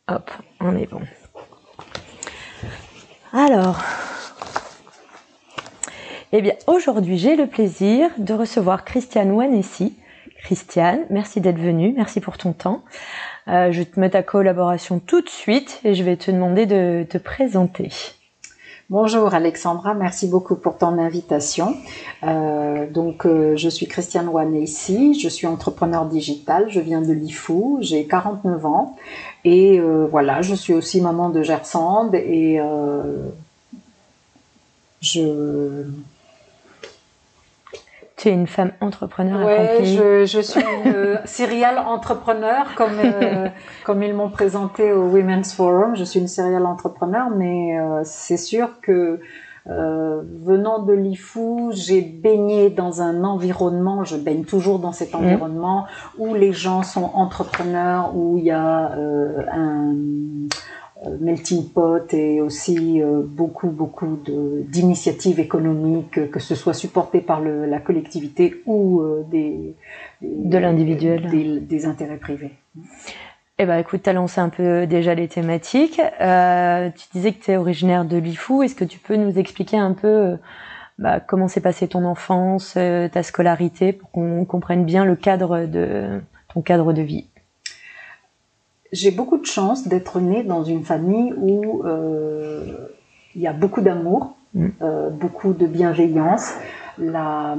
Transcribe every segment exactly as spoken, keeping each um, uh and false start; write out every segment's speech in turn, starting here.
Hop, on est bon. Alors, eh bien, aujourd'hui, j'ai le plaisir de recevoir Christiane Ouanessi. Christiane, merci d'être venue, merci pour ton temps. Euh, je te mets ta collaboration tout de suite et je vais te demander de te présenter. Bonjour Alexandra, merci beaucoup pour ton invitation. Euh, donc euh, je suis Christiane Ouanessi, je suis entrepreneur digital, je viens de l'I F O, j'ai quarante-neuf ans et euh, voilà, je suis aussi maman de Gersande et euh, je... Tu es une femme entrepreneur ouais, accomplie. je, je suis une euh, serial entrepreneur comme euh, comme ils m'ont présenté au Women's Forum. Je suis une serial entrepreneur, mais euh, c'est sûr que euh, venant de l'I F O, j'ai baigné dans un environnement, je baigne toujours dans cet environnement mmh. où les gens sont entrepreneurs, où il y a euh, un melting pot et aussi euh, beaucoup beaucoup de d'initiatives économiques, que ce soit supportées par le, la collectivité ou euh, des, des de l'individuel, des, des intérêts privés. Eh ben, écoute, tu as lancé un peu déjà les thématiques. Euh, tu disais que tu es originaire de l'I F O. Est-ce que tu peux nous expliquer un peu bah, comment s'est passée ton enfance, ta scolarité, pour qu'on comprenne bien le cadre de ton cadre de vie? J'ai beaucoup de chance d'être née dans une famille où euh, il y a beaucoup d'amour, mmh. euh, beaucoup de bienveillance. La,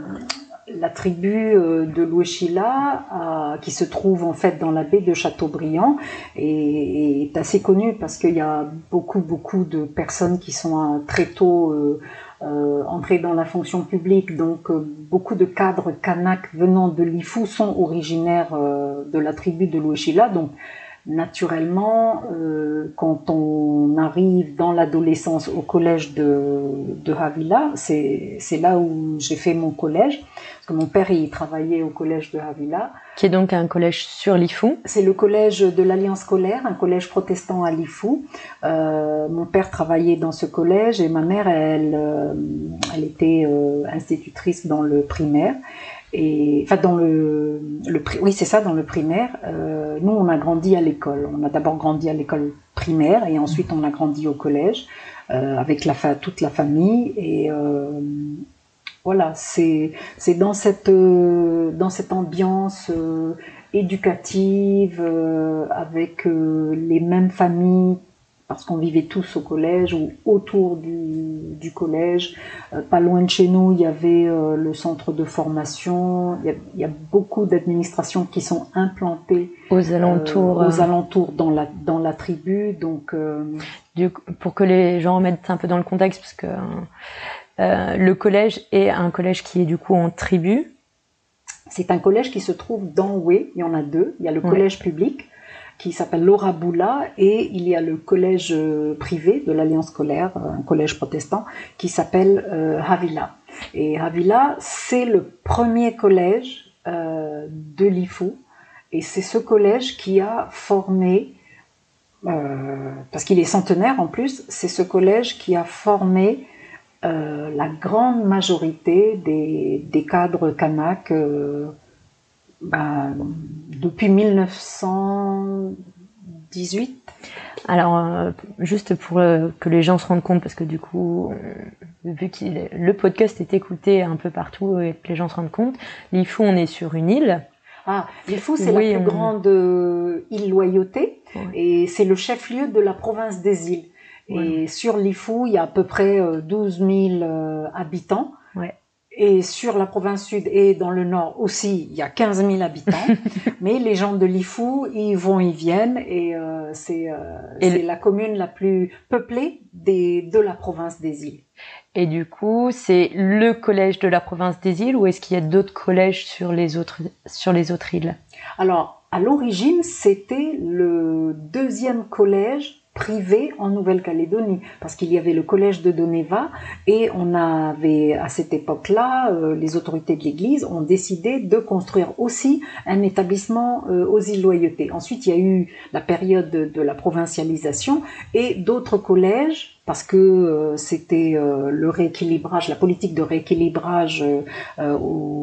la tribu de Louéchila, euh, qui se trouve en fait dans la baie de Châteaubriand, est, est assez connue parce qu'il y a beaucoup beaucoup de personnes qui sont euh, très tôt euh, euh, entrées dans la fonction publique. Donc euh, beaucoup de cadres Kanak venant de l'I F O sont originaires euh, de la tribu de Louéchila. Donc naturellement, euh, quand on arrive dans l'adolescence au collège de, de Havila, c'est, c'est là où j'ai fait mon collège, parce que mon père il travaillait au collège de Havila. Qui est donc un collège sur l'I F O. C'est le collège de l'Alliance scolaire, un collège protestant à l'I F O. Euh, mon père travaillait dans ce collège et ma mère, elle, euh, elle était euh, institutrice dans le primaire. Et enfin dans le, le oui c'est ça dans le primaire. Euh, nous on a grandi à l'école. On a d'abord grandi à l'école primaire et ensuite on a grandi au collège euh, avec la toute la famille et euh, voilà c'est c'est dans cette euh, dans cette ambiance euh, éducative euh, avec euh, les mêmes familles. Parce qu'on vivait tous au collège ou autour du, du collège. Euh, pas loin de chez nous, il y avait euh, le centre de formation. Il y a, il y a beaucoup d'administrations qui sont implantées aux alentours, euh, aux alentours dans la dans la tribu. Donc, euh... du, pour que les gens remettent un peu dans le contexte, parce que euh, le collège est un collège qui est du coup en tribu. C'est un collège qui se trouve dans Oué. Il y en a deux. Il y a le collège ouais. public, qui s'appelle Laura Boula, et il y a le collège privé de l'Alliance scolaire, un collège protestant, qui s'appelle euh, Havila. Et Havila, c'est le premier collège euh, de l'I F O, et c'est ce collège qui a formé, euh, parce qu'il est centenaire en plus, c'est ce collège qui a formé euh, la grande majorité des, des cadres Kanak, euh, Ben, depuis mille neuf cent dix-huit. Alors, euh, juste pour euh, que les gens se rendent compte, parce que du coup, euh, vu que le podcast est écouté un peu partout et que les gens se rendent compte, l'I F O, on est sur une île. Ah, l'I F O, c'est oui, la plus on... grande euh, île Loyauté, ouais. et c'est le chef-lieu de la province des îles. Ouais. Et sur l'I F O, il y a à peu près euh, douze mille euh, habitants. Ouais. Et sur la province sud et dans le nord aussi, il y a quinze mille habitants. Mais les gens de l'I F O, ils vont, ils viennent. Et euh, c'est, euh, et c'est le... la commune la plus peuplée des, de la province des îles. Et du coup, c'est le collège de la province des îles ou est-ce qu'il y a d'autres collèges sur les autres, sur les autres îles? Alors, à l'origine, c'était le deuxième collège privé en Nouvelle-Calédonie, parce qu'il y avait le collège de Doneva et on avait à cette époque-là, euh, les autorités de l'Église ont décidé de construire aussi un établissement euh, aux îles Loyauté. Ensuite, il y a eu la période de, de la provincialisation et d'autres collèges, parce que euh, c'était euh, le rééquilibrage, la politique de rééquilibrage euh, au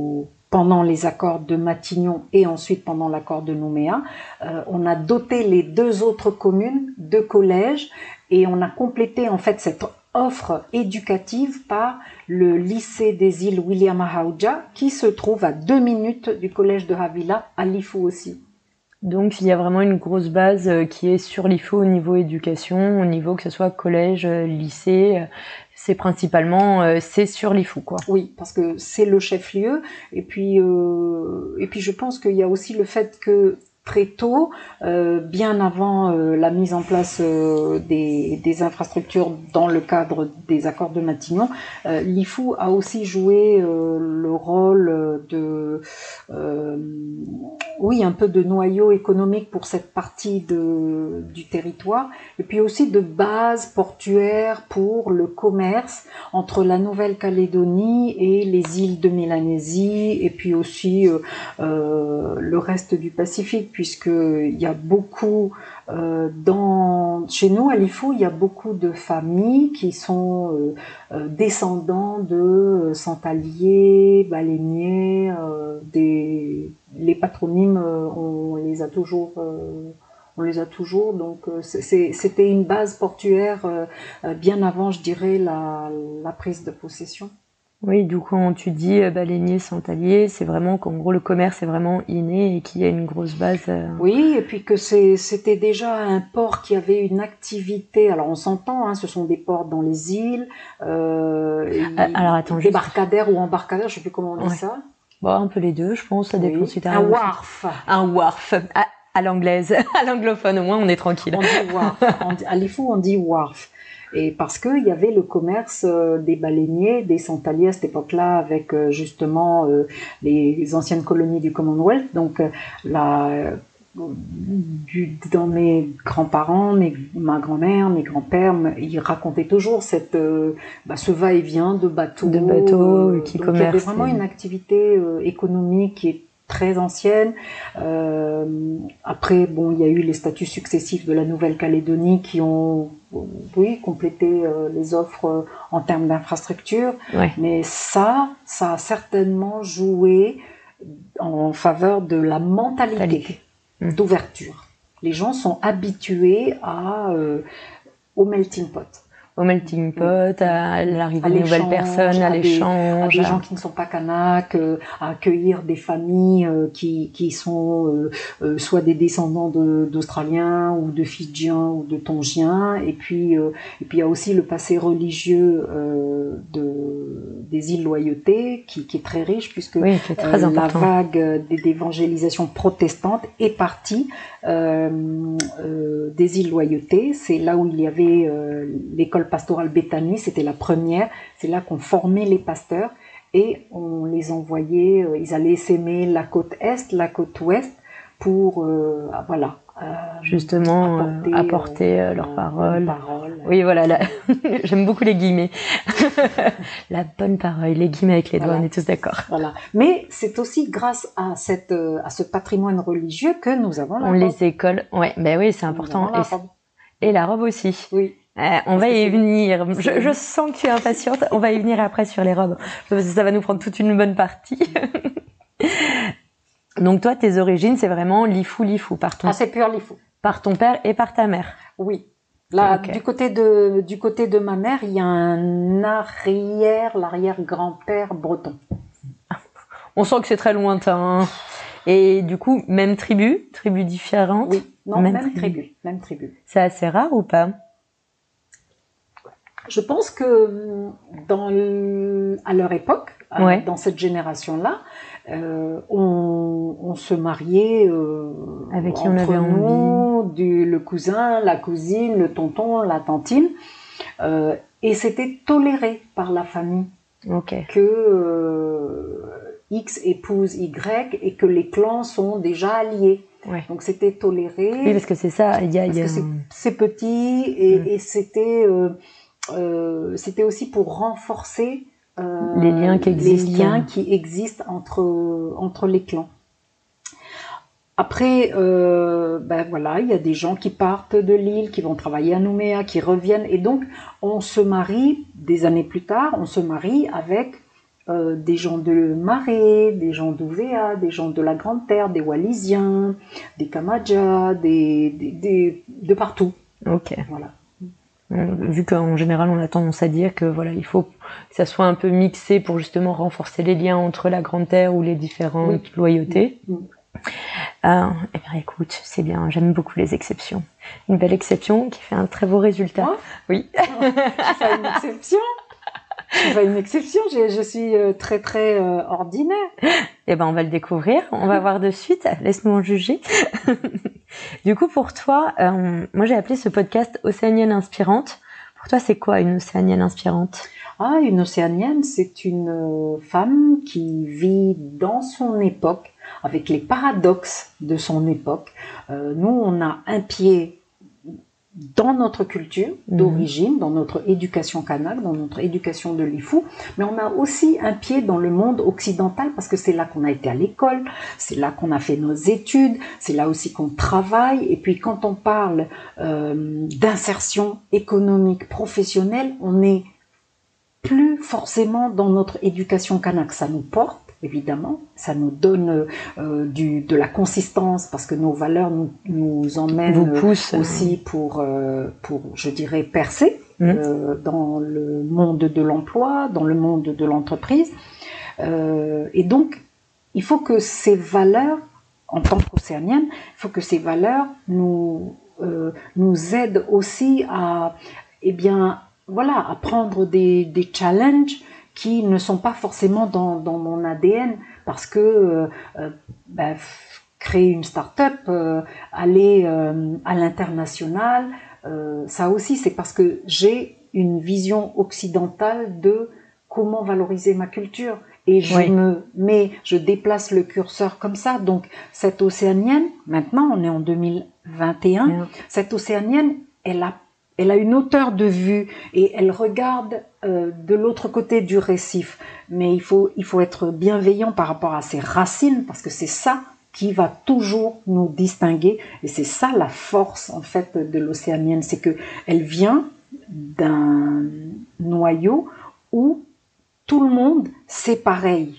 pendant les accords de Matignon et ensuite pendant l'accord de Nouméa, euh, on a doté les deux autres communes de collèges et on a complété en fait cette offre éducative par le lycée des îles William Ahaouja qui se trouve à deux minutes du collège de Havila à Lifou aussi. Donc il y a vraiment une grosse base qui est sur l'Ifou au niveau éducation, au niveau que ce soit collège, lycée, c'est principalement euh, c'est sur l'Ifou quoi. Oui, parce que c'est le chef-lieu et puis euh, et puis je pense qu'il y a aussi le fait que très tôt, euh, bien avant euh, la mise en place euh, des, des infrastructures dans le cadre des accords de Matignon, euh, l'Ifou a aussi joué euh, le rôle de, euh, oui, un peu de noyau économique pour cette partie de, du territoire, et puis aussi de base portuaire pour le commerce entre la Nouvelle-Calédonie et les îles de Mélanésie, et puis aussi euh, euh, le reste du Pacifique, puisqu'il y a beaucoup, euh, dans, chez nous à Lifou, il y a beaucoup de familles qui sont euh, euh, descendants de euh, santaliers, baleiniers, euh, des, les patronymes, euh, on les a toujours... Euh, on les a toujours, donc euh, c'était une base portuaire euh, bien avant, je dirais, la, la prise de possession. Oui, du coup, quand tu dis euh, baleinier, santalier, c'est vraiment qu'en gros le commerce est vraiment inné et qu'il y a une grosse base. Euh... Oui, et puis que c'était déjà un port qui avait une activité. Alors on s'entend, hein, ce sont des ports dans les îles, euh, alors attends, débarcadère juste... ou embarcadère, je sais plus comment on dit ouais. ça. Bon, un peu les deux, je pense, ça dépend oui. si tu as un wharf. Un wharf. À, à l'anglaise, à l'anglophone, au moins on est tranquille. On dit wharf. On dit, à Lifou, on dit wharf. Et parce qu'il y avait le commerce euh, des baleiniers, des santaliers à cette époque-là, avec euh, justement euh, les anciennes colonies du Commonwealth. Donc, euh, la, euh, du, dans mes grands-parents, mes, ma grand-mère, mes grands-pères, ils racontaient toujours cette, euh, bah, ce va-et-vient de bateaux. De bateaux euh, qui donc commercent. Il y avait vraiment une activité euh, économique qui est très ancienne. Euh, après, bon, il y a eu les statuts successifs de la Nouvelle-Calédonie qui ont, oui, complété euh, les offres euh, en termes d'infrastructures. Ouais. Mais ça, ça a certainement joué en faveur de la mentalité mmh. d'ouverture. Les gens sont habitués à, euh, au melting pot. Au melting pot, à l'arrivée de nouvelles personnes, à l'échange. À des gens qui ne sont pas Kanaks, euh, à accueillir des familles euh, qui, qui sont euh, euh, soit des descendants d'Australiens ou de Fidjiens ou de Tongiens. Et puis, euh, et puis il y a aussi le passé religieux euh, de, des îles Loyauté qui, qui est très riche puisque oui, qui est très euh, important. La vague d'évangélisation protestante est partie euh, euh, des îles Loyauté. C'est là où il y avait euh, l'école pastorale Béthanie, c'était la première, c'est là qu'on formait les pasteurs et on les envoyait, euh, ils allaient s'aimer la côte est, la côte ouest pour, euh, voilà. Euh, Justement, apporter, euh, apporter euh, leurs paroles. Parole. Oui, voilà, la... j'aime beaucoup les guillemets. La bonne parole, les guillemets avec les doigts, voilà. On est tous d'accord. Voilà. Mais c'est aussi grâce à cette, à ce patrimoine religieux que nous avons la on robe. Les écoles, ouais, ben oui, c'est important. La et, et la robe aussi. Oui. Euh, on va y venir. Je, je sens que tu es impatiente. On va y venir après sur les robes. Parce que ça va nous prendre toute une bonne partie. Donc toi, tes origines, c'est vraiment Lifou, Lifou. Par ton... Ah, c'est pur Lifou. Par ton père et par ta mère. Oui. Là, okay. du côté de du côté de ma mère, il y a un arrière, l'arrière-grand-père breton. On sent que c'est très lointain. Et du coup, même tribu, tribu différente. Oui. Non, même, même tribu. tribu. Même tribu. C'est assez rare ou pas? Je pense que dans le, à leur époque, ouais. dans cette génération-là, euh, on, on se mariait euh, avec qui entre on avait nous, envie. Du, le cousin, la cousine, le tonton, la tantine, euh, et c'était toléré par la famille okay. que euh, X épouse Y et que les clans sont déjà alliés. Ouais. Donc c'était toléré. Oui, parce que c'est ça. Il y a, parce y a... que c'est petit et, mm. et c'était euh, euh, c'était aussi pour renforcer euh, les liens qui existent, les liens qui existent entre entre les clans. Après, euh, ben voilà, il y a des gens qui partent de l'île, qui vont travailler à Nouméa, qui reviennent, et donc on se marie des années plus tard. On se marie avec euh, des gens de Marais, des gens d'Ouvéa, des gens de la Grande Terre, des Wallisiens, des Kamadja, des, des, des, de partout. Ok. Voilà. Vu qu'en général on a tendance à dire que voilà, il faut que ça soit un peu mixé pour justement renforcer les liens entre la Grande Terre ou les différentes Oui. loyautés. Mmh. Euh, eh bien écoute, c'est bien, j'aime beaucoup les exceptions. Une belle exception qui fait un très beau résultat. Moi Oui. Je fais une exception. Je fais une exception, je, je suis très très euh, ordinaire. Eh ben on va le découvrir, on va voir de suite, laisse-nous en juger. Du coup pour toi, euh, moi j'ai appelé ce podcast Océanienne inspirante. Pour toi c'est quoi une Océanienne inspirante? Ah, une Océanienne, c'est une femme qui vit dans son époque, avec les paradoxes de son époque. Euh, nous, on a un pied dans notre culture d'origine, mmh. dans notre éducation kanak, dans notre éducation de l'Ifou, mais on a aussi un pied dans le monde occidental parce que c'est là qu'on a été à l'école, c'est là qu'on a fait nos études, c'est là aussi qu'on travaille. Et puis quand on parle euh, d'insertion économique professionnelle, on n'est plus forcément dans notre éducation kanak. Ça nous porte, évidemment, ça nous donne euh, du, de la consistance parce que nos valeurs nous, nous emmènent pousse, aussi euh... pour, euh, pour, je dirais, percer mmh. euh, dans le monde de l'emploi, dans le monde de l'entreprise. Euh, et donc, il faut que ces valeurs, en tant qu'océanienne, il faut que ces valeurs nous, euh, nous aident aussi à, eh bien, voilà, à prendre des, des challenges qui ne sont pas forcément dans, dans mon A D N, parce que euh, euh, ben, créer une start-up, euh, aller euh, à l'international, euh, ça aussi c'est parce que j'ai une vision occidentale de comment valoriser ma culture. Et je oui. me mets, je déplace le curseur comme ça. Donc cette océanienne, maintenant on est en deux mille vingt et un, yeah. cette océanienne, elle a Elle a une hauteur de vue et elle regarde euh, de l'autre côté du récif. Mais il faut, il faut être bienveillant par rapport à ses racines parce que c'est ça qui va toujours nous distinguer. Et c'est ça la force en fait de l'océanienne, c'est que elle vient d'un noyau où tout le monde c'est pareil.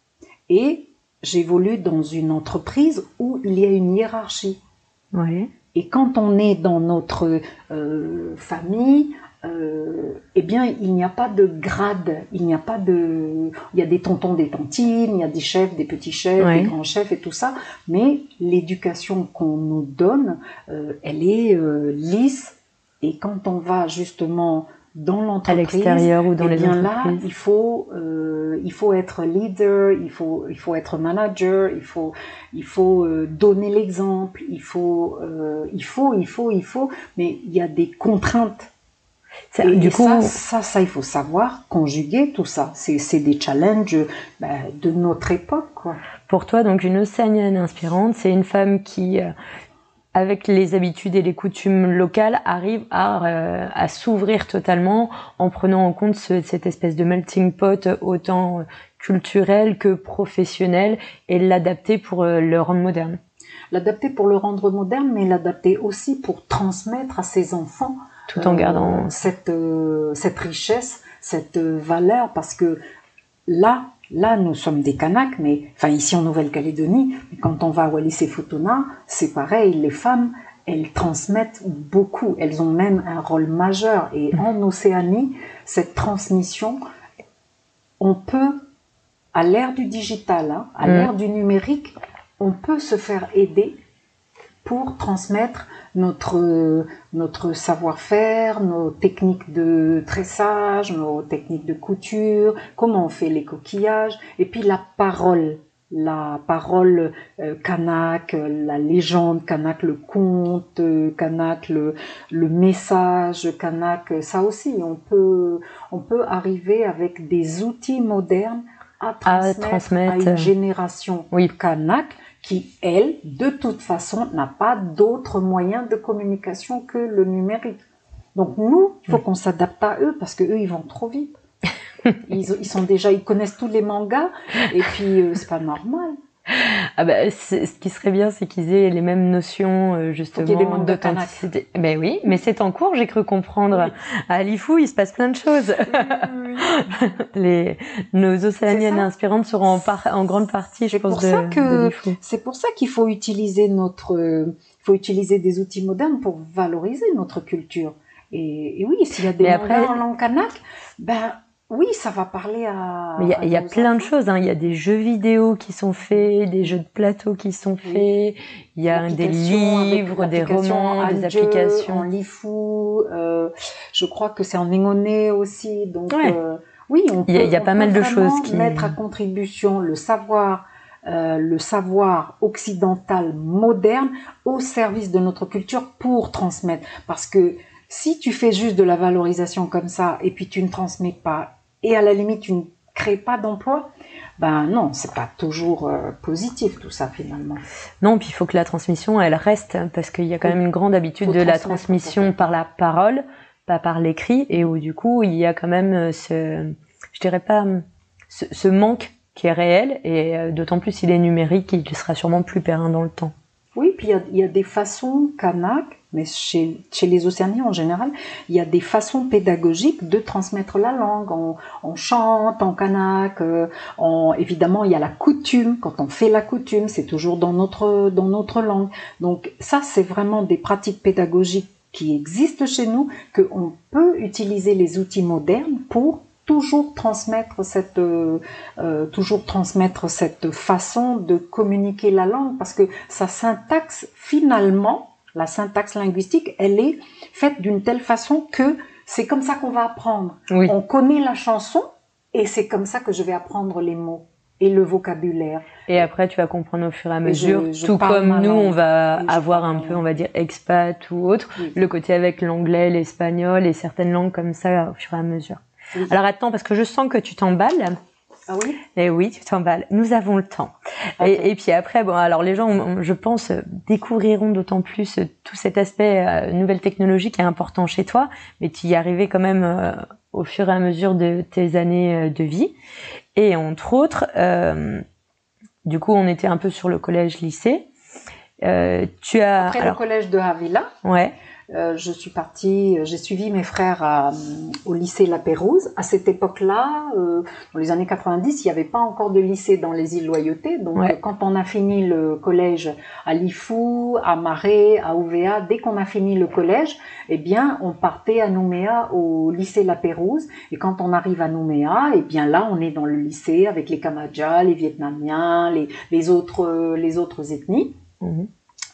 Et j'évolue dans une entreprise où il y a une hiérarchie. Oui. Et quand on est dans notre euh, famille, euh, eh bien, il n'y a pas de grade, il n'y a pas de... Il y a des tontons, des tontines, il y a des chefs, des petits chefs, oui. des grands chefs et tout ça, mais l'éducation qu'on nous donne, euh, elle est euh, lisse. Et quand on va justement dans l'entreprise, à l'extérieur ou dans eh les bien entreprises. Là, il faut, euh, il faut être leader, il faut, il faut être manager, il faut, il faut euh, donner l'exemple, il faut, euh, il faut, il faut, il faut, mais il y a des contraintes. Ça, et du et coup, ça, ça, ça, il faut savoir conjuguer tout ça. C'est, c'est des challenges ben, de notre époque, quoi. Pour toi, donc une océanienne inspirante, c'est une femme qui euh, avec les habitudes et les coutumes locales, arrive à, euh, à s'ouvrir totalement en prenant en compte ce, cette espèce de melting pot autant culturel que professionnel et l'adapter pour euh, le rendre moderne. L'adapter pour le rendre moderne, mais l'adapter aussi pour transmettre à ses enfants tout en euh, gardant cette, euh, cette richesse, cette valeur, parce que là, Là, nous sommes des Kanaks, mais enfin ici en Nouvelle-Calédonie, quand on va à Wallis et Futuna, c'est pareil, les femmes, elles transmettent beaucoup, elles ont même un rôle majeur. Et en Océanie, cette transmission, on peut, à l'ère du digital, hein, à mmh. l'ère du numérique, on peut se faire aider pour transmettre notre, notre savoir-faire, nos techniques de tressage, nos techniques de couture, comment on fait les coquillages, et puis la parole, la parole euh, kanak, la légende kanak, le conte euh, kanak, le, le message kanak, ça aussi, on peut, on peut arriver avec des outils modernes à transmettre à, transmettre, à une génération oui. kanak, qui, elle, de toute façon, n'a pas d'autres moyens de communication que le numérique. Donc nous, il faut qu'on s'adapte à eux, parce que eux, ils vont trop vite. Ils, ils sont déjà, ils connaissent tous les mangas, et puis euh, c'est pas normal. Ah bah, ce qui serait bien, c'est qu'ils aient les mêmes notions, euh, justement, d'authenticité. Ben oui, mais c'est en cours, j'ai cru comprendre. Oui. À Lifou, il se passe plein de choses. Oui, oui, oui. les, nos océaniennes inspirantes seront en, par, en grande partie, je pense, de, que, de Lifou. C'est pour ça qu'il faut utiliser notre, euh, il faut utiliser des outils modernes pour valoriser notre culture. Et, et oui, s'il y a des mangas en langue kanak, ben, oui, ça va parler à. Mais il y a, y a plein de choses. Hein. Il y a des jeux vidéo qui sont faits, des jeux de plateau qui sont faits. Oui. Il y a des livres, des romans, des applications. En Lifou, euh, je crois que c'est en Négoné aussi. Donc ouais. euh, oui, on peut. Il y a, y a pas mal de choses qui mettre à contribution le savoir. Euh, le savoir occidental moderne au service de notre culture pour transmettre. Parce que si tu fais juste de la valorisation comme ça et puis tu ne transmets pas et à la limite tu ne crées pas d'emploi, ben non, c'est pas toujours euh, positif tout ça finalement. Non, puis il faut que la transmission elle reste parce qu'il y a quand même une grande habitude de la transmission par la parole, pas par l'écrit et où du coup il y a quand même ce, je dirais pas, ce, ce manque qui est réel et euh, d'autant plus s'il est numérique, il sera sûrement plus pérenne dans le temps. Oui, puis il y a, il y a des façons kanak, mais chez, chez les Océaniens en général, il y a des façons pédagogiques de transmettre la langue. On, on chante en kanak, euh, on, évidemment il y a la coutume, quand on fait la coutume, c'est toujours dans notre, dans notre langue. Donc ça c'est vraiment des pratiques pédagogiques qui existent chez nous, qu'on peut utiliser les outils modernes pour toujours transmettre cette euh, euh, toujours transmettre cette façon de communiquer la langue parce que sa syntaxe finalement la syntaxe linguistique elle est faite d'une telle façon que c'est comme ça qu'on va apprendre. Oui. On connaît la chanson et c'est comme ça que je vais apprendre les mots et le vocabulaire. Et après tu vas comprendre au fur et à mesure, je, je tout comme nous langue. On va et avoir un peu on va dire expat ou autre, oui. Le côté avec l'anglais, l'espagnol et certaines langues comme ça au fur et à mesure. Oui. Alors attends, parce que je sens que tu t'emballes. Ah oui? Et oui, tu t'emballes. Nous avons le temps. Okay. Et, et puis après, bon, alors les gens, je pense, découvriront d'autant plus tout cet aspect euh, nouvelle technologie qui est important chez toi, mais tu y arrivais quand même euh, au fur et à mesure de tes années de vie. Et entre autres, euh, du coup, on était un peu sur le collège-lycée. Euh, tu as après alors, le collège de Avila. Ouais. Euh, je suis partie, j'ai suivi mes frères à, au lycée La Pérouse. À cette époque-là, euh, dans les années quatre-vingt-dix, il n'y avait pas encore de lycée dans les îles Loyauté. Donc, ouais. Quand on a fini le collège à Lifou, à Marais, à Ouvéa, dès qu'on a fini le collège, eh bien, on partait à Nouméa au lycée La Pérouse. Et quand on arrive à Nouméa, eh bien là, on est dans le lycée avec les Kamadja, les Vietnamiens, les, les autres, les autres ethnies. Mmh.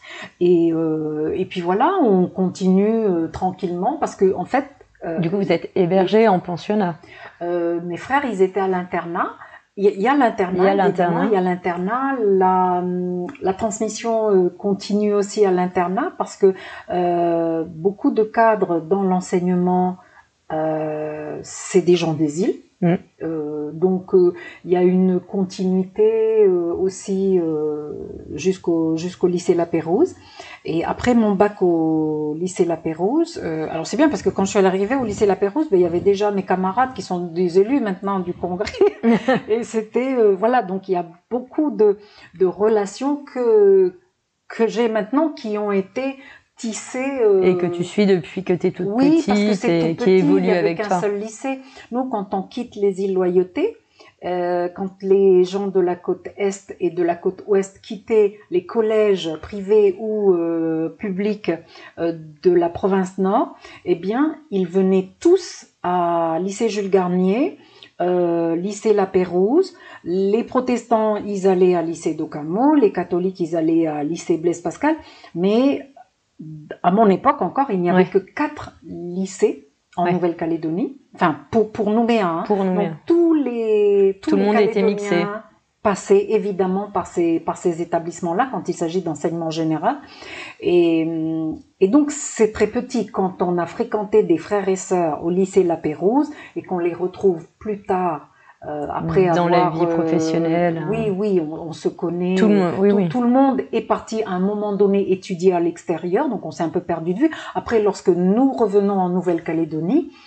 Et, euh, et puis voilà, on continue euh, tranquillement parce que en fait. Euh, du coup, vous êtes hébergés en pensionnat. Euh, mes frères, ils étaient à l'internat. Il y a, il y a l'internat. Il y a l'internat. Il y a l'internat. La, la transmission euh, continue aussi à l'internat parce que euh, beaucoup de cadres dans l'enseignement, euh, c'est des gens des îles. Mmh. Euh, donc euh, il y a une continuité euh, aussi euh, jusqu'au jusqu'au lycée La Pérouse. Et après mon bac au lycée La Pérouse, euh, alors c'est bien parce que quand je suis arrivée au lycée La Pérouse, ben, il y avait déjà mes camarades qui sont des élus maintenant du congrès. Et c'était euh, voilà, donc il y a beaucoup de de relations que que j'ai maintenant qui ont été tissé, euh... et que tu suis depuis que tu es toute oui, petite parce que c'est et tout qui petit, évolue il y avait avec qu'un toi. Seul lycée. Nous, quand on quitte les îles Loyauté, euh, quand les gens de la côte est et de la côte ouest quittaient les collèges privés ou euh, publics euh, de la province nord, eh bien, ils venaient tous à lycée Jules Garnier, euh, lycée La Pérouse. Les protestants, ils allaient à lycée d'Ocamo, les catholiques, ils allaient à lycée Blaise Pascal, mais à mon époque encore, il n'y avait ouais. que quatre lycées en ouais. Nouvelle-Calédonie. Enfin, pour, pour Nouméa. Hein. Pour Nouméa. Donc, tous les, tous Tout les le monde était mixé. Passaient évidemment par ces, par ces établissements-là quand il s'agit d'enseignement général. Et, et donc, c'est très petit. Quand on a fréquenté des frères et sœurs au lycée La Pérouse et qu'on les retrouve plus tard Euh, après dans avoir, la vie professionnelle. Euh, oui, oui, on, on se connaît. Tout le monde, oui, tout, oui. tout le monde est parti à un moment donné étudier à l'extérieur, donc on s'est un peu perdu de vue. Après, lorsque nous revenons en Nouvelle-Calédonie,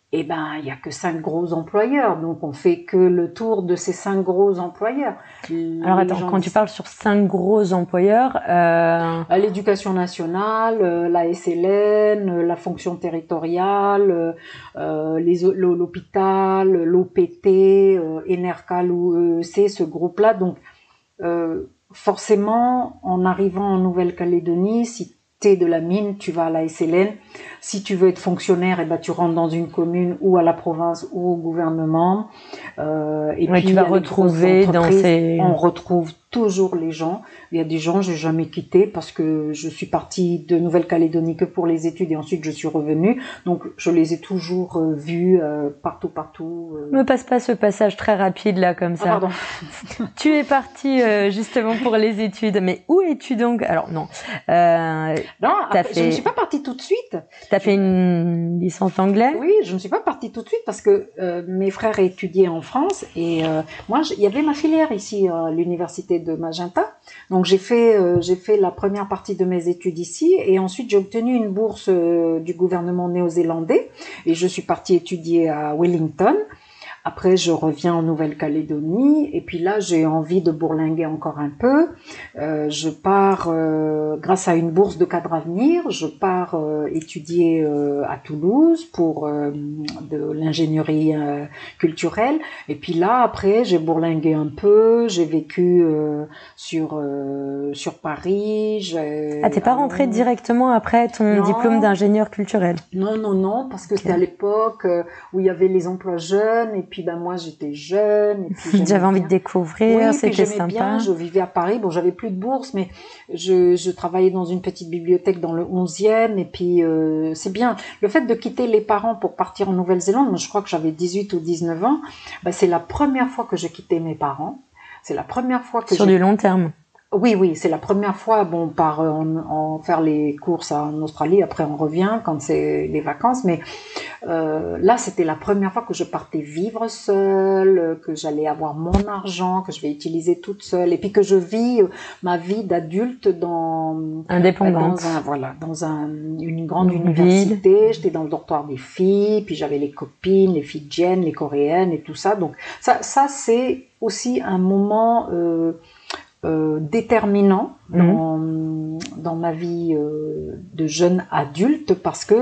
eh ben, il y a que cinq gros employeurs, donc on fait que le tour de ces cinq gros employeurs. Alors attends, quand tu parles sur cinq gros employeurs, euh... l'éducation nationale, la S L N, la fonction territoriale, euh, les, l'hôpital, l'O P T, euh, Enercal ou E E C, ce groupe-là. Donc euh, forcément, en arrivant en Nouvelle-Calédonie, si t'es de la mine, tu vas à la S L N. Si tu veux être fonctionnaire, eh ben, tu rentres dans une commune ou à la province ou au gouvernement. Euh, et ouais, puis, tu vas retrouver dans ces... On retrouve toujours les gens. Il y a des gens, j'ai jamais quitté parce que je suis partie de Nouvelle-Calédonie que pour les études et ensuite je suis revenue. Donc, je les ai toujours euh, vus euh, partout, partout. Euh... Me passe pas ce passage très rapide là comme ça. Ah, pardon. Tu es partie euh, justement pour les études, mais où es-tu donc? Alors non. Euh, non, après, fait... je ne suis pas partie tout de suite. T'as fait une licence d'anglais? Oui, je ne suis pas partie tout de suite parce que euh, mes frères étudiaient en France et euh, moi, il y avait ma filière ici à l'université de Magenta. Donc j'ai fait euh, j'ai fait la première partie de mes études ici et ensuite j'ai obtenu une bourse euh, du gouvernement néo-zélandais et je suis partie étudier à Wellington. Après, je reviens en Nouvelle-Calédonie et puis là, j'ai envie de bourlinguer encore un peu. Euh, je pars, euh, grâce à une bourse de cadre avenir, je pars euh, étudier euh, à Toulouse pour euh, de l'ingénierie euh, culturelle. Et puis là, après, j'ai bourlingué un peu. J'ai vécu euh, sur euh, sur Paris. J'ai... Ah, t'es pas rentrée euh... directement après ton non. diplôme d'ingénieur culturel? Non, non, non, parce que okay. C'était à l'époque où il y avait les emplois jeunes et puis ben moi j'étais jeune et puis j'avais envie de découvrir, oui, c'était sympa. Bien, je vivais à Paris, bon j'avais plus de bourse mais je, je travaillais dans une petite bibliothèque dans le onzième et puis euh, c'est bien. Le fait de quitter les parents pour partir en Nouvelle-Zélande, moi je crois que j'avais dix-huit ou dix-neuf ans, ben, c'est la première fois que j'ai quitté mes parents. C'est la première fois que sur du long terme. Oui, oui, c'est la première fois, bon, on part en, en faire les courses en Australie, après on revient quand c'est les vacances, mais euh, là c'était la première fois que je partais vivre seule, que j'allais avoir mon argent, que je vais utiliser toute seule, et puis que je vis ma vie d'adulte dans indépendante, dans un voilà, dans un une grande une université. J'étais dans le dortoir des filles, puis j'avais les copines, les Fidjiennes, les Coréennes et tout ça. Donc ça, ça c'est aussi un moment euh, Euh, déterminant dans, mmh. dans ma vie euh, de jeune adulte parce que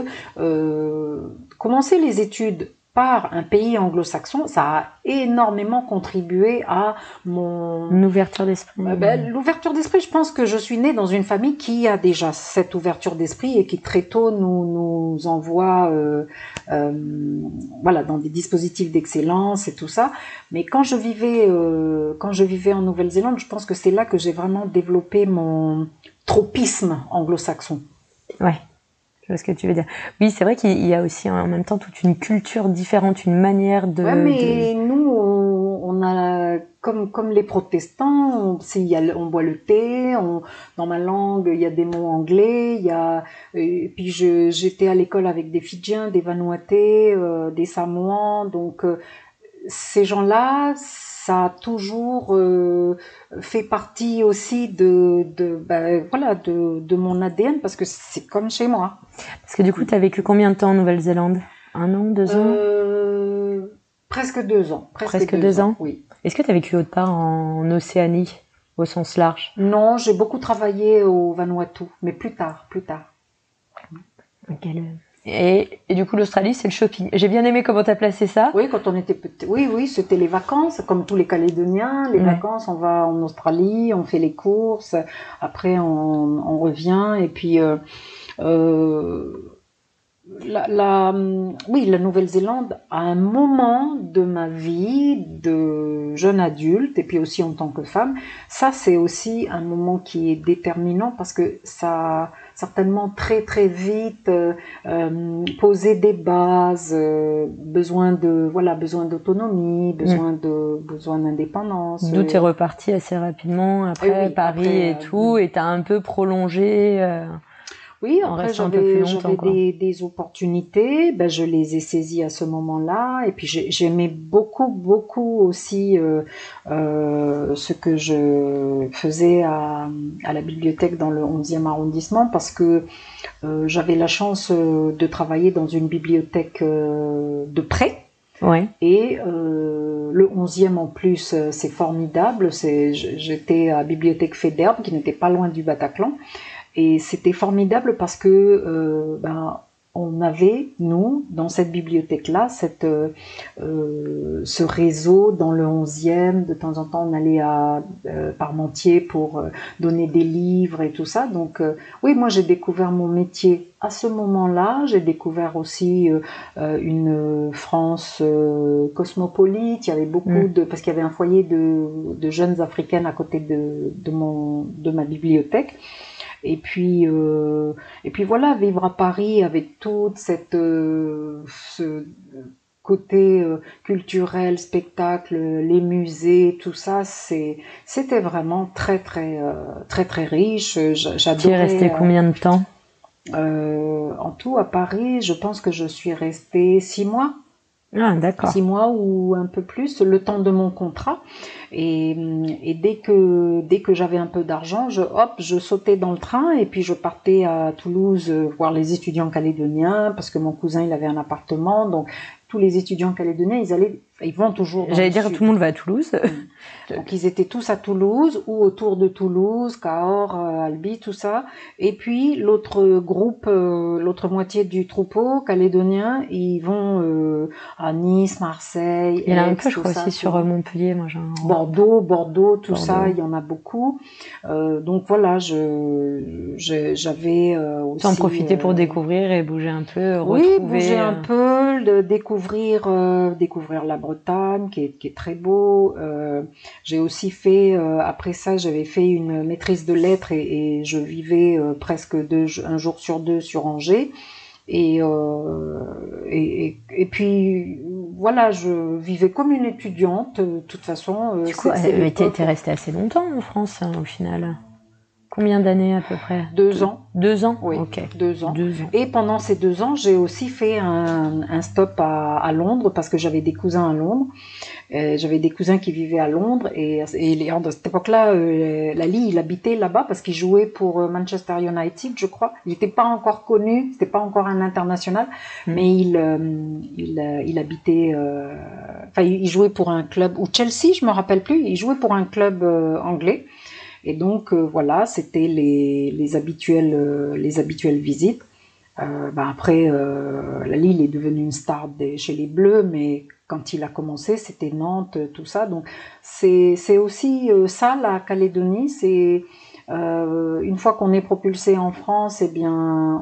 euh, commencer les études par un pays anglo-saxon, ça a énormément contribué à mon... Une ouverture d'esprit. Euh, ben, l'ouverture d'esprit, je pense que je suis née dans une famille qui a déjà cette ouverture d'esprit et qui très tôt nous, nous envoie euh, euh, voilà, dans des dispositifs d'excellence et tout ça. Mais quand je vivais, euh, quand je vivais en Nouvelle-Zélande, je pense que c'est là que j'ai vraiment développé mon tropisme anglo-saxon. Ouais. Je vois ce que tu veux dire. Oui, c'est vrai qu'il y a aussi en même temps toute une culture différente, une manière de... Ouais, mais de... nous, on, on a, comme, comme les protestants, on, y a, on boit le thé, on, dans ma langue, il y a des mots anglais, il y a, et puis je, j'étais à l'école avec des Fidjiens, des Vanuatais, euh, des Samoans, donc euh, ces gens-là, ça a toujours euh, fait partie aussi de, de ben, voilà, de, de mon A D N parce que c'est comme chez moi. Parce que du coup, tu as vécu combien de temps en Nouvelle-Zélande? Un an, deux ans euh, Presque deux ans. Presque, presque deux, deux ans, ans. Oui. Est-ce que tu as vécu autre part en Océanie, au sens large? Non, j'ai beaucoup travaillé au Vanuatu, mais plus tard, plus tard. Quelle... Et, et du coup, l'Australie, c'est le shopping. J'ai bien aimé comment tu as placé ça. Oui, quand on était petit. Oui, oui, c'était les vacances, comme tous les Calédoniens. Les ouais. vacances, on va en Australie, on fait les courses. Après, on, on revient. Et puis, euh, euh, la, la, oui, la Nouvelle-Zélande, à un moment de ma vie de jeune adulte, et puis aussi en tant que femme, ça, c'est aussi un moment qui est déterminant parce que ça... certainement très très vite euh, euh, poser des bases, euh, besoin de voilà besoin d'autonomie, besoin mmh. de besoin d'indépendance. D'où t'es reparti assez rapidement après oui, Paris après, et euh, tout, oui. Et t'as un peu prolongé. Euh, oui, après j'avais j'avais des, des opportunités, ben je les ai saisies à ce moment-là, et puis j'aimais beaucoup beaucoup aussi euh, euh, ce que je faisais à, à la bibliothèque dans le onzième arrondissement parce que euh, j'avais la chance euh, de travailler dans une bibliothèque euh, de près. Ouais. Et euh, le onzième en plus, c'est formidable. C'est, j'étais à la bibliothèque Faidherbe, qui n'était pas loin du Bataclan. Et c'était formidable parce que euh, ben, on avait, nous, dans cette bibliothèque-là, cette, euh, ce réseau dans le onzième. De temps en temps, on allait à euh, Parmentier pour euh, donner des livres et tout ça. Donc, euh, oui, moi, j'ai découvert mon métier à ce moment-là. J'ai découvert aussi euh, une France euh, cosmopolite. Il y avait beaucoup mmh. de... Parce qu'il y avait un foyer de, de jeunes africaines à côté de, de, mon, de ma bibliothèque. Et puis, euh, et puis voilà, vivre à Paris avec toute cette, euh, ce côté euh, culturel, spectacle, les musées, tout ça, c'est, c'était vraiment très très euh, très très riche. J'adorais. Tu es resté combien de temps? euh, En tout à Paris, je pense que je suis restée six mois. Ah, d'accord. Six mois ou un peu plus, le temps de mon contrat. Et, et dès que dès que j'avais un peu d'argent, je hop, je sautais dans le train et puis je partais à Toulouse voir les étudiants calédoniens parce que mon cousin il avait un appartement. Donc tous les étudiants calédoniens, ils allaient, ils vont toujours. J'allais dire, tout le monde va à Toulouse. Donc ils étaient tous à Toulouse ou autour de Toulouse, Cahors, Albi, tout ça. Et puis l'autre groupe, euh, l'autre moitié du troupeau calédonien, ils vont euh, à Nice, Marseille. Il y en a un peu, je crois, aussi sur Montpellier, moi j'ai. Bordeaux, Bordeaux, tout Bordeaux. Ça, il y en a beaucoup. Euh, donc voilà, je, je j'avais euh, aussi. T'en profiter euh, pour découvrir et bouger un peu, oui, retrouver. bouger un peu, de découvrir, euh, découvrir la Bretagne, qui est, qui est très beau. Euh, j'ai aussi fait, euh, après ça, j'avais fait une maîtrise de lettres et, et je vivais euh, presque deux, un jour sur deux sur Angers. Et, euh, et, et, et puis voilà, je vivais comme une étudiante. De toute façon, du coup, mais t'es restée assez longtemps en France, hein, au final. Combien d'années à peu près? Deux ans. Deux ans. Oui, okay. deux ans. Deux ans. Et pendant ces deux ans, j'ai aussi fait un, un stop à, à Londres parce que j'avais des cousins à Londres. Euh, j'avais des cousins qui vivaient à Londres et, et à cette époque-là, euh, Lali, il habitait là-bas parce qu'il jouait pour Manchester United, je crois. Il n'était pas encore connu, c'était pas encore un international, mmh. mais il, euh, il, euh, il habitait, euh, enfin, il jouait pour un club ou Chelsea, je me rappelle plus. Il jouait pour un club euh, anglais. Et donc euh, voilà, c'était les, les habituelles, euh, les habituelles visites. Euh, bah après, euh, Lali, il est devenu une star des, chez les Bleus, mais quand il a commencé, c'était Nantes, tout ça. Donc c'est c'est aussi euh, ça la Calédonie. C'est euh, une fois qu'on est propulsé en France, eh bien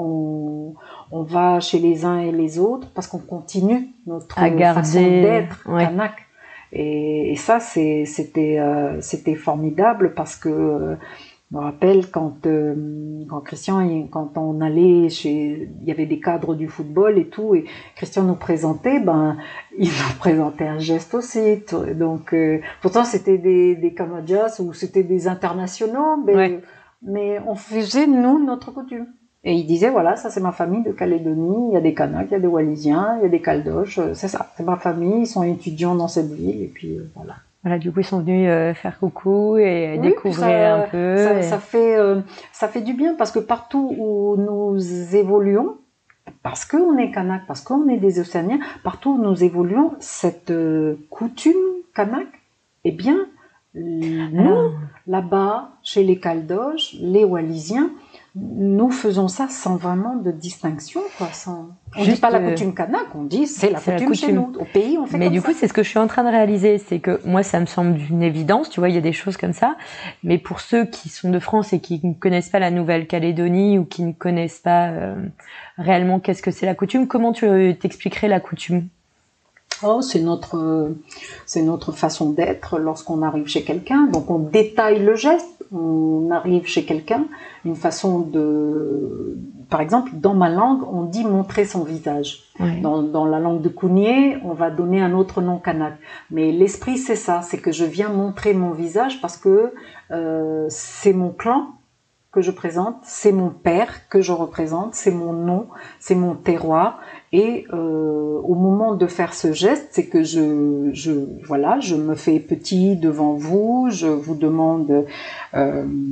on on va chez les uns et les autres parce qu'on continue notre à garder, façon d'être ouais. kanak. Et, et ça, c'est, c'était, euh, c'était formidable parce que euh, je me rappelle quand, euh, quand Christian, quand on allait chez, il y avait des cadres du football et tout, et Christian nous présentait, ben, il nous présentait un geste aussi. Donc, euh, pourtant c'était des, des Kamajas ou c'était des internationaux, mais, ouais. mais on faisait nous notre coutume. Et il disait, voilà, ça c'est ma famille de Calédonie, il y a des Kanaks, il y a des Wallisiens, il y a des Caldoches, c'est ça, c'est ma famille, ils sont étudiants dans cette ville, et puis euh, voilà. Voilà, du coup ils sont venus euh, faire coucou et oui, découvrir ça, un peu. Ça, et... ça, fait, euh, ça fait du bien, parce que partout où nous évoluons, parce qu'on est Kanak, parce qu'on est des Océaniens, partout où nous évoluons, cette euh, coutume Kanak, eh bien, nous, Alors... là-bas, chez les Caldoches, les Wallisiens, nous faisons ça sans vraiment de distinction, quoi. Sans... On ne dit pas la coutume kanak, on dit c'est la, coutume, la coutume chez nous. Au pays, on fait mais comme du ça. coup, c'est ce que je suis en train de réaliser, c'est que moi, ça me semble d'une évidence, tu vois, il y a des choses comme ça. Mais pour ceux qui sont de France et qui ne connaissent pas la Nouvelle-Calédonie ou qui ne connaissent pas euh, réellement qu'est-ce que c'est la coutume, comment tu t'expliquerais la coutume? Oh, c'est notre, c'est notre façon d'être lorsqu'on arrive chez quelqu'un. Donc, on détaille le geste. On arrive chez quelqu'un, une façon de... Par exemple, dans ma langue, on dit montrer son visage. Oui. Dans, dans la langue de Kounié, on va donner un autre nom kanak. Mais l'esprit, c'est ça, c'est que je viens montrer mon visage parce que euh, c'est mon clan que je présente, c'est mon père que je représente, c'est mon nom, c'est mon terroir. Et euh, au moment de faire ce geste, c'est que je, je, voilà, je me fais petit devant vous, je vous demande euh,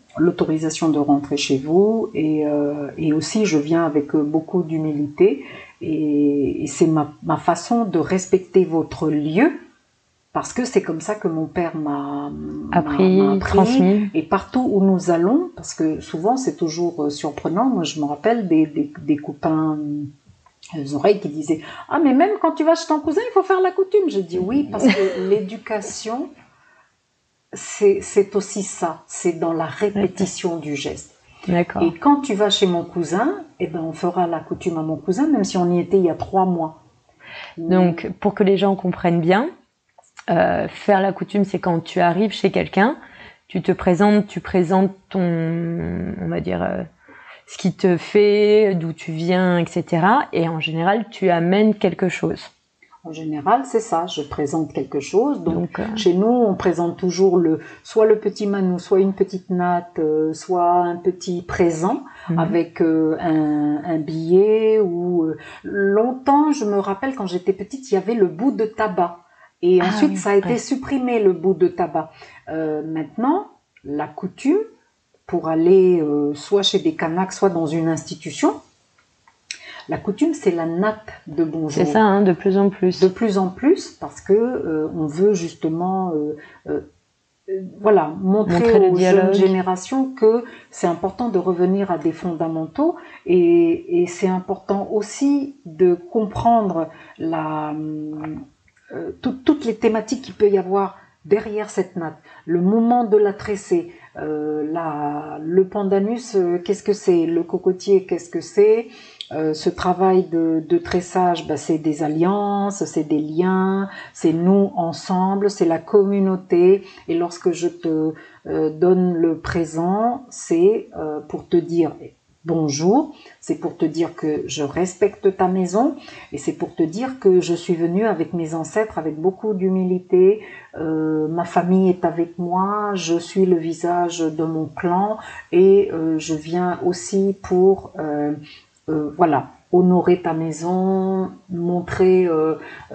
l'autorisation de rentrer chez vous et, euh, et aussi je viens avec beaucoup d'humilité et, et c'est ma, ma façon de respecter votre lieu parce que c'est comme ça que mon père m'a appris, m'a, m'a appris transmis. Et partout où nous allons, parce que souvent c'est toujours surprenant, moi je me rappelle des, des, des copains les oreilles qui disaient « Ah mais même quand tu vas chez ton cousin, il faut faire la coutume ». Je dis oui parce que l'éducation c'est, c'est aussi ça, c'est dans la répétition du geste. D'accord. Et quand tu vas chez mon cousin, eh ben on fera la coutume à mon cousin, même si on y était il y a trois mois. Donc, pour que les gens comprennent bien, euh, faire la coutume, c'est quand tu arrives chez quelqu'un, tu te présentes, tu présentes ton, on va dire, euh, ce qui te fait, d'où tu viens, et cetera. Et en général, tu amènes quelque chose. En général, c'est ça, je présente quelque chose. Donc, Donc euh... chez nous, on présente toujours le, soit le petit manou, soit une petite natte, euh, soit un petit présent mmh. avec euh, un, un billet. Ou euh, longtemps, je me rappelle quand j'étais petite, il y avait le bout de tabac. Et ah, ensuite, oui, ça a été ouais. supprimé, le bout de tabac. Euh, maintenant, la coutume, pour aller euh, soit chez des Kanaks, soit dans une institution, la coutume, c'est la natte de bonjour. C'est ça, hein, de plus en plus. De plus en plus, parce que euh, on veut justement, euh, euh, euh, voilà, montrer, montrer aux jeunes générations que c'est important de revenir à des fondamentaux et, et c'est important aussi de comprendre la, euh, tout, toutes les thématiques qu'il peut y avoir derrière cette natte. Le moment de la tresser, euh, la, le pandanus, euh, qu'est-ce que c'est? Le cocotier, qu'est-ce que c'est? Euh, ce travail de, de tressage, bah, c'est des alliances, c'est des liens, c'est nous ensemble, c'est la communauté. Et lorsque je te euh, donne le présent, c'est euh, pour te dire bonjour, c'est pour te dire que je respecte ta maison et c'est pour te dire que je suis venue avec mes ancêtres avec beaucoup d'humilité. Euh, ma famille est avec moi, je suis le visage de mon clan et euh, je viens aussi pour... Euh, Euh, voilà, honorer ta maison, montrer euh,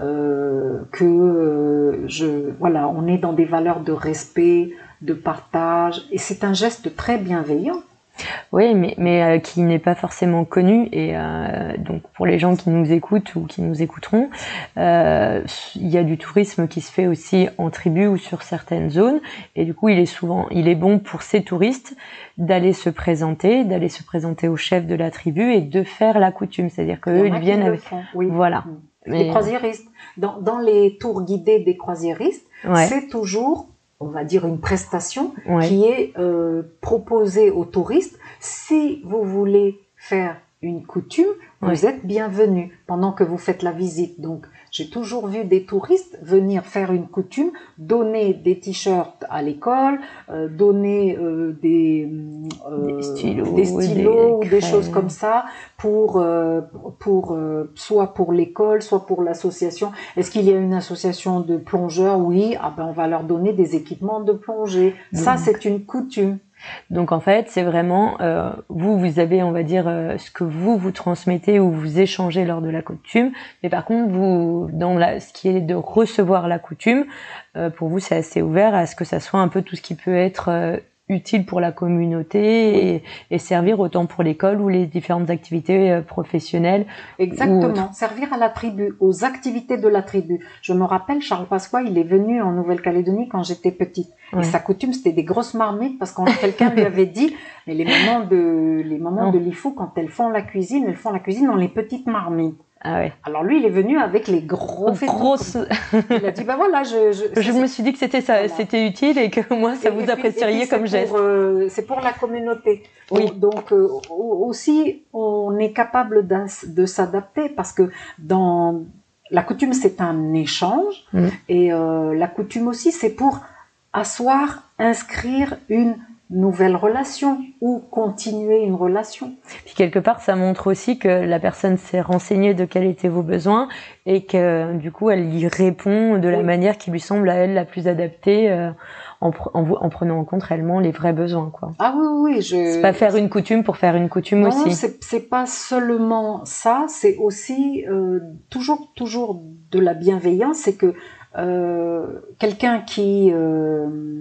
euh, que euh, je, voilà, on est dans des valeurs de respect, de partage, et c'est un geste très bienveillant. Oui, mais, mais euh, qui n'est pas forcément connu. Et euh, donc, pour les gens qui nous écoutent ou qui nous écouteront, euh, il y a du tourisme qui se fait aussi en tribu ou sur certaines zones. Et du coup, il est souvent, il est bon pour ces touristes d'aller se présenter, d'aller se présenter au chef de la tribu et de faire la coutume. C'est-à-dire qu'eux, ils viennent avec... Oui. Voilà. Mais... Les croisiéristes. Dans, dans les tours guidés des croisiéristes, ouais. c'est toujours... on va dire une prestation ouais. qui est euh, proposée aux touristes. Si vous voulez faire une coutume, vous ouais. êtes bienvenus pendant que vous faites la visite. Donc, j'ai toujours vu des touristes venir faire une coutume, donner des t-shirts à l'école, euh, donner euh, des, euh, des stylos, des stylos ou des, des choses comme ça pour, euh, pour euh, soit pour l'école, soit pour l'association. Est-ce qu'il y a une association de plongeurs? Oui, ah ben on va leur donner des équipements de plongée. Donc, ça, c'est une coutume. Donc en fait, c'est vraiment euh, vous, vous avez, on va dire, euh, ce que vous vous transmettez ou vous échangez lors de la coutume. Mais par contre, vous, dans la, ce qui est de recevoir la coutume, euh, pour vous, c'est assez ouvert à ce que ça soit un peu tout ce qui peut être euh, utile pour la communauté oui. et, et servir autant pour l'école ou les différentes activités euh, professionnelles. Exactement, servir à la tribu, aux activités de la tribu. Je me rappelle, Charles Pasqua, il est venu en Nouvelle-Calédonie quand j'étais petite. Ouais. Et sa coutume, c'était des grosses marmites parce que quelqu'un lui avait dit, mais les mamans de, les mamans de Lifou, quand elles font la cuisine, elles font la cuisine dans les petites marmites. Ah ouais. Alors lui, il est venu avec les gros grosses. Il a dit bah voilà, je. Je, je me suis dit que c'était ça, voilà. C'était utile et que moi ça et, vous et apprécieriez puis, comme geste. Euh, c'est pour la communauté. Oui. Donc euh, aussi, on est capable de s'adapter parce que dans la coutume, c'est un échange mmh. et euh, la coutume aussi, c'est pour asseoir, inscrire une nouvelle relation ou continuer une relation. Puis quelque part, ça montre aussi que la personne s'est renseignée de quels étaient vos besoins et que du coup, elle y répond de la oui. manière qui lui semble à elle la plus adaptée euh, en, en, en prenant en compte réellement les vrais besoins, quoi. Ah oui, oui, je... C'est pas faire une coutume pour faire une coutume non, aussi. c'est, c'est pas seulement ça, c'est aussi euh, toujours, toujours de la bienveillance, c'est que Euh, quelqu'un qui euh,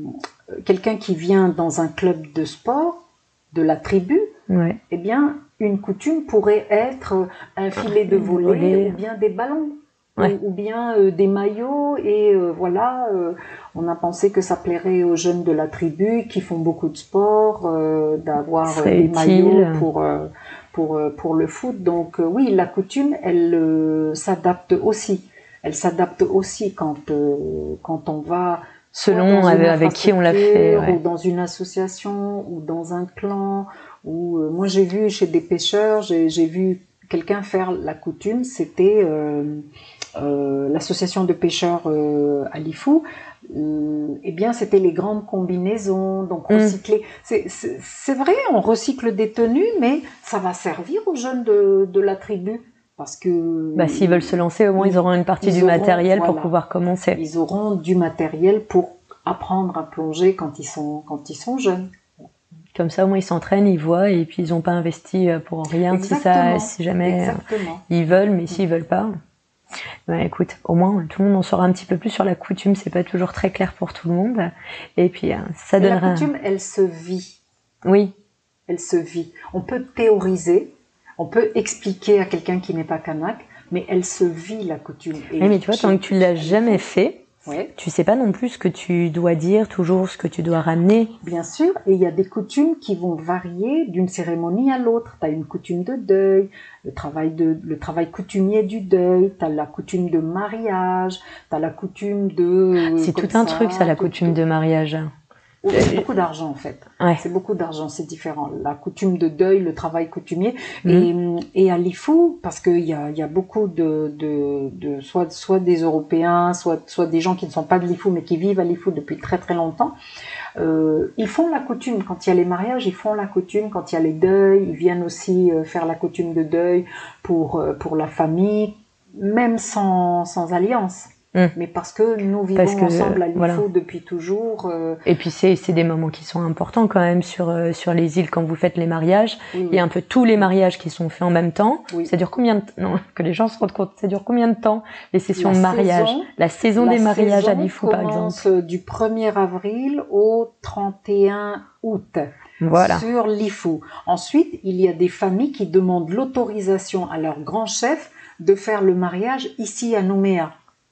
quelqu'un qui vient dans un club de sport, de la tribu, ouais. eh bien, une coutume pourrait être un filet de volley, volley. ou bien des ballons. Ouais. Ou, ou bien euh, des maillots et euh, voilà euh, on a pensé que ça plairait aux jeunes de la tribu qui font beaucoup de sport euh, d'avoir euh, des utile. maillots pour euh, pour euh, pour le foot. Donc euh, oui, la coutume elle euh, s'adapte aussi elle s'adapte aussi quand euh, quand on va selon avec, avec qui on l'a fait ouais. ou dans une association ou dans un clan ou euh, moi j'ai vu chez des pêcheurs j'ai j'ai vu quelqu'un faire la coutume, c'était euh, euh, l'association de pêcheurs euh, à Lifou. Euh, eh bien, c'était les grandes combinaisons, donc recycler. Mm. C'est, c'est, c'est vrai, on recycle des tenues, mais ça va servir aux jeunes de, de la tribu. Parce que bah, s'ils veulent se lancer, au moins ils, ils auront une partie du auront, matériel voilà, pour pouvoir commencer. Ils auront du matériel pour apprendre à plonger quand ils sont, quand ils sont jeunes. Comme ça, au moins, ils s'entraînent, ils voient, et puis ils n'ont pas investi pour rien si, ça, si jamais Exactement. ils veulent, mais s'ils veulent pas. Ben, écoute, au moins, tout le monde en saura un petit peu plus sur la coutume, c'est pas toujours très clair pour tout le monde. Et puis, ça donnera... La coutume, elle se vit. Oui. Elle se vit. On peut théoriser, on peut expliquer à quelqu'un qui n'est pas kanak, mais elle se vit, la coutume. Et oui, mais tu vois, tant que tu l'as jamais fait, ouais. tu sais pas non plus ce que tu dois dire, toujours ce que tu dois ramener. Bien sûr, et il y a des coutumes qui vont varier d'une cérémonie à l'autre. Tu as une coutume de deuil, le travail, de, le travail coutumier du deuil, tu as la coutume de mariage, tu as la coutume de... C'est tout un ça, truc ça, la coutume tout... de mariage. C'est beaucoup d'argent en fait. Ouais. C'est beaucoup d'argent, c'est différent. La coutume de deuil, le travail coutumier. Mmh. Et, et à Lifou, parce qu'il y a, y a beaucoup de, de, de soit, soit des Européens, soit, soit des gens qui ne sont pas de Lifou, mais qui vivent à Lifou depuis très très longtemps, euh, ils font la coutume. Quand il y a les mariages, ils font la coutume. Quand il y a les deuils, ils viennent aussi faire la coutume de deuil pour, pour la famille, même sans, sans alliance. Mmh. Mais parce que nous vivons que, ensemble à Lifou voilà. depuis toujours. Euh... Et puis c'est c'est des moments qui sont importants quand même sur euh, sur les îles quand vous faites les mariages. Oui, oui. Il y a un peu tous les mariages qui sont faits en même temps. Oui. Ça dure combien de temps non que les gens se rendent compte. Ça dure combien de temps les sessions la de mariage saison, La saison la des mariages saison à Lifou par exemple. Du premier avril au trente et un août. Voilà. Sur Lifou. Ensuite, il y a des familles qui demandent l'autorisation à leur grand chef de faire le mariage ici à Nouméa.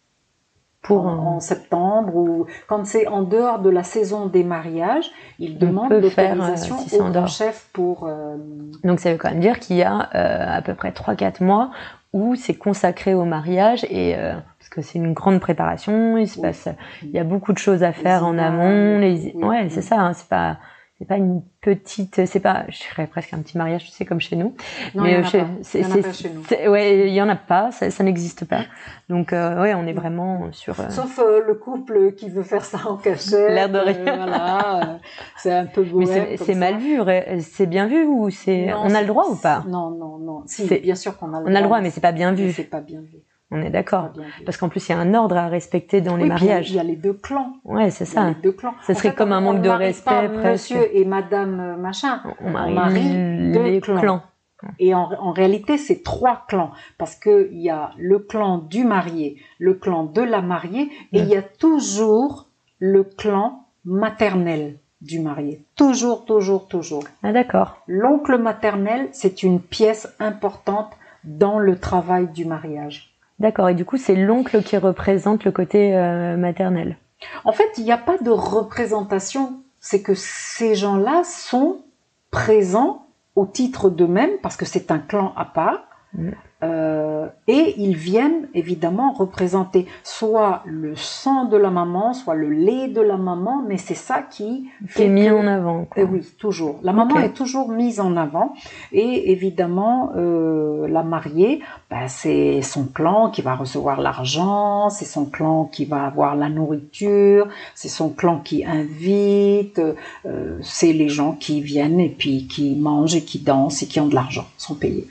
Pour en, en septembre ou quand c'est en dehors de la saison des mariages, ils demandent l'autorisation euh, si au grand chef pour... Euh... Donc ça veut quand même dire qu'il y a euh, à peu près trois quatre mois où c'est consacré au mariage et euh, parce que c'est une grande préparation, il se oui. passe, il y a beaucoup de choses à faire les en amont, les, oui, ouais oui. c'est ça, hein, c'est pas c'est pas une petite, c'est pas, je dirais presque un petit mariage, tu sais, comme chez nous. Non, mais il y en a chez, pas. C'est, il y en a pas chez nous. Ouais, il y en a pas, ça, ça n'existe pas. Donc, euh, ouais, on est vraiment sur. Euh... Sauf euh, le couple qui veut faire ça en cachette. L'air de rien. Euh, voilà, euh, c'est un peu beau. Mais c'est, c'est mal vu, c'est bien vu ou c'est, non, on a le droit ou pas? Non, non, non. Si, c'est... bien sûr qu'on a le on droit. On a le droit, mais c'est pas bien vu. Mais c'est pas bien vu. On est d'accord. Parce qu'en plus, il y a un ordre à respecter dans les oui, mariages. Il y a les deux clans. Ouais, c'est ça. Il y a les deux clans. Ça serait en fait, comme un manque de respect, pas presque. Monsieur et Madame machin. On marie, on marie les deux clans. clans. Et en, en réalité, c'est trois clans. Parce que il y a le clan du marié, le clan de la mariée, et il mmh. y a toujours le clan maternel du marié. Toujours, toujours, toujours. Ah, d'accord. L'oncle maternel, c'est une pièce importante dans le travail du mariage. D'accord, et du coup, c'est l'oncle qui représente le côté euh, maternel. En fait, il n'y a pas de représentation. C'est que ces gens-là sont présents au titre d'eux-mêmes, parce que c'est un clan à part, mmh. euh, et ils viennent évidemment représenter soit le sang de la maman, soit le lait de la maman, mais c'est ça qui... Qui est mis que... en avant. Quoi. Euh, oui, toujours. La maman okay. est toujours mise en avant, et évidemment, euh, la mariée, ben, c'est son clan qui va recevoir l'argent, c'est son clan qui va avoir la nourriture, c'est son clan qui invite, euh, c'est les gens qui viennent et puis qui mangent et qui dansent et qui ont de l'argent, sont payés.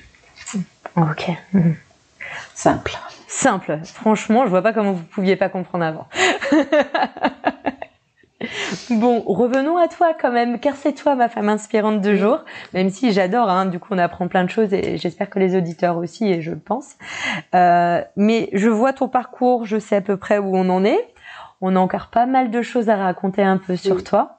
Ok. Mmh. Simple. Simple. Franchement, je vois pas comment vous pouviez pas comprendre avant. Bon, revenons à toi quand même, car c'est toi ma femme inspirante de jour, même si j'adore, hein, du coup on apprend plein de choses et j'espère que les auditeurs aussi, et je le pense. Euh, mais je vois ton parcours, je sais à peu près où on en est. On a encore pas mal de choses à raconter un peu sur oui. toi.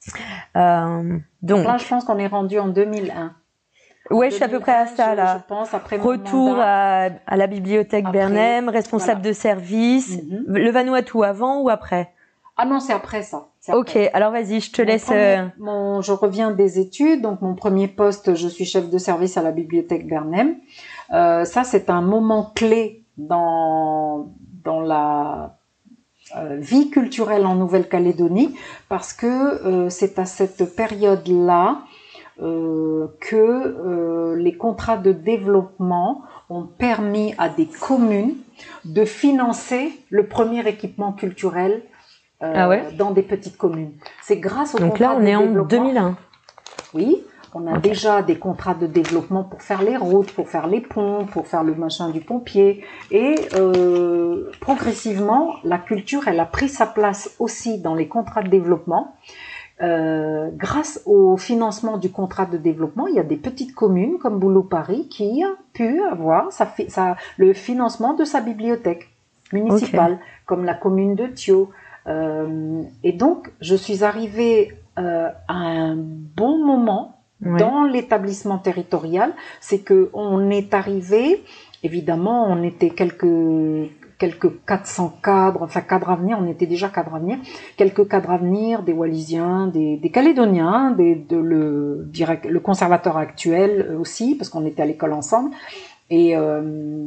Euh, donc, donc là, je pense qu'on est rendu en deux mille un. Ouais, je suis à peu près à ça, je, là. Je pense, après Retour mon mandat, à, à la bibliothèque après, Bernheim, responsable voilà. de service. Mm-hmm. Le Vanuatu avant ou après? Ah non, c'est après ça. Ok, après. alors vas-y, je te mon laisse... Premier, euh... mon, je reviens des études, donc mon premier poste, je suis chef de service à la bibliothèque Bernheim. Euh, ça, c'est un moment clé dans, dans la... Euh, vie culturelle en Nouvelle-Calédonie, parce que euh, c'est à cette période-là euh, que euh, les contrats de développement ont permis à des communes de financer le premier équipement culturel euh, ah ouais dans des petites communes. C'est grâce au Donc contrat là, on de est en développement. deux mille un. Oui. On a okay. déjà des contrats de développement pour faire les routes, pour faire les ponts, pour faire le machin du pompier. Et euh, progressivement, la culture, elle a pris sa place aussi dans les contrats de développement. Euh, grâce au financement du contrat de développement, il y a des petites communes comme Boulou-Paris qui a pu avoir sa, sa, le financement de sa bibliothèque municipale, okay. comme la commune de Thio. Euh, et donc, je suis arrivée euh, à un bon moment ouais. dans l'établissement territorial. C'est que on est arrivé, évidemment, on était quelques quelques quatre cents cadres, enfin cadres à venir, on était déjà cadres à venir, quelques cadres à venir, des Wallisiens, des, des Calédoniens, des, de le, direct, le conservateur actuel aussi, parce qu'on était à l'école ensemble. Et euh,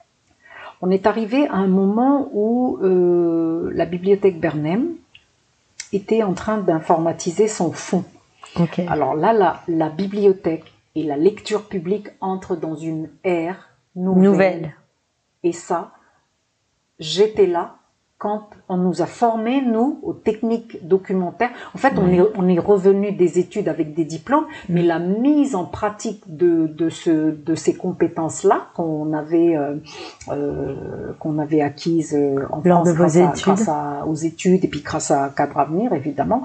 on est arrivé à un moment où euh, la bibliothèque Bernheim était en train d'informatiser son fonds. Okay. Alors là, la, la bibliothèque et la lecture publique entrent dans une ère nouvelle. nouvelle. Et ça, j'étais là quand on nous a formés, nous, aux techniques documentaires. En fait, oui. on est, on est revenu des études avec des diplômes, mmh. mais la mise en pratique de, de, ce, de ces compétences-là qu'on avait, euh, euh, qu'on avait acquises en Lors France de vos grâce, études. À, grâce à, aux études et puis grâce à Cadre Avenir, évidemment,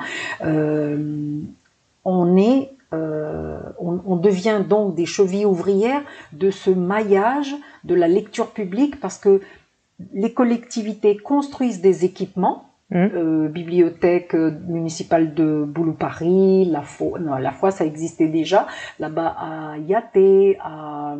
euh, on est Euh, on, on devient donc des chevilles ouvrières de ce maillage de la lecture publique parce que les collectivités construisent des équipements, mmh. euh, bibliothèque municipale de Boulou-Paris, la Fo, non, la fois ça existait déjà, là-bas à Yaté, à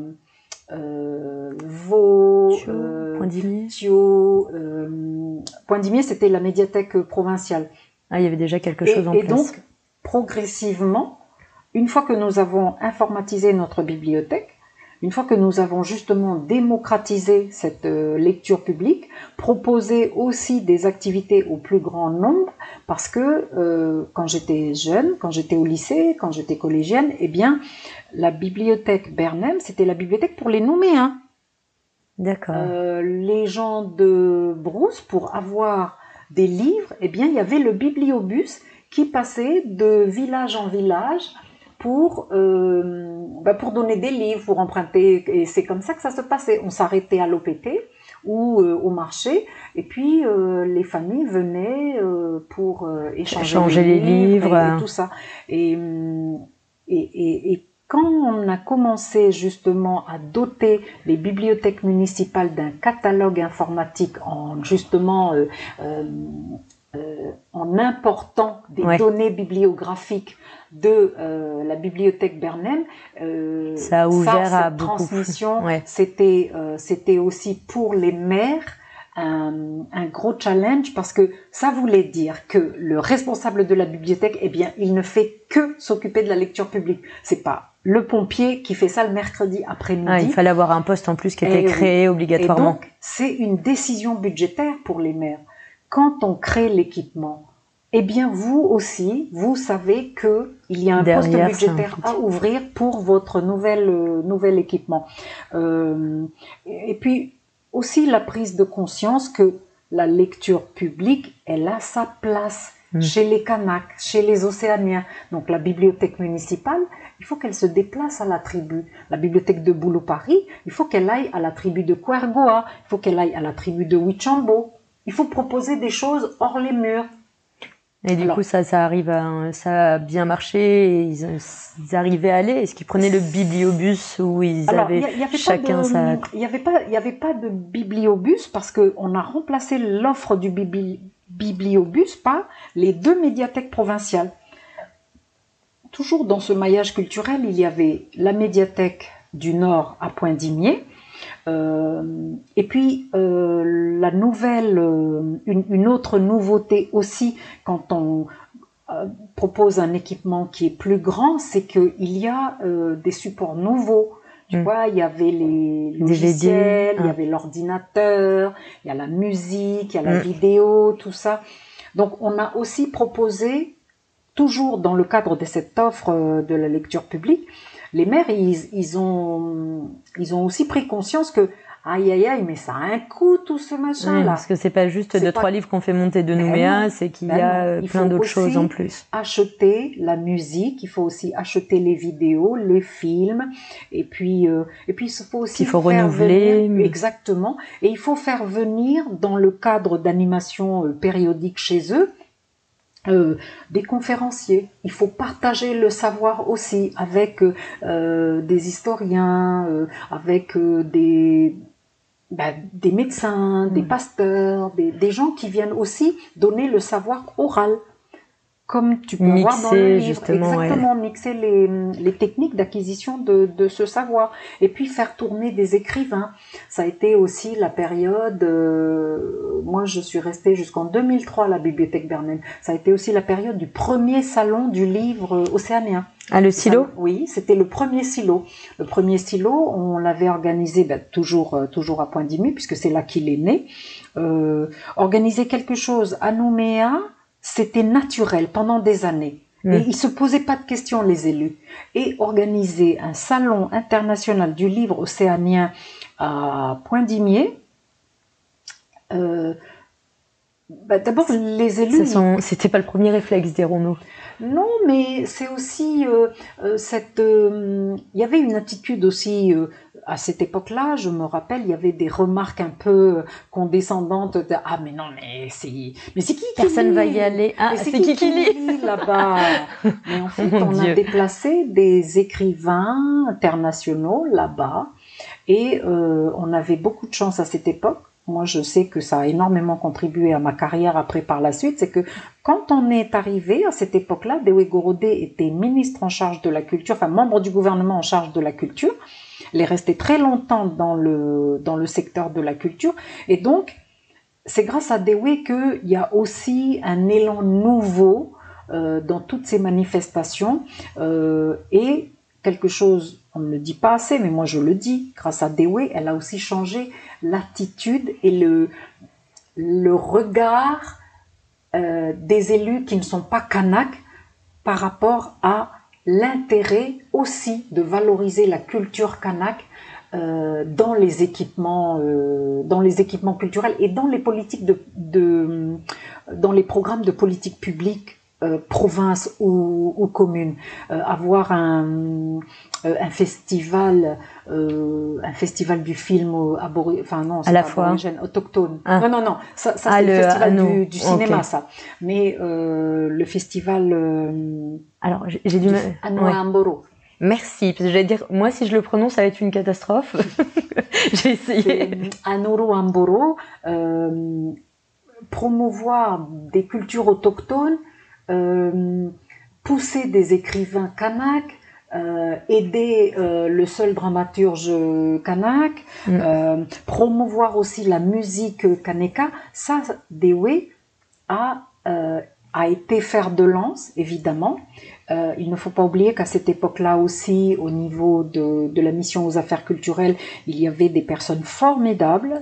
euh, Vaud, Thio, euh, Point-d'Imier. Thio, euh, Point-d'Imier, c'était la médiathèque provinciale. Ah, il y avait déjà quelque et, chose en et place. Et donc, progressivement, une fois que nous avons informatisé notre bibliothèque, une fois que nous avons justement démocratisé cette euh, lecture publique, proposé aussi des activités au plus grand nombre, parce que euh, quand j'étais jeune, quand j'étais au lycée, quand j'étais collégienne, eh bien, la bibliothèque Bernheim, c'était la bibliothèque pour les Nouméens. D'accord. Euh, les gens de Brousse, pour avoir des livres, eh bien, il y avait le bibliobus qui passait de village en village pour, euh, bah pour donner des livres, pour emprunter, et c'est comme ça que ça se passait. On s'arrêtait à l'O P T ou euh, au marché, et puis euh, les familles venaient euh, pour euh, échanger, échanger les, les livres, livres. Et, et tout ça. Et, et, et, et quand on a commencé justement à doter les bibliothèques municipales d'un catalogue informatique en justement euh, euh, euh, en important des ouais. données bibliographiques de euh, la bibliothèque Bernheim, euh, ça a ouvert ça, à cette beaucoup. transmission, ouais. c'était euh, c'était aussi pour les maires un, un gros challenge parce que ça voulait dire que le responsable de la bibliothèque, eh bien, il ne fait que s'occuper de la lecture publique. C'est pas le pompier qui fait ça le mercredi après-midi. Ah, il fallait avoir un poste en plus qui était et, créé obligatoirement. Et donc, c'est une décision budgétaire pour les maires. Quand on crée l'équipement, eh bien vous aussi, vous savez que il y a un Derrière, poste budgétaire un à ouvrir pour votre nouvelle euh, nouvel équipement. Euh, et puis aussi la prise de conscience que la lecture publique, elle a sa place mmh. chez les Kanaks, chez les Océaniens. Donc la bibliothèque municipale, il faut qu'elle se déplace à la tribu. La bibliothèque de Boulou-Paris, il faut qu'elle aille à la tribu de Kouergoa, il faut qu'elle aille à la tribu de Huichambo. Il faut proposer des choses hors les murs. Et du Alors, coup, ça, ça arrive, à, ça a bien marché. Ils, ils arrivaient à aller. Est-ce qu'ils prenaient le bibliobus où ils Alors, avaient y y avait chacun de, sa... Il n'y avait pas, il y avait pas de bibliobus parce que on a remplacé l'offre du bibli, bibliobus par les deux médiathèques provinciales. Toujours dans ce maillage culturel, il y avait la médiathèque du Nord à Point-d'Imier, euh, et puis euh, la nouvelle, euh, une, une autre nouveauté aussi quand on euh, propose un équipement qui est plus grand, c'est qu'il y a euh, des supports nouveaux. Tu mmh. vois, il y avait les logiciels, il y avait l'ordinateur, il y a la musique, il y a la mmh. vidéo, tout ça. Donc on a aussi proposé, toujours dans le cadre de cette offre de la lecture publique, les maires, ils, ils, ont, ils ont aussi pris conscience que, aïe, aïe, aïe, mais ça a un coût, tout ce machin-là. Oui, parce que c'est pas juste deux, pas... trois livres qu'on fait monter de Nouméa, ben c'est qu'il ben y a non. plein d'autres choses en plus. Acheter la musique, il faut aussi acheter les vidéos, les films, et puis, euh, et puis il faut aussi il faut faire renouveler. Venir, exactement, et il faut faire venir, dans le cadre d'animation périodique chez eux, Euh, des conférenciers. Il faut partager le savoir aussi avec euh, des historiens, euh, avec euh, des, bah, des médecins, mmh. des pasteurs, des, des gens qui viennent aussi donner le savoir oral. Comme tu peux mixer, voir dans le livre, exactement, ouais. mixer les, les techniques d'acquisition de, de ce savoir, et puis faire tourner des écrivains. Ça a été aussi la période, euh, moi je suis restée jusqu'en deux mille trois à la Bibliothèque Bernheim, ça a été aussi la période du premier salon du livre océanien. Ah, le silo ? Ça, oui, c'était le premier silo. Le premier silo, on l'avait organisé, ben, toujours, euh, toujours à Point-d'Imier, puisque c'est là qu'il est né. Euh, organiser quelque chose à Nouméa, c'était naturel pendant des années. Mmh. Et ils se posaient pas de questions, les élus. Et organiser un salon international du livre océanien à Point-d'Imier, euh, bah d'abord les élus... Sont... C'était pas le premier réflexe, dirons-nous. Non, mais c'est aussi euh, euh, cette... Euh, il y avait une attitude aussi... Euh, à cette époque-là, je me rappelle, il y avait des remarques un peu condescendantes de « Ah, mais non, mais c'est... Mais c'est qui qui Personne lit va y aller. Ah, c'est, c'est qui qui lit, lit là-bas ?» Mais en fait, on Dieu. a déplacé des écrivains internationaux là-bas et euh, on avait beaucoup de chance à cette époque. Moi, je sais que ça a énormément contribué à ma carrière après par la suite. C'est que quand on est arrivé à cette époque-là, Dewe Gorodé était ministre en charge de la culture, enfin membre du gouvernement en charge de la culture. Il est resté très longtemps dans le, dans le secteur de la culture. Et donc, c'est grâce à Dewe qu'il y a aussi un élan nouveau euh, dans toutes ces manifestations. Euh, et quelque chose, on ne le dit pas assez, mais moi je le dis, grâce à Dewe, elle a aussi changé l'attitude et le, le regard euh, des élus qui ne sont pas kanaks par rapport à l'intérêt aussi de valoriser la culture kanak euh, dans les équipements, euh, dans les équipements culturels et dans les politiques de, de dans les programmes de politique publique, euh, province ou, ou commune. Euh, avoir un euh, un festival, euh, un festival du film abori... enfin non, c'est à la pas fois aborigène, autochtone. Ah. Non non non, ça, ça ah, c'est le, le festival ah, du, du cinéma, okay. ça. Mais euh, le festival. Euh, Alors j'ai, j'ai du mal. Anoa-Amboro. Merci, parce que j'allais dire, moi si je le prononce, ça va être une catastrophe. J'ai essayé. Anoa-Amboro, euh, promouvoir des cultures autochtones, euh, pousser des écrivains kanaks, euh, aider euh, le seul dramaturge kanak, mm. euh, promouvoir aussi la musique kaneka, ça, Dewe a, euh, a été fer de lance, évidemment. Euh, il ne faut pas oublier qu'à cette époque-là aussi, au niveau de, de la mission aux affaires culturelles, il y avait des personnes formidables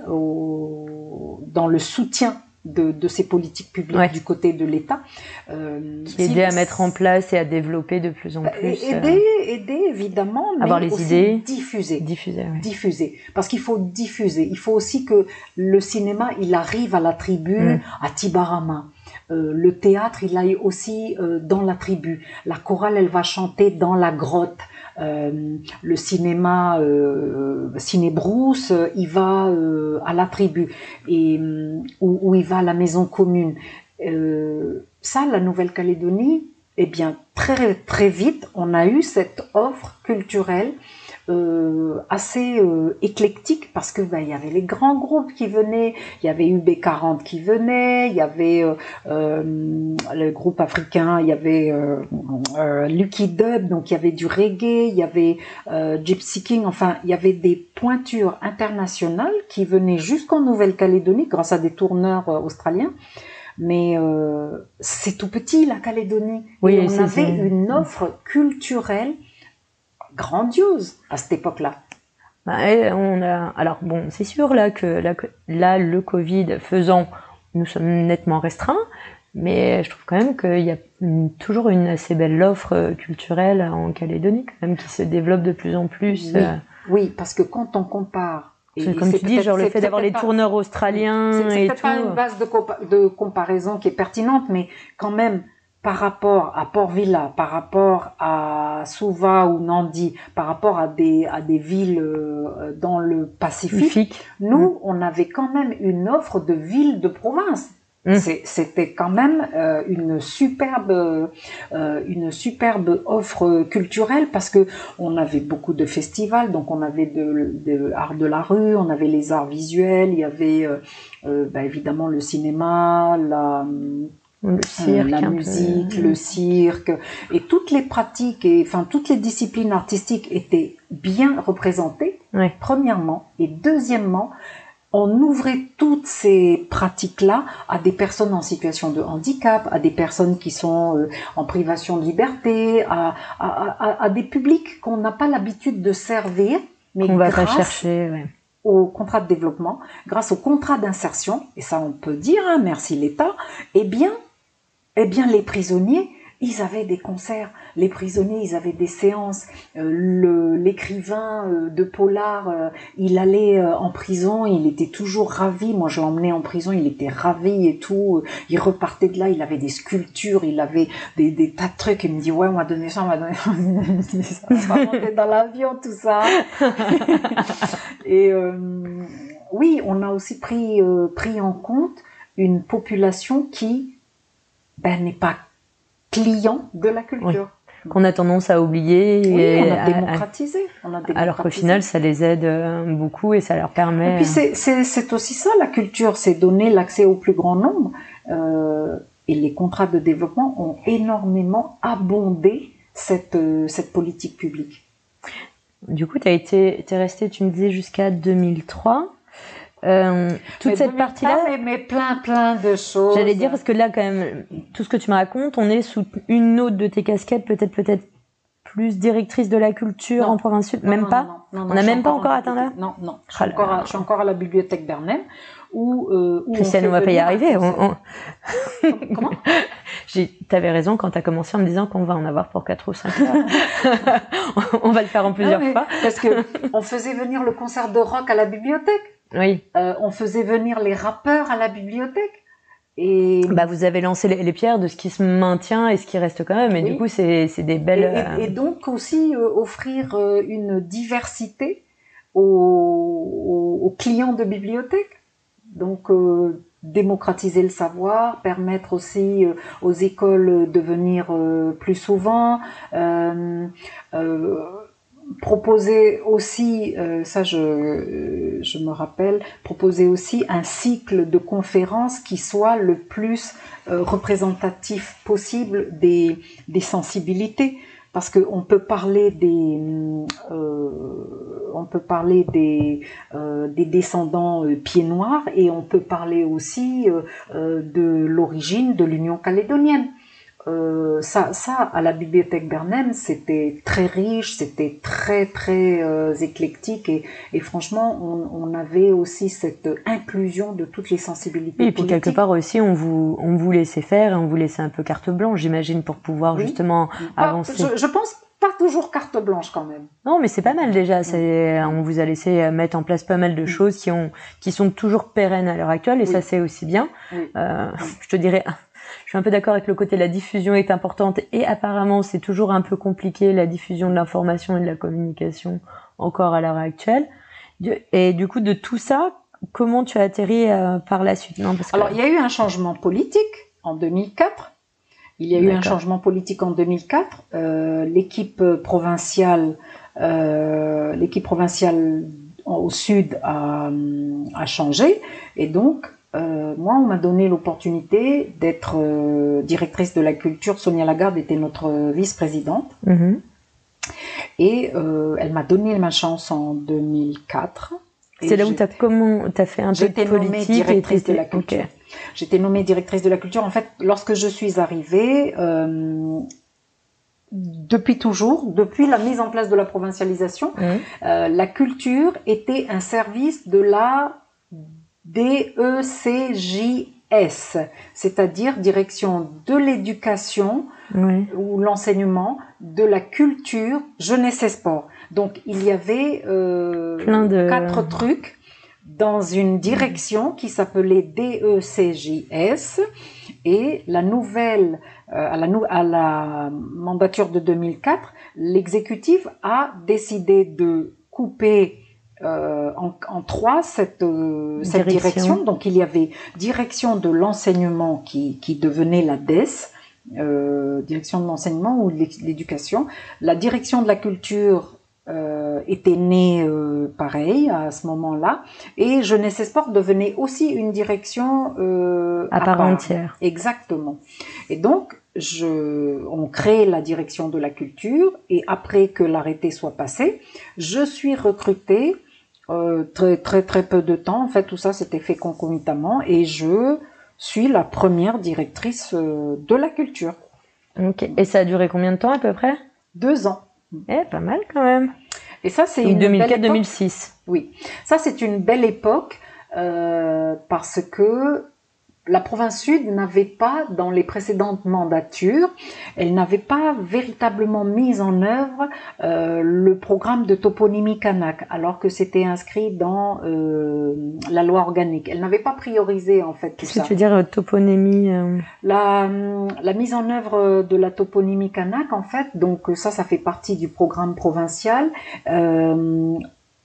au, dans le soutien de, de ces politiques publiques ouais. du côté de l'État. Euh, qui aidaient si, à mettre en place et à développer de plus en plus. Aider, euh, aider évidemment, mais avoir les aussi idées. diffuser. Diffuser, ouais. Diffuser. Parce qu'il faut diffuser. Il faut aussi que le cinéma, il arrive à la tribu, mm. à Tibarama. Euh, le théâtre, il aille aussi euh, dans la tribu. La chorale, elle va chanter dans la grotte. Euh, le cinéma, euh, Ciné Brousse, euh, il va euh, à la tribu et où, où il va à la maison commune. Euh, ça, la Nouvelle-Calédonie, eh bien très très vite, on a eu cette offre culturelle euh, assez euh, éclectique parce que ben, il y avait les grands groupes qui venaient, il y avait U B quarante qui venait, il y avait euh, euh, le groupe africain, il y avait euh, euh, Lucky Dub, donc il y avait du reggae, il y avait euh, Gypsy King, enfin il y avait des pointures internationales qui venaient jusqu'en Nouvelle-Calédonie grâce à des tourneurs euh, australiens. Mais euh, c'est tout petit la Calédonie. Oui, et on c'est, avait c'est... une offre culturelle grandiose à cette époque-là. Bah, on a, alors bon, c'est sûr là que là, là le Covid faisant, nous sommes nettement restreints, mais je trouve quand même qu'il y a une, toujours une assez belle offre culturelle en Calédonie quand même qui se développe de plus en plus. Oui, euh... oui parce que quand on compare. Et comme tu dis, genre le fait d'avoir les pas, tourneurs australiens c'est, c'est et peut-être tout. pas une base de, compa- de comparaison qui est pertinente, mais quand même, par rapport à Port Vila, par rapport à Suva ou Nandi, par rapport à des, à des villes euh, dans le Pacifique, Pacifique. nous, mmh. on avait quand même une offre de villes de province. Mmh. C'est, c'était quand même euh, une superbe, euh, une superbe offre culturelle parce que on avait beaucoup de festivals, donc on avait de, de art de la rue, on avait les arts visuels, il y avait euh, euh, bah, évidemment le cinéma, la le cirque, euh, la musique, peu... le cirque, et toutes les pratiques et enfin toutes les disciplines artistiques étaient bien représentées. Oui. Premièrement, et deuxièmement, on ouvrait toutes ces pratiques-là à des personnes en situation de handicap, à des personnes qui sont euh, en privation de liberté, à, à, à, à des publics qu'on n'a pas l'habitude de servir, mais qu'on va grâce pas chercher, ouais. au contrat de développement, grâce au contrat d'insertion, et ça on peut dire, hein, merci l'État, eh bien, eh bien les prisonniers, ils avaient des concerts, les prisonniers, ils avaient des séances. Euh, le, l'écrivain euh, de polar, euh, il allait euh, en prison, il était toujours ravi. Moi, je l'emmenais en prison, il était ravi et tout. Il repartait de là, il avait des sculptures, il avait des, des tas de trucs. Il me dit, ouais, on va donner ça, on va donner ça. On va monter dans l'avion, tout ça. Et euh, oui, on a aussi pris, euh, pris en compte une population qui ben, n'est pas client de la culture. Oui. Qu'on a tendance à oublier. Oui, et on a, à, démocratisé, on a démocratisé. Alors qu'au final, ça les aide beaucoup et ça leur permet... Et puis c'est, c'est, c'est aussi ça, la culture, c'est donner l'accès au plus grand nombre. Euh, et les contrats de développement ont énormément abondé cette, euh, cette politique publique. Du coup, tu as été, t'es resté, tu me disais, jusqu'à deux mille trois. Euh, toute mais cette partie-là, mais, mais plein, plein de choses. J'allais dire parce que là, quand même, tout ce que tu me racontes, on est sous une autre de tes casquettes, peut-être, peut-être plus directrice de la culture non. en province sud, non, même non, pas. Non, non, non, on n'a même pas encore atteint là. Non, non. Je suis, encore à, je suis encore à la bibliothèque Bernheim où. Euh, où Christiane, on, on va pas y arriver. On, on... Comment? J'ai, t'avais raison quand t'as commencé en me disant qu'on va en avoir pour quatre ou cinq heures. On va le faire en plusieurs non, fois. Parce que on faisait venir le concert de rock à la bibliothèque. Oui. Euh, on faisait venir les rappeurs à la bibliothèque. Et bah vous avez lancé les, les pierres de ce qui se maintient et ce qui reste quand même. Et oui. Du coup, c'est, c'est des belles. Et, et, et donc aussi euh, offrir euh, une diversité aux, aux, aux clients de bibliothèque. Donc euh, démocratiser le savoir, permettre aussi euh, aux écoles de venir euh, plus souvent. Euh, euh, proposer aussi, euh, ça je, euh, je me rappelle, proposer aussi un cycle de conférences qui soit le plus euh, représentatif possible des, des sensibilités. Parce qu'on peut parler des, euh, on peut parler des, euh, des descendants euh, pieds noirs et on peut parler aussi euh, euh, de l'origine de l'Union calédonienne. Euh, ça, ça, à la bibliothèque Bernheim, c'était très riche, c'était très très euh, éclectique et, et franchement, on, on avait aussi cette inclusion de toutes les sensibilités. Et puis politiques. quelque part aussi, on vous on vous laissait faire, et on vous laissait un peu carte blanche, j'imagine, pour pouvoir oui. justement pas, avancer. Je, je pense pas toujours carte blanche quand même. Non, mais c'est pas mal déjà. C'est, on vous a laissé mettre en place pas mal de choses qui ont qui sont toujours pérennes à l'heure actuelle et oui. ça c'est aussi bien. Oui. Euh, je te dirais. Je suis un peu d'accord avec le côté la diffusion est importante et apparemment c'est toujours un peu compliqué la diffusion de l'information et de la communication encore à l'heure actuelle. Et du coup de tout ça, comment tu as atterri euh, par la suite? Non, parce que... Alors il y a eu un changement politique en deux mille quatre. Il y a eu D'accord. un changement politique en deux mille quatre. Euh, l'équipe provinciale Euh, l'équipe provinciale au sud a, a changé et donc euh, moi on m'a donné l'opportunité d'être euh, directrice de la culture. Sonia Lagarde était notre vice-présidente. Mmh. Et euh, elle m'a donné ma chance en deux mille quatre. C'est là où tu as comment t'as fait un peu de politique directrice et de la culture. Okay. J'étais nommée directrice de la culture. En fait, lorsque je suis arrivée, euh, depuis toujours, depuis la mise en place de la provincialisation, mmh. euh, la culture était un service de la D E C J S, c'est-à-dire direction de l'éducation oui. ou l'enseignement, de la culture, jeunesse et sport. Donc il y avait euh, Plein de... quatre trucs dans une direction qui s'appelait D E C J S et la nouvelle, euh, à, la, à la mandature de deux mille quatre, l'exécutif a décidé de couper Euh, en, en trois cette, euh, cette direction. direction. Donc il y avait direction de l'enseignement qui, qui devenait la D E S, euh, direction de l'enseignement ou de l'éducation. La direction de la culture euh, était née euh, pareil à ce moment-là, et jeunesse et sport devenait aussi une direction euh, à, à part, part entière. Exactement. Et donc Je, on crée la direction de la culture et après que l'arrêté soit passé, je suis recrutée euh, très très très peu de temps. En fait, tout ça s'était fait concomitamment et je suis la première directrice euh, de la culture. Ok. Et ça a duré combien de temps à peu près? Deux ans. Eh, pas mal quand même. Et ça, c'est une deux mille quatre deux mille six. Oui, ça c'est une belle époque euh, parce que la province sud n'avait pas, dans les précédentes mandatures, elle n'avait pas véritablement mis en œuvre euh, le programme de toponymie kanak, alors que c'était inscrit dans euh, la loi organique. Elle n'avait pas priorisé en fait tout ça. Qu'est-ce que tu veux dire euh, toponymie euh... la, la mise en œuvre de la toponymie kanak, en fait, donc ça, ça fait partie du programme provincial. Euh,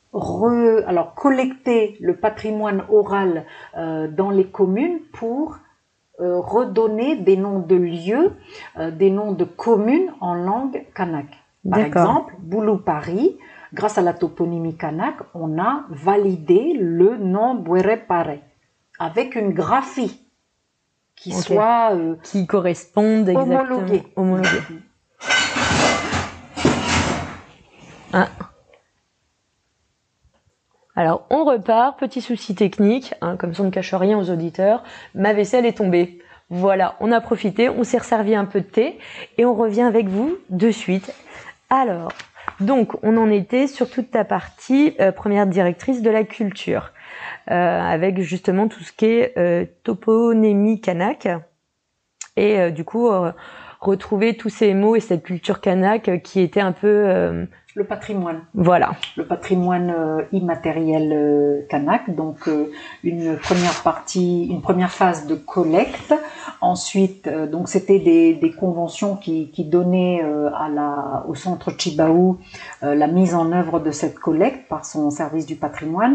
Re, alors collecter le patrimoine oral euh, dans les communes pour euh, redonner des noms de lieux, euh, des noms de communes en langue kanak. Par exemple, Boulou Paris, grâce à la toponymie kanak, on a validé le nom Bouéré Pare avec une graphie qui okay. soit euh, qui corresponde exactement homologuée. homologuée. Ah. Alors, on repart, petit souci technique, hein, comme ça on ne cache rien aux auditeurs, ma vaisselle est tombée. Voilà, on a profité, on s'est resservi un peu de thé et on revient avec vous de suite. Alors, donc, on en était sur toute ta partie euh, première directrice de la culture, euh, avec justement tout ce qui est euh, toponymie kanak et euh, du coup, euh, retrouver tous ces mots et cette culture kanak euh, qui était un peu... Euh, le patrimoine. Voilà. Le patrimoine euh, immatériel euh, kanak. Donc euh, une première partie, une première phase de collecte. Ensuite, euh, donc c'était des, des conventions qui, qui donnaient euh, à la, au centre Chibaou euh, la mise en œuvre de cette collecte par son service du patrimoine.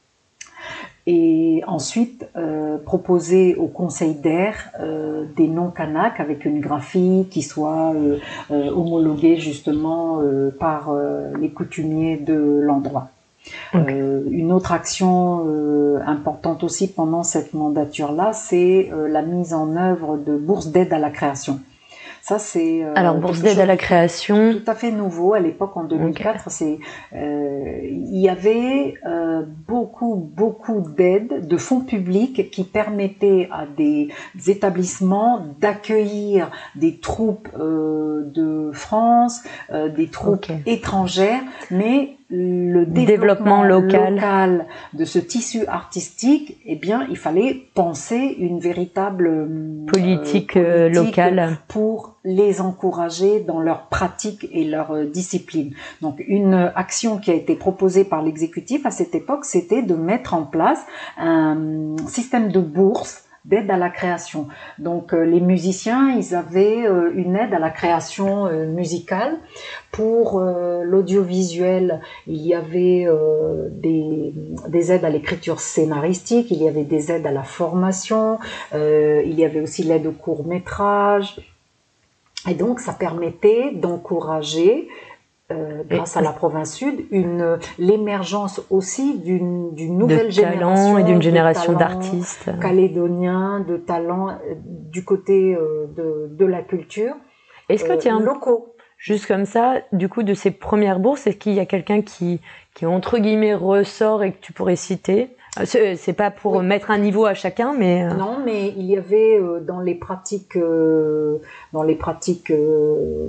Et ensuite euh, proposer au conseil d'air euh, des noms kanak avec une graphie qui soit euh, euh, homologuée justement euh, par euh, les coutumiers de l'endroit. Okay. Euh, une autre action euh, importante aussi pendant cette mandature-là, c'est euh, la mise en œuvre de bourses d'aide à la création. Ça, c'est euh, alors bourse d'aide à la création, tout à fait nouveau à l'époque en deux mille quatre. Okay. C'est euh, il y avait euh, beaucoup beaucoup d'aides de fonds publics qui permettaient à des, des établissements d'accueillir des troupes euh, de France, euh, des troupes okay. étrangères, mais le développement, développement local. local de ce tissu artistique, eh bien, il fallait penser une véritable politique, euh, politique locale pour les encourager dans leur pratique et leur euh, discipline. Donc, une action qui a été proposée par l'exécutif à cette époque, c'était de mettre en place un système de bourse d'aide à la création. Donc euh, les musiciens, ils avaient euh, une aide à la création euh, musicale. Pour euh, l'audiovisuel, il y avait euh, des, des aides à l'écriture scénaristique, il y avait des aides à la formation, euh, il y avait aussi l'aide au court-métrage. Et donc ça permettait d'encourager Euh, grâce et, à la province sud, une l'émergence aussi d'une d'une nouvelle de génération et d'une génération d'artistes calédoniens, de talents euh, du côté euh, de de la culture. Est-ce que euh, tu as un locaux juste comme ça, du coup, de ces premières bourses, est-ce qu'il y a quelqu'un qui qui entre guillemets ressort et que tu pourrais citer? C'est, c'est pas pour oui. mettre un niveau à chacun, mais euh... non, mais il y avait euh, dans les pratiques euh, dans les pratiques euh,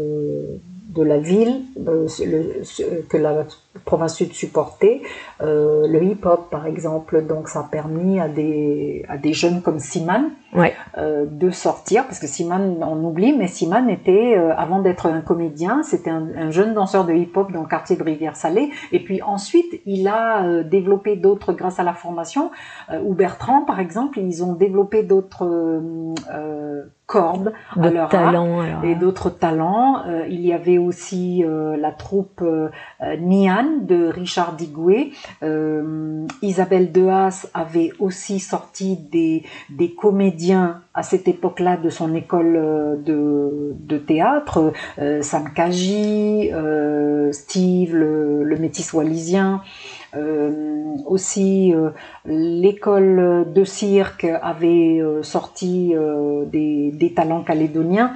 de de la ville euh, le, ce, que la province sud supportait, euh, le hip-hop par exemple. Donc ça a permis à des à des jeunes comme Siman ouais. euh, de sortir, parce que Siman, on oublie, mais Siman était euh, avant d'être un comédien, c'était un, un jeune danseur de hip-hop dans le quartier de Rivière-Salée. Et puis ensuite il a euh, développé d'autres grâce à la formation. Euh, ou Bertrand par exemple, ils ont développé d'autres euh, euh, cordes à leur talents, art et d'autres talents. Euh, il y avait aussi euh, la troupe euh, Nian de Richard Digoué. Euh, Isabelle Dehaas avait aussi sorti des, des comédiens à cette époque-là de son école de, de théâtre. Euh, Sam Kaji, euh, Steve, le, le métis wallisien. Euh, aussi euh, l'école de cirque avait euh, sorti euh, des, des talents calédoniens.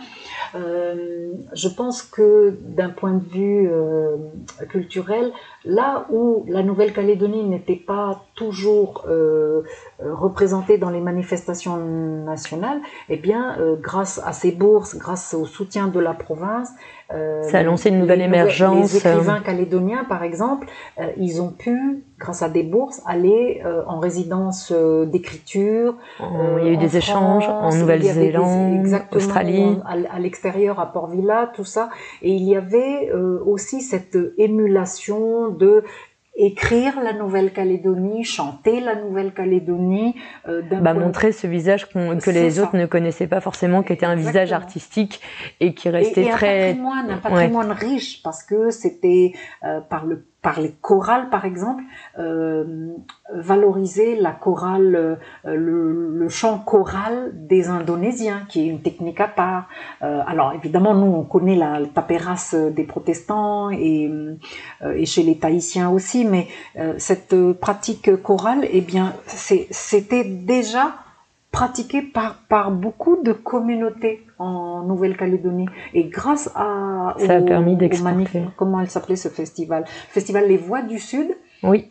Euh, je pense que d'un point de vue euh, culturel, là où la Nouvelle-Calédonie n'était pas toujours euh, représentée dans les manifestations nationales, eh bien, euh, grâce à ces bourses, grâce au soutien de la province, euh, ça a lancé une nouvelle les, émergence. Les écrivains calédoniens, par exemple, euh, ils ont pu, grâce à des bourses, aller euh, en résidence euh, d'écriture. Euh, il y a eu des France, échanges en Nouvelle-Zélande, Australie, à, à l'extérieur, à Port-Vila, tout ça. Et il y avait euh, aussi cette émulation de écrire la Nouvelle-Calédonie, chanter la Nouvelle-Calédonie, euh, bah, montrer de... ce visage qu'on, que les autres ça. ne connaissaient pas forcément, qui était un Exactement. visage artistique et qui restait et, et très... un patrimoine, un patrimoine ouais. riche, parce que c'était euh, par le par les chorales, par exemple, euh, valoriser la chorale, euh, le, le chant choral des Indonésiens, qui est une technique à part. Euh, alors évidemment, nous on connaît la, la tapéras des protestants et, euh, et chez les Tahitiens aussi, mais euh, cette pratique chorale, eh bien, c'est, c'était déjà pratiqué par par beaucoup de communautés en Nouvelle-Calédonie, et grâce à ça au, a permis d'exporter. Manif- comment elle s'appelait ce festival festival Les Voix du Sud. Oui.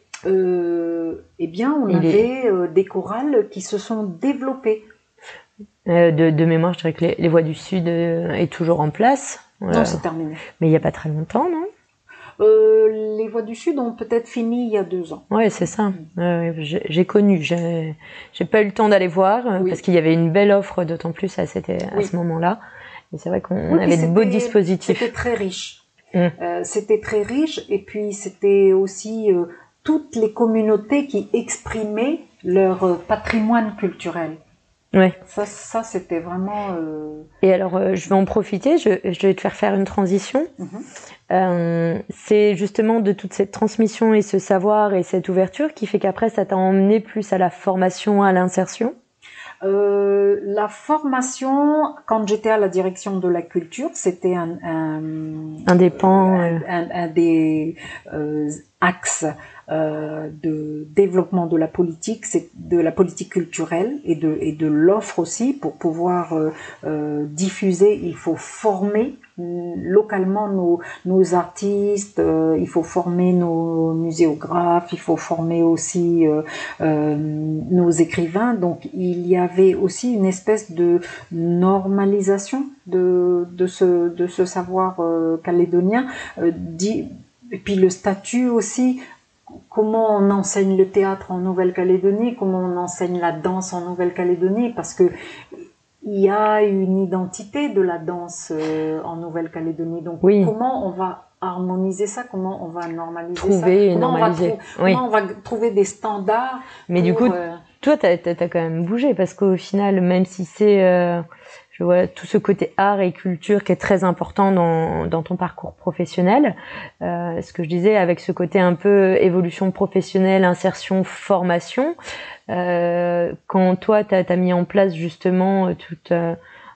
Euh, eh bien, on Il avait est... euh, des chorales qui se sont développées. Euh, de, de mémoire, je dirais que les, les Voix du Sud euh, est toujours en place. Euh, non, c'est terminé. Mais il n'y a pas très longtemps, non? Euh, les Voix du Sud ont peut-être fini il y a deux ans. Ouais, c'est ça. Euh, j'ai, j'ai connu. J'ai, j'ai pas eu le temps d'aller voir oui. parce qu'il y avait une belle offre, d'autant plus à, cette, à oui. ce moment-là. Et c'est vrai qu'on oui, avait de beaux dispositifs. C'était très riche. Mmh. Euh, c'était très riche, et puis c'était aussi euh, toutes les communautés qui exprimaient leur euh, patrimoine culturel. Ouais. Ça, ça c'était vraiment. Euh... Et alors, euh, je vais en profiter. Je, je vais te faire faire une transition. Mm-hmm. Euh, c'est justement de toute cette transmission et ce savoir et cette ouverture qui fait qu'après, ça t'a emmené plus à la formation, à l'insertion. Euh, la formation, quand j'étais à la direction de la culture, c'était un un, un des pans, un, un, un des euh, axes euh, de développement de la politique, c'est de la politique culturelle et de et de l'offre aussi. Pour pouvoir euh, euh, diffuser, il faut former localement nos nos artistes, euh, il faut former nos muséographes, il faut former aussi euh, euh, nos écrivains. Donc il y avait aussi une espèce de normalisation de de ce de ce savoir euh, calédonien, euh, dit, et puis le statut aussi. Comment on enseigne le théâtre en Nouvelle-Calédonie, comment on enseigne la danse en Nouvelle-Calédonie, parce que il y a une identité de la danse euh, en Nouvelle-Calédonie. Donc, oui. comment on va harmoniser ça? Comment on va normaliser trouver ça? Et comment normaliser. On va trou- oui. Comment on va trouver des standards? Mais pour, du coup, euh... toi, t'as, t'as, t'as quand même bougé, parce qu'au final, même si c'est, euh, je vois tout ce côté art et culture qui est très important dans, dans ton parcours professionnel, euh, ce que je disais avec ce côté un peu évolution professionnelle, insertion, formation. Euh, quand toi, t'as, t'as mis en place justement toute euh,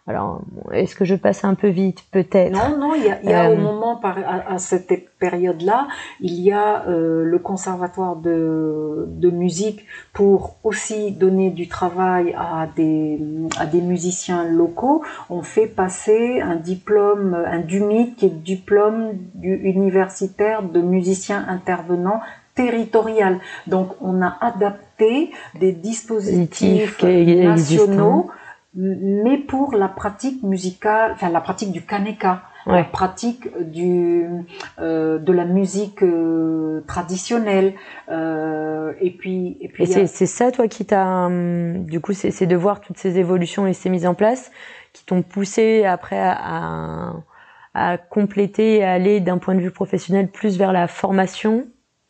Alors, est-ce que je passe un peu vite? Peut-être. Non, non, il y a, il y a Euh, au moment, par, à, à cette période-là, il y a euh, le conservatoire de, de musique pour aussi donner du travail à des, à des musiciens locaux. On fait passer un diplôme, un D U M I, qui est le diplôme du universitaire de musicien intervenant territorial. Donc, on a adapté des dispositifs nationaux, mais pour la pratique musicale, enfin la pratique du kaneka, ouais. La pratique du euh, de la musique euh, traditionnelle, euh, et puis et puis. Et c'est, a... c'est ça, toi, qui t'a, du coup, c'est, c'est de voir toutes ces évolutions et ces mises en place qui t'ont poussé après à, à, à compléter et à aller d'un point de vue professionnel plus vers la formation.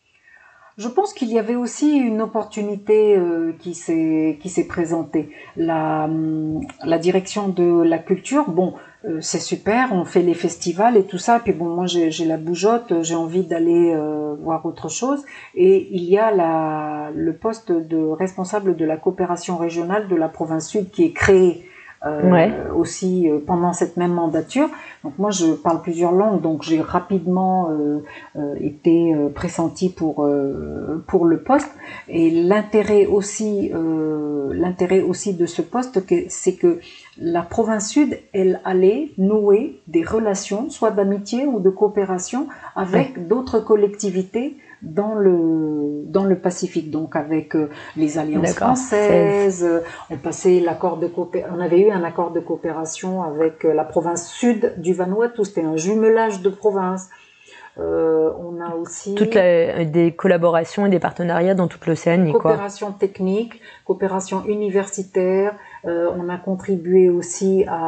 Je pense qu'il y avait aussi une opportunité euh, qui s'est qui s'est présentée. La la direction de la culture, bon, euh, c'est super, on fait les festivals et tout ça. Puis bon, moi j'ai j'ai la bougeotte, j'ai envie d'aller euh, voir autre chose. Et il y a la le poste de responsable de la coopération régionale de la province sud qui est créé. Euh, ouais. Aussi euh, pendant cette même mandature. Donc moi je parle plusieurs langues, donc j'ai rapidement euh, euh, été euh, pressentie pour euh, pour le poste. Et l'intérêt aussi euh, l'intérêt aussi de ce poste, que, c'est que la province sud, elle allait nouer des relations, soit d'amitié ou de coopération, avec ouais. d'autres collectivités dans le dans le Pacifique, donc avec euh, les alliances D'accord. françaises. Euh, on passait l'accord de coopé- on avait eu un accord de coopération avec euh, la province sud du Vanuatu. C'était un jumelage de provinces. Euh, on a aussi toutes les, des collaborations et des partenariats dans toute l'Océanie. Coopération quoi. technique, coopération universitaire. Euh, on a contribué aussi à,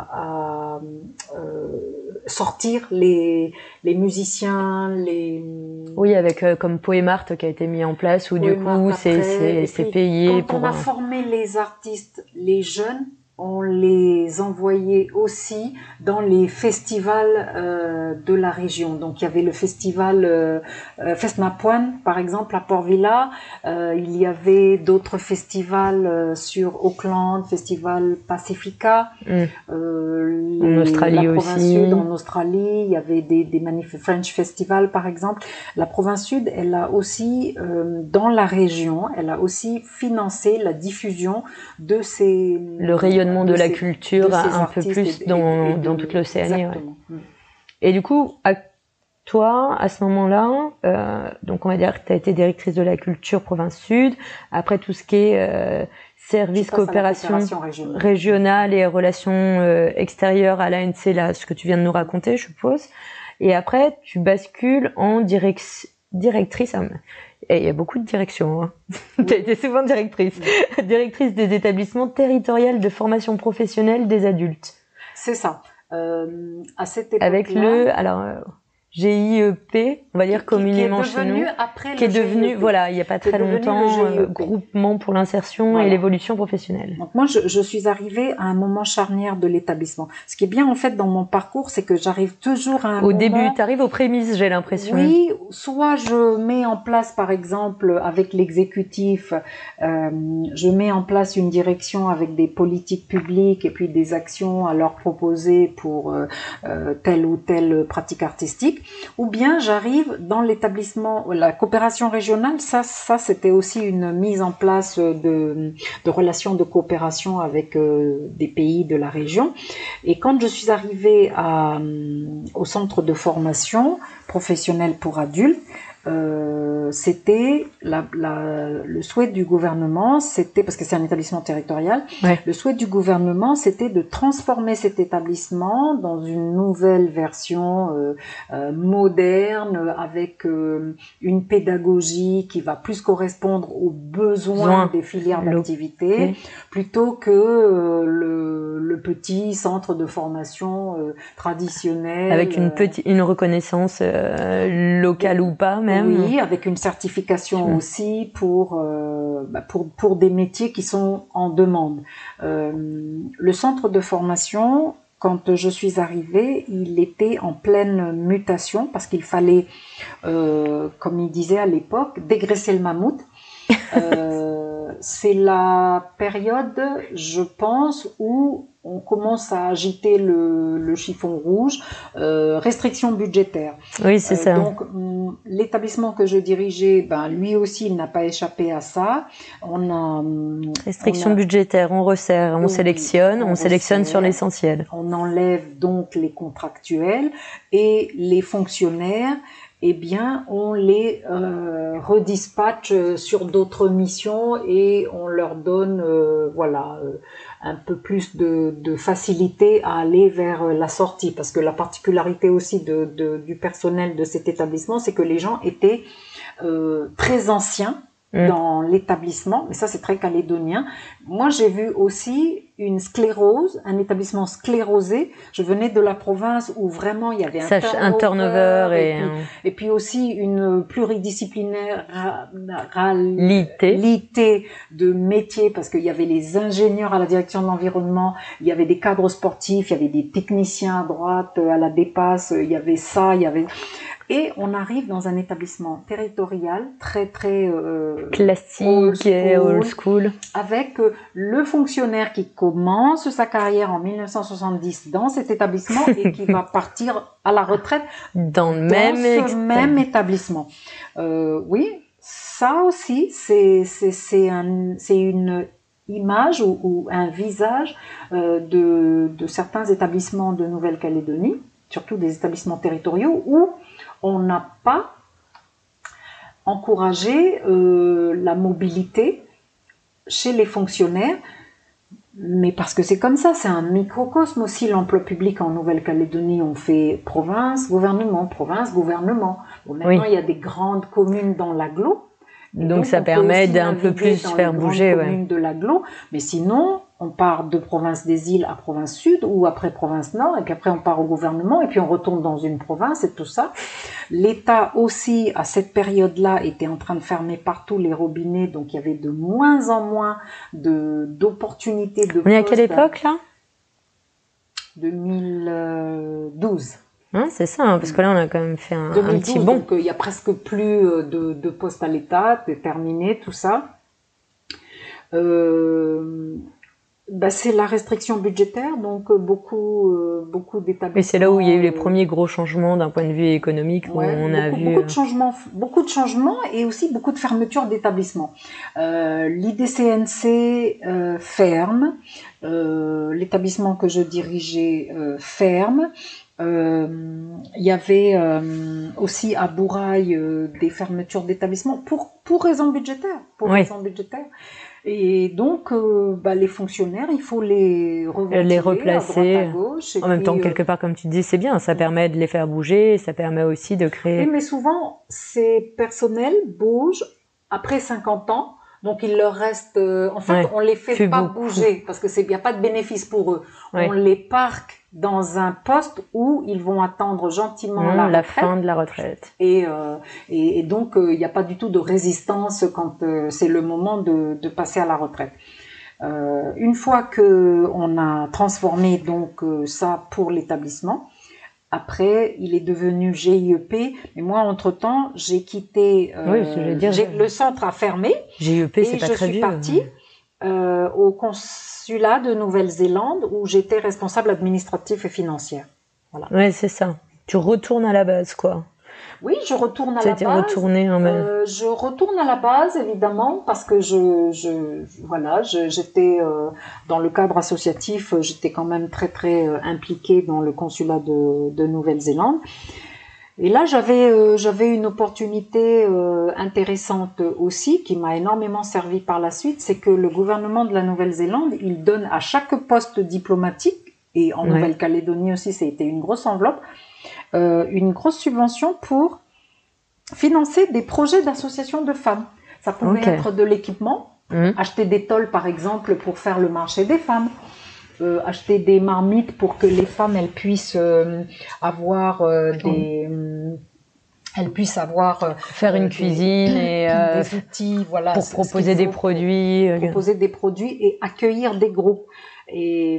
à euh, sortir les les musiciens, les oui, avec euh, comme Poemart qui a été mis en place où Poemart du coup c'est c'est, c'est payé. Quand pour on a un... formé les artistes, les jeunes, on les envoyait aussi dans les festivals euh, de la région. Donc il y avait le festival euh, euh, Festnapuan, par exemple, à Port Vila. Euh, il y avait d'autres festivals euh, sur Auckland, Festival Pacifica. Mm. Euh, les, en Australie la province aussi. Sud, en Australie, il y avait des, des manif- French Festival, par exemple. La province Sud, elle a aussi, euh, dans la région, elle a aussi financé la diffusion de ces... Le rayonnement de, de la ces, culture de un peu plus et, dans, et de, dans toute l'Océanie. Ouais. Et du coup, à toi, à ce moment-là, euh, donc on va dire que tu as été directrice de la culture province sud, après tout ce qui est euh, service coopération, coopération régionale. régionale et relations euh, extérieures à l'A N C, là, ce que tu viens de nous raconter, je suppose. Et après, tu bascules en direc- directrice... À... Et il y a beaucoup de directions. Hein. Oui. Tu as été souvent directrice. Oui. Directrice des établissements territoriaux de formation professionnelle des adultes. C'est ça. Euh, à cette époque-là... Avec le... Alors, euh, G I E P, on va dire qui, communément qui est chez nous. Après qui est devenu, G I E P. voilà, il n'y a pas très longtemps, euh, groupement pour l'insertion voilà. et l'évolution professionnelle. Donc moi, je, je suis arrivée à un moment charnière de l'établissement. Ce qui est bien, en fait, dans mon parcours, c'est que j'arrive toujours à un au moment... Au début, tu arrives aux prémices, j'ai l'impression. Oui, soit je mets en place, par exemple, avec l'exécutif, euh, je mets en place une direction avec des politiques publiques et puis des actions à leur proposer pour euh, euh, telle ou telle pratique artistique. Ou bien j'arrive dans l'établissement, la coopération régionale, ça, ça c'était aussi une mise en place de, de relations de coopération avec euh, des pays de la région. Et quand je suis arrivée à, au centre de formation professionnelle pour adultes, Euh, c'était la, la, le souhait du gouvernement, c'était parce que c'est un établissement territorial, ouais. Le souhait du gouvernement, c'était de transformer cet établissement dans une nouvelle version euh, euh, moderne, avec euh, une pédagogie qui va plus correspondre aux besoins Besoin. des filières d'activité, okay. plutôt que euh, le, le petit centre de formation euh, traditionnel. Avec une petite, une reconnaissance euh, locale ou pas, même. Oui, avec une certification mmh. aussi pour, euh, bah pour pour des métiers qui sont en demande. Euh, le centre de formation, quand je suis arrivée, il était en pleine mutation parce qu'il fallait, euh, comme il disait à l'époque, dégraisser le mammouth. Euh, c'est la période, je pense, où on commence à agiter le, le chiffon rouge, euh, restrictions budgétaires. Oui, c'est euh, ça. Donc, l'établissement que je dirigeais, ben, lui aussi, il n'a pas échappé à ça. On a... Restrictions on a, budgétaires, on resserre, on oui, sélectionne, on, on sélectionne resserre, sur l'essentiel. On enlève donc les contractuels et les fonctionnaires, eh bien, on les euh, redispatche sur d'autres missions et on leur donne, euh, voilà, euh, un peu plus de, de facilité à aller vers la sortie. Parce que la particularité aussi de, de, du personnel de cet établissement, c'est que les gens étaient euh, très anciens mmh. dans l'établissement, mais ça c'est très calédonien. Moi j'ai vu aussi une sclérose, un établissement sclérosé. Je venais de la province où vraiment il y avait un ça, turnover, un turnover et, et, puis, et puis aussi une pluridisciplinaire lité de métiers, parce qu'il y avait les ingénieurs à la direction de l'environnement, il y avait des cadres sportifs, il y avait des techniciens à droite, à la dépasse, il y avait ça, il y avait... Et on arrive dans un établissement territorial très très euh, classique old school, et old school, avec euh, le fonctionnaire qui commence sa carrière en mille neuf cent soixante-dix dans cet établissement et qui va partir à la retraite dans le dans même, ce même établissement. Euh, oui, ça aussi c'est c'est c'est un c'est une image ou, ou un visage euh, de de certains établissements de Nouvelle-Calédonie, surtout des établissements territoriaux où on n'a pas encouragé euh, la mobilité chez les fonctionnaires, mais parce que c'est comme ça, c'est un microcosme aussi, l'emploi public en Nouvelle-Calédonie. On fait province, gouvernement, province, gouvernement. Bon, maintenant, oui. il y a des grandes communes dans l'agglo. Donc, donc ça permet d'un peu plus faire bouger. Ouais. De l'agglo, mais sinon, on part de province des îles à province sud ou après province nord, et puis après on part au gouvernement, et puis on retourne dans une province et tout ça. L'État aussi, à cette période-là, était en train de fermer partout les robinets, donc il y avait de moins en moins de d'opportunités de. On est à quelle époque là? deux mille douze. Hein, c'est ça, hein, parce que là on a quand même fait un, deux mille douze, un petit bond. Donc il euh, y a presque plus de, de postes à l'État, c'est terminé tout ça. Euh, bah, c'est la restriction budgétaire, donc beaucoup, euh, beaucoup d'établissements. Et c'est là où il y a eu les premiers gros changements d'un point de vue économique, où ouais, on beaucoup, a vu beaucoup de changements, beaucoup de changements et aussi beaucoup de fermetures d'établissements. Euh, L'I D C N C euh, ferme, euh, l'établissement que je dirigeais euh, ferme. Euh, il y avait euh, aussi à Bourail euh, des fermetures d'établissements pour pour raisons budgétaires, pour oui. raisons budgétaires. Et donc, euh, bah, les fonctionnaires, il faut les les replacer. À droite, à gauche, et en même puis, temps, quelque part, comme tu dis, c'est bien. Ça permet de les faire bouger. Ça permet aussi de créer. Oui, mais souvent, ces personnels bougent après cinquante ans. Donc, il leur reste... Euh, en fait, ouais, on les fait pas beaucoup. bouger parce que c'est il y a pas de bénéfice pour eux. Ouais. On les parque dans un poste où ils vont attendre gentiment mmh, la, la retraite, fin de la retraite. Et, euh, et, et donc, il euh, n'y a pas du tout de résistance quand euh, c'est le moment de, de passer à la retraite. Euh, une fois que on a transformé donc euh, ça pour l'établissement, après, il est devenu G I E P, mais moi, entre-temps, j'ai quitté, euh, oui, je veux dire, j'ai, le centre a fermé. G I E P, c'est pas très vieux. Et je suis vieux. partie euh, au consulat de Nouvelle-Zélande où j'étais responsable administratif et financière. Voilà. Ouais, c'est ça. Tu retournes à la base, quoi. Oui, je retourne à la base. Retourné, hein, mais... euh, je retourne à la base, évidemment, parce que je, je voilà, je, j'étais euh, dans le cadre associatif, j'étais quand même très très euh, impliquée dans le consulat de, de Nouvelle-Zélande. Et là, j'avais euh, j'avais une opportunité euh, intéressante aussi, qui m'a énormément servi par la suite, c'est que le gouvernement de la Nouvelle-Zélande, il donne à chaque poste diplomatique, et en ouais. Nouvelle-Calédonie aussi, c'était une grosse enveloppe, Euh, une grosse subvention pour financer des projets d'associations de femmes. Ça pouvait okay. être de l'équipement, mmh. acheter des tôles par exemple pour faire le marché des femmes, euh, acheter des marmites pour que les femmes elles puissent euh, avoir euh, des mmh. elles puissent avoir euh, faire une des, cuisine et euh, des outils, voilà, pour proposer des produits, pour proposer des produits et accueillir des groupes. Et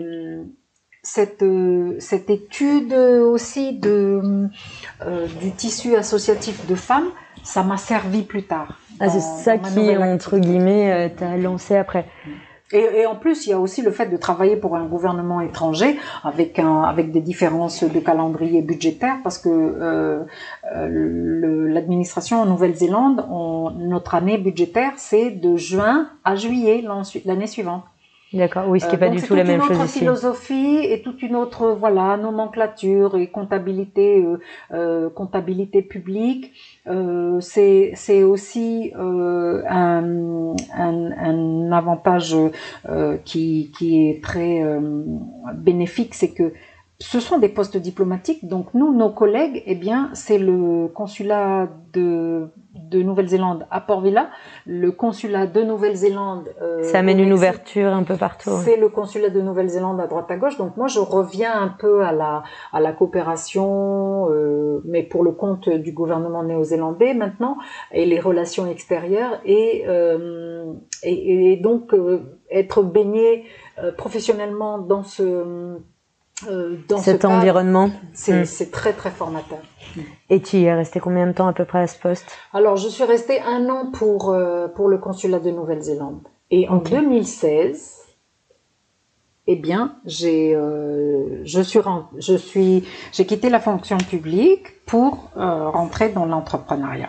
cette cette étude aussi de euh, du tissu associatif de femmes, ça m'a servi plus tard. Ah, c'est ça qui, entre guillemets, euh, t'a lancé après. Et, et en plus, il y a aussi le fait de travailler pour un gouvernement étranger avec un, avec des différences de calendrier budgétaire, parce que euh, euh, l'administration en Nouvelle-Zélande, notre année budgétaire, c'est de juin à juillet l'année suivante. D'accord, oui, ce qui n'est pas du tout la même chose ici. C'est toute une autre philosophie et toute une autre, voilà, nomenclature et comptabilité, euh, euh, comptabilité publique. Euh, c'est c'est aussi euh, un, un, un avantage euh, qui qui est très euh, bénéfique, c'est que ce sont des postes diplomatiques. Donc nous, nos collègues, eh bien, c'est le consulat de de Nouvelle-Zélande à Port Vila, le consulat de Nouvelle-Zélande. Euh, ça amène une Mexique, ouverture un peu partout. C'est le consulat de Nouvelle-Zélande à droite à gauche. Donc moi, je reviens un peu à la à la coopération, euh, mais pour le compte du gouvernement néo-zélandais maintenant, et les relations extérieures, et euh, et, et donc euh, être baigné euh, professionnellement dans ce Euh, dans cet ce environnement, c'est mmh. très très formateur. Et tu y es resté combien de temps à peu près à ce poste? Alors je suis restée un an pour euh, pour le consulat de Nouvelle-Zélande. Et en okay. deux mille seize, eh bien j'ai euh, je suis je suis j'ai quitté la fonction publique pour euh, rentrer dans l'entrepreneuriat.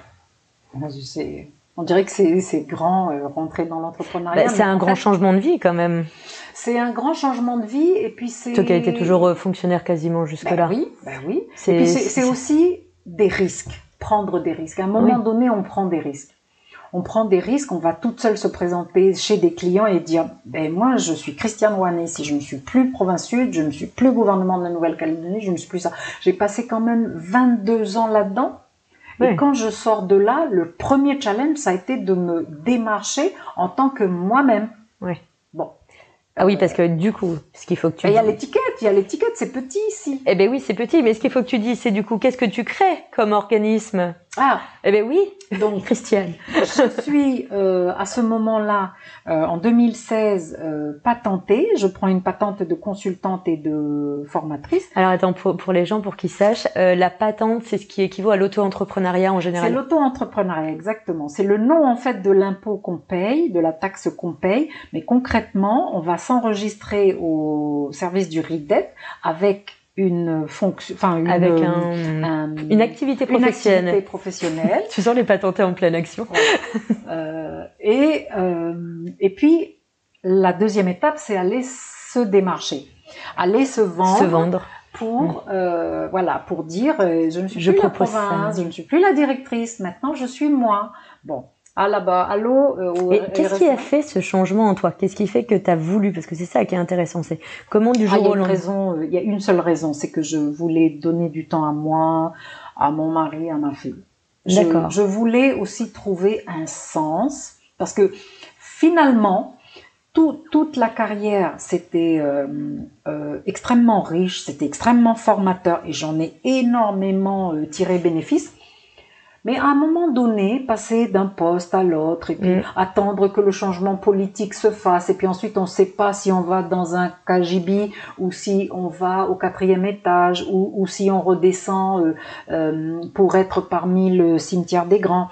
On dirait que c'est c'est grand euh, rentrer dans l'entrepreneuriat. Bah, c'est un grand fait, changement de vie quand même. C'est un grand changement de vie, et puis c'est... Toi qui as été toujours fonctionnaire quasiment jusque-là. Ben oui, ben oui. Et puis c'est aussi des risques, prendre des risques. À un moment oui. donné, on prend des risques. On prend des risques, on va toute seule se présenter chez des clients et dire ben moi je suis Christiane Rouanet, si je ne suis plus Province Sud, je ne suis plus gouvernement de la Nouvelle-Calédonie, je ne suis plus ça. J'ai passé quand même vingt-deux ans là-dedans. Et oui. quand je sors de là, le premier challenge, ça a été de me démarcher en tant que moi-même. Oui. Bon. Ah oui, parce que du coup, ce qu'il faut que tu... Il y a l'étiquette, il y a l'étiquette, c'est petit ici. Eh ben oui, c'est petit, mais ce qu'il faut que tu dis, c'est du coup, qu'est-ce que tu crées comme organisme? Ah. Eh ben oui, donc Christiane. Je suis euh, à ce moment-là, euh, en deux mille seize, euh, patentée. Je prends une patente de consultante et de formatrice. Alors attends, pour, pour les gens, pour qu'ils sachent, euh, la patente, c'est ce qui équivaut à l'auto-entrepreneuriat en général. C'est l'auto-entrepreneuriat, exactement. C'est le nom en fait de l'impôt qu'on paye, de la taxe qu'on paye, mais concrètement, on va s'enregistrer au service du R I D E T avec une fonction, enfin une, avec un, un, une activité professionnelle. Une activité professionnelle. Tu sens les patentés en pleine action. Ouais. euh, et euh, et puis la deuxième étape, c'est aller se démarcher, aller se vendre. Se vendre. Pour mmh. euh, voilà, pour dire euh, je ne suis je plus la province, ça. Je ne suis plus la directrice. Maintenant, je suis moi. Bon. Ah là-bas, allô. Euh, et qu'est-ce qui a fait ce changement en toi? Qu'est-ce qui fait que tu as voulu? Parce que c'est ça qui est intéressant, c'est comment du jour ah, au lendemain. Il euh, y a une seule raison, c'est que je voulais donner du temps à moi, à mon mari, à ma fille. D'accord. Je, je voulais aussi trouver un sens, parce que finalement, tout, toute la carrière, c'était euh, euh, extrêmement riche, c'était extrêmement formateur, et j'en ai énormément euh, tiré bénéfice. Mais à un moment donné, passer d'un poste à l'autre et puis mmh. attendre que le changement politique se fasse, et puis ensuite on ne sait pas si on va dans un K G B ou si on va au quatrième étage ou, ou si on redescend euh, euh, pour être parmi le cimetière des grands.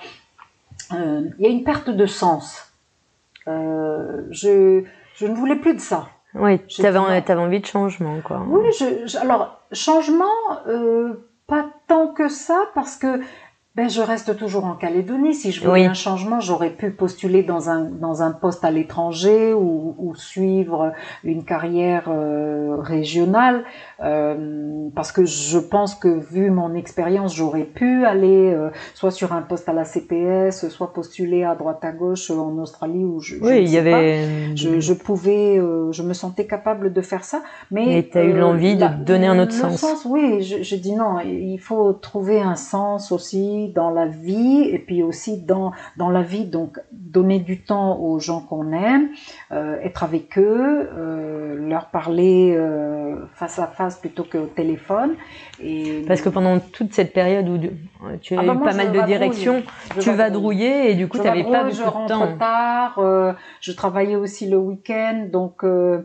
Euh, il y a une perte de sens. Euh, je, je ne voulais plus de ça. Oui, tu avais envie de changement, quoi. Oui, je, je, alors changement, euh, pas tant que ça, parce que ben, je reste toujours en Calédonie. Si je voulais oui. un changement, j'aurais pu postuler dans un dans un poste à l'étranger ou, ou suivre une carrière euh, régionale, euh, parce que je pense que vu mon expérience, j'aurais pu aller euh, soit sur un poste à la C P S, soit postuler à droite à gauche en Australie où je. Oui, il y avait. Pas. Je, je pouvais, euh, je me sentais capable de faire ça, mais. Et tu as euh, eu l'envie de donner un autre le sens. sens. Oui, je, je dis non. Il faut trouver un sens aussi dans la vie, et puis aussi dans dans la vie, donc donner du temps aux gens qu'on aime, euh, être avec eux, euh, leur parler euh, face à face plutôt qu'au téléphone. Et parce que pendant toute cette période où tu as ah bah eu moi, pas mal de directions, tu vadrouillais et du coup tu n'avais pas beaucoup je de temps. Je rentre tard, euh, je travaillais aussi le week-end, donc euh,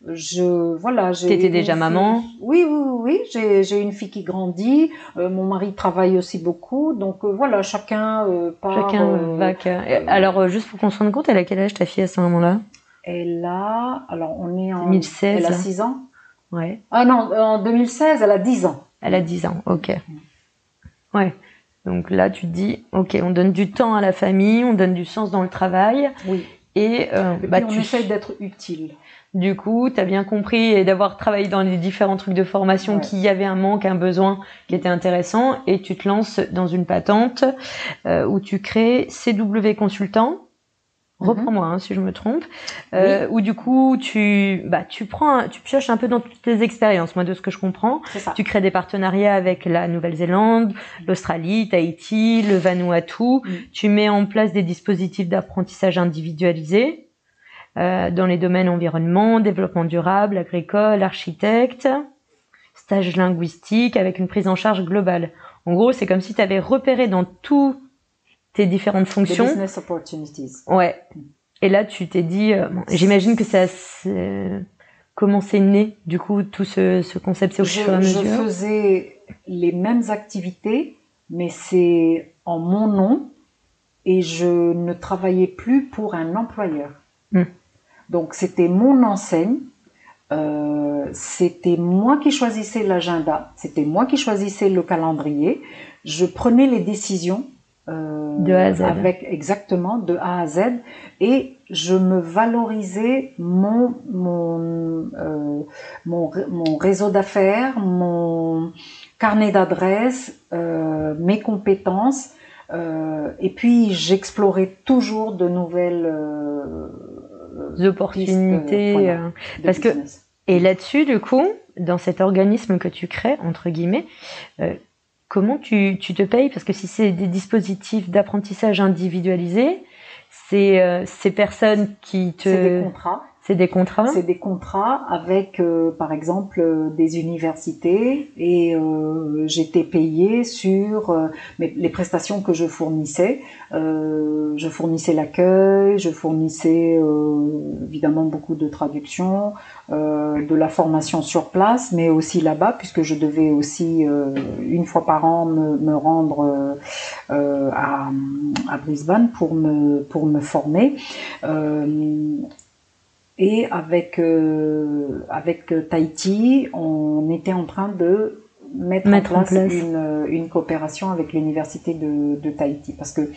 je voilà. T'étais déjà fille, maman? Oui, oui, oui, oui. J'ai j'ai une fille qui grandit. Euh, mon mari travaille aussi beaucoup, Donc euh, voilà, chacun euh, part. Chacun euh, va. Que... Alors, euh, juste pour qu'on se rende compte, elle a quel âge ta fille à ce moment-là? Elle a, alors on est en deux mille seize. Elle a six ans. Ouais. Ah non, en deux mille seize, elle a dix ans. Elle a dix ans, ok. Ouais. Donc là, tu te dis, ok, on donne du temps à la famille, on donne du sens dans le travail. Oui. Et, euh, et bah, puis on tu... essaye d'être utile. Du coup, tu as bien compris et d'avoir travaillé dans les différents trucs de formation Ouais. qu'il y avait un manque, un besoin qui était intéressant, et tu te lances dans une patente euh, où tu crées C W Consultant. Reprends-moi hein, si je me trompe. Euh, oui. Où du coup tu bah tu prends tu pioches un peu dans toutes tes expériences. Moi de ce que je comprends, tu crées des partenariats avec la Nouvelle-Zélande, l'Australie, Tahiti, le Vanuatu. Mm. Tu mets en place des dispositifs d'apprentissage individualisés euh, dans les domaines environnement, développement durable, agricole, architecte, stage linguistique avec une prise en charge globale. En gros, c'est comme si tu avais repéré dans tout tes différentes fonctions. The business opportunities. Ouais. Et là, tu t'es dit, euh, bon, j'imagine que ça, c'est... comment c'est né, du coup, tout ce, ce concept, c'est au je, fur et à mesure. Je faisais les mêmes activités, mais c'est en mon nom, et je ne travaillais plus pour un employeur. Mm. Donc, c'était mon enseigne. Euh, c'était moi qui choisissais l'agenda, c'était moi qui choisissais le calendrier. Je prenais les décisions. Euh, de A à Z. Avec exactement de A à Z, et je me valorisais mon mon euh, mon, mon réseau d'affaires, mon carnet d'adresses, euh, mes compétences, euh, et puis j'explorais toujours de nouvelles euh, opportunités, pistes, euh, voilà, parce que et là-dessus du coup, dans cet organisme que tu crées entre guillemets. Euh, Comment tu, tu te payes? Parce que si c'est des dispositifs d'apprentissage individualisés, c'est euh, ces personnes qui te... C'est des contrats. C'est des contrats. C'est des contrats avec, euh, par exemple, euh, des universités, et euh, j'étais payée sur euh, mes, les prestations que je fournissais. Euh, je fournissais l'accueil, je fournissais euh, évidemment beaucoup de traductions, euh, de la formation sur place, mais aussi là-bas, puisque je devais aussi euh, une fois par an me, me rendre euh, à, à Brisbane pour me pour me former. Euh, Et avec euh, avec Tahiti, on était en train de mettre, mettre en, place en place une une coopération avec l'université de de Tahiti, parce que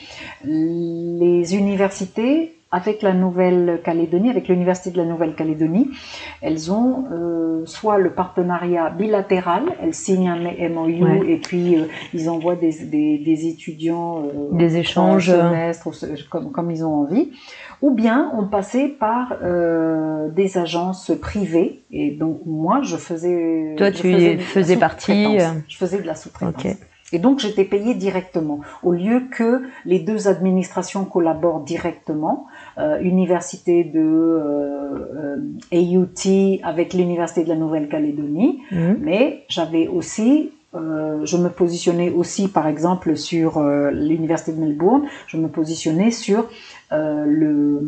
les universités avec la Nouvelle-Calédonie, avec l'université de la Nouvelle-Calédonie, elles ont euh, soit le partenariat bilatéral, elles signent un M O U, ouais. Et puis euh, ils envoient des des, des étudiants euh, des échanges semestre, comme comme ils ont envie. Ou bien on passait par euh, des agences privées, et donc moi je faisais. Toi je tu faisais faisais partie. Je faisais de la sous-traitance. Okay. Et donc j'étais payée directement, au lieu que les deux administrations collaborent directement. Euh, université de euh, euh, A U T avec l'université de la Nouvelle-Calédonie, mmh. Mais j'avais aussi Euh, je me positionnais aussi, par exemple, sur euh, l'université de Melbourne. Je me positionnais sur euh, le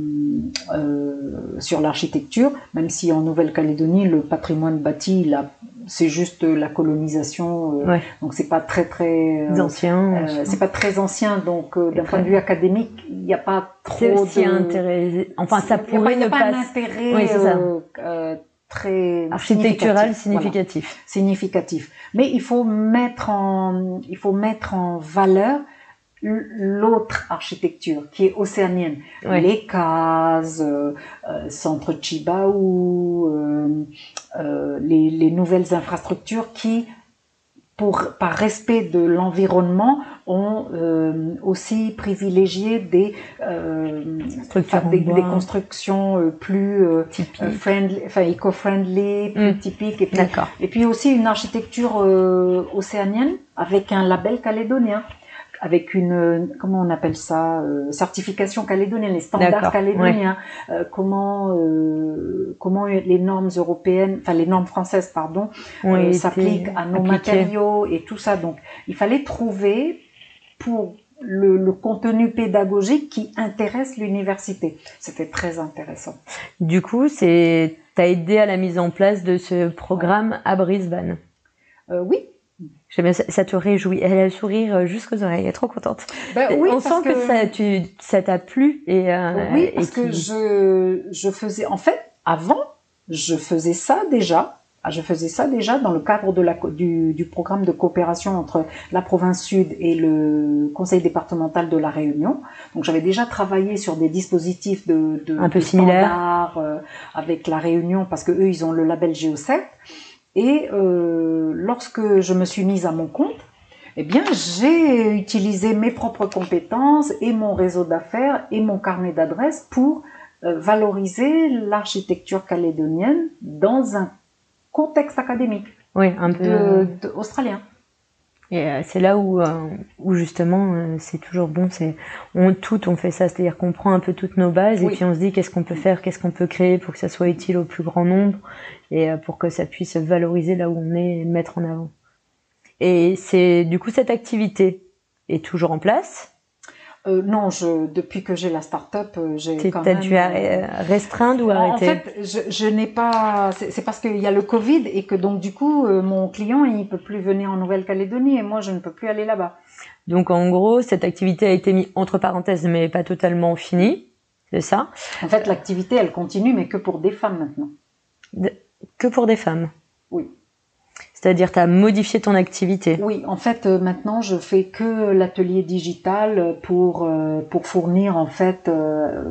euh, sur l'architecture, même si en Nouvelle-Calédonie le patrimoine bâti, il a, c'est juste la colonisation, euh, ouais. Donc c'est pas très très euh, ancien. Euh, c'est pas très ancien, donc euh, d'un point de vue académique, il n'y a pas trop c'est aussi de. Intérêt... Enfin, ça pourrait ne pas. Il n'y a pas un intérêt. Oui, c'est ça. Euh, euh, très architectural significatif. Voilà, significatif. Mais il faut mettre en, il faut mettre en valeur l'autre architecture qui est océanienne. Ouais. Les cases, euh, euh, centre Chibaou, euh, euh, les, les nouvelles infrastructures qui, pour, par respect de l'environnement, ont euh, aussi privilégié des, euh, des, des constructions euh, plus euh, friendly, enfin eco-friendly, plus mmh. typiques, et puis, et puis aussi une architecture euh, océanienne avec un label calédonien, avec une, comment on appelle ça, euh, certification calédonienne, les standards calédoniens, ouais. euh, comment euh, comment les normes européennes, enfin les normes françaises, pardon, oui, euh, s'appliquent à nos appliqué. matériaux et tout ça. Donc, il fallait trouver pour le, le contenu pédagogique qui intéresse l'université. C'était très intéressant. Du coup, c'est, t'as aidé à la mise en place de ce programme ouais. à Brisbane. Euh, oui. J'aime bien, ça, ça te réjouit. Elle a le sourire jusqu'aux oreilles, elle est trop contente. Ben, oui, on sent que, que ça, tu, ça t'a plu. Et, euh, oui, parce et que qui... je, je faisais, en fait, avant, je faisais ça déjà. Je faisais ça déjà dans le cadre de la, du, du programme de coopération entre la province sud et le conseil départemental de la Réunion. Donc j'avais déjà travaillé sur des dispositifs de, de, un peu de standards euh, avec la Réunion parce que eux ils ont le label G O sept. Et euh, lorsque je me suis mise à mon compte, eh bien j'ai utilisé mes propres compétences et mon réseau d'affaires et mon carnet d'adresses pour euh, valoriser l'architecture calédonienne dans un contexte académique, oui, un peu de, de australien. Et euh, c'est là où, euh, où justement, euh, c'est toujours bon. C'est on tout, on fait ça, c'est-à-dire qu'on prend un peu toutes nos bases oui. et puis on se dit qu'est-ce qu'on peut faire, qu'est-ce qu'on peut créer pour que ça soit utile au plus grand nombre et euh, pour que ça puisse valoriser là où on est et le mettre en avant. Et c'est du coup cette activité est toujours en place. Euh, non, je, depuis que j'ai la start-up, j'ai T'es, quand t'as même... dû arrêter, restreindre ou arrêter? En fait, je, je n'ai pas... C'est, c'est parce qu'il y a le Covid et que donc du coup, euh, mon client, il peut plus venir en Nouvelle-Calédonie et moi, je ne peux plus aller là-bas. Donc en gros, cette activité a été mise entre parenthèses, mais pas totalement finie, c'est ça? En fait, l'activité, elle continue, mais que pour des femmes maintenant. De... Que pour des femmes? Oui. C'est-à-dire, tu as modifié ton activité? Oui, en fait, euh, maintenant, je fais que l'atelier digital pour euh, pour fournir en fait euh,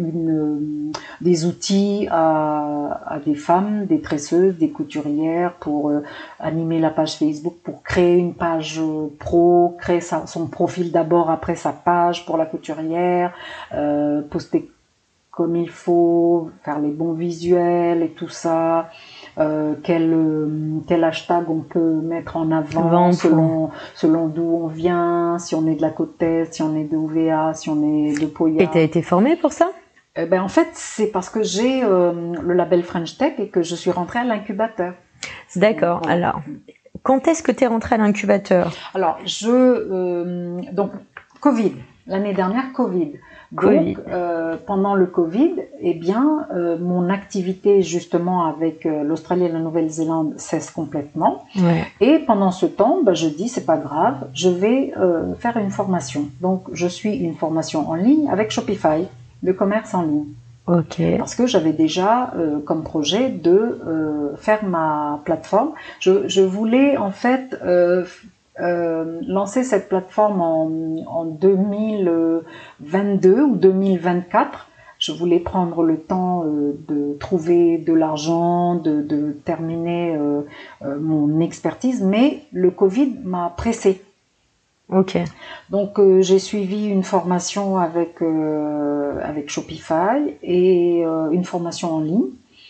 une des outils à à des femmes, des tresseuses, des couturières pour euh, animer la page Facebook, pour créer une page pro, créer sa, son profil d'abord, après sa page pour la couturière, euh, poster comme il faut, faire les bons visuels et tout ça. Euh, quel, euh, quel hashtag on peut mettre en avant Vente, selon, selon d'où on vient, si on est de la côte est, si on est de O V A, si on est de Poya. Et tu as été formée pour ça? Eh ben, en fait, c'est parce que j'ai euh, le label French Tech et que je suis rentrée à l'incubateur. D'accord. Donc, voilà. Alors, quand est-ce que tu es rentrée à l'incubateur? Alors, je... Euh, donc, Covid. L'année dernière, Covid. COVID. Donc, euh, pendant le Covid, eh bien, euh, mon activité justement avec euh, l'Australie et la Nouvelle-Zélande cesse complètement. Ouais. Et pendant ce temps, bah, je dis c'est pas grave, je vais euh, faire une formation. Donc, je suis une formation en ligne avec Shopify, le commerce en ligne. Ok. Parce que j'avais déjà euh, comme projet de euh, faire ma plateforme. Je, je voulais en fait euh, Euh, lancer cette plateforme en, en deux mille vingt-deux ou deux mille vingt-quatre. Je voulais prendre le temps euh, de trouver de l'argent, de, de terminer euh, euh, mon expertise, mais le Covid m'a pressée. Ok. Donc euh, j'ai suivi une formation avec euh, avec Shopify et euh, une formation en ligne,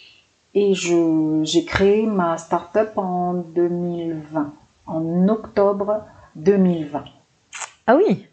et je j'ai créé ma start-up en deux mille vingt. En octobre deux mille vingt. Ah oui.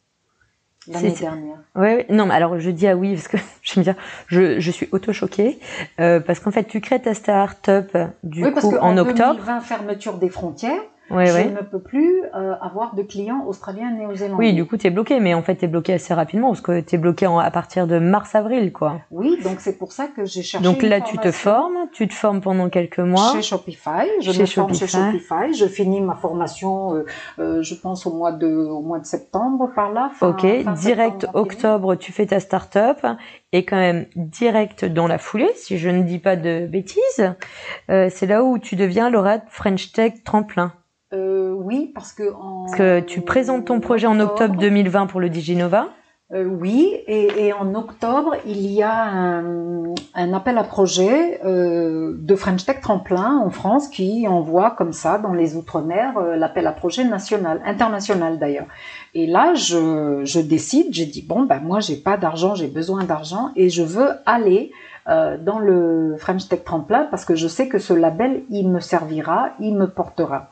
L'année c'est... dernière. Oui, oui. Non, mais alors je dis ah oui parce que je me dire, je, je suis auto-choquée euh, parce qu'en fait tu crées ta start-up du oui, coup parce en octobre. deux mille vingt, fermeture des frontières. Ouais, je ouais. ne peux plus euh, avoir de clients australiens et néo-zélandais. Oui, du coup, tu es bloqué, mais en fait, tu es bloqué assez rapidement, parce que tu es bloqué en, à partir de mars-avril, quoi. Oui, donc c'est pour ça que j'ai cherché Donc là, une tu te formes, tu te formes pendant quelques mois. Chez Shopify, je chez me Shopify. forme chez Shopify, je finis ma formation, euh, euh, je pense, au mois de, au mois de septembre, par là. Fin, ok, fin direct septembre, octobre, tu fais ta start-up, et quand même direct dans la foulée, si je ne dis pas de bêtises, euh, c'est là où tu deviens lauréate French Tech Tremplin. Euh, oui, parce que en... Parce que tu présentes ton projet en octobre deux mille vingt pour le Diginova. Euh, oui, et, et en octobre, il y a un, un appel à projet euh, de French Tech Tremplin en France qui envoie comme ça dans les Outre-mer euh, l'appel à projet national, international d'ailleurs. Et là, je, je décide, j'ai dit bon ben moi j'ai pas d'argent, j'ai besoin d'argent et je veux aller euh, dans le French Tech Tremplin parce que je sais que ce label il me servira, il me portera.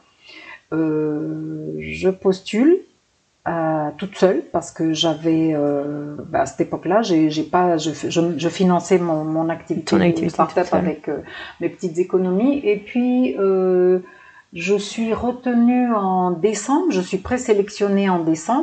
Euh, je postule. Euh, toute seule parce que j'avais euh, bah, à cette époque-là j'ai, j'ai pas je, je, je finançais mon, mon activité, activité de start-up avec euh, mes petites économies et puis euh, je suis retenue en décembre, je suis présélectionnée en décembre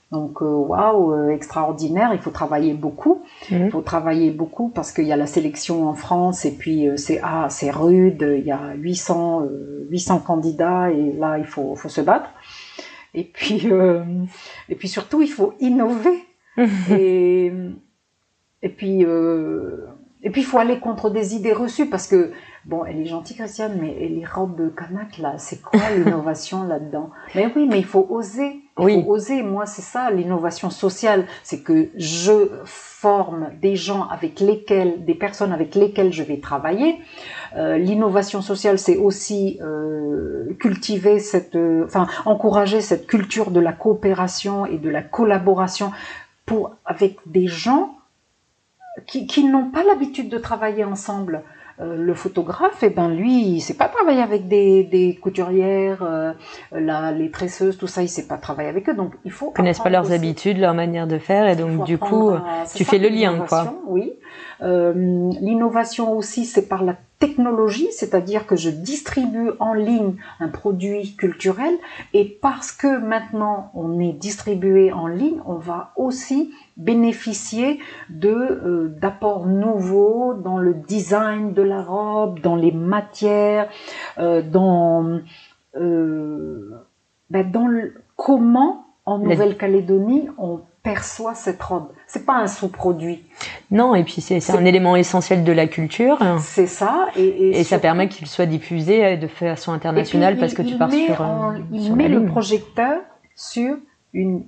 Donc, waouh, wow, extraordinaire, il faut travailler beaucoup. Mmh. Il faut travailler beaucoup parce qu'il y a la sélection en France et puis euh, c'est ah, c'est rude, il y a huit cents, euh, huit cents candidats et là, il faut, faut se battre. Et puis, euh, et puis surtout, il faut innover. et, et puis, euh, et puis, il faut aller contre des idées reçues parce que, bon, elle est gentille, Christiane, mais les robes de Kanak, là, c'est quoi l'innovation là-dedans? Mais oui, mais il faut oser. Il oui. faut oser. Moi, c'est ça, l'innovation sociale. C'est que je forme des gens avec lesquels, des personnes avec lesquelles je vais travailler. Euh, l'innovation sociale, c'est aussi euh, cultiver cette, euh, enfin, encourager cette culture de la coopération et de la collaboration pour, avec des gens qui, qui n'ont pas l'habitude de travailler ensemble. Euh, le photographe, eh ben lui, il sait pas travailler avec des, des couturières, euh, la, les tresseuses, tout ça, il sait pas travailler avec eux. Donc il faut. Ils connaissent pas leurs aussi. habitudes, leur manière de faire, et donc du coup, à, tu ça, fais le lien, quoi. Oui. Euh, l'innovation aussi, c'est par la technologie, c'est-à-dire que je distribue en ligne un produit culturel, et parce que maintenant on est distribué en ligne, on va aussi bénéficier de euh, d'apports nouveaux dans le design de la robe, dans les matières, euh, dans euh, ben dans le, comment en Nouvelle-Calédonie on perçoit cette robe. C'est pas un sous-produit. Non, et puis c'est, c'est, c'est un élément essentiel de la culture. C'est ça. Et, et, et surtout, ça permet qu'il soit diffusé de façon internationale puis, parce il, que tu pars sur. En, euh, il sur met le projecteur sur une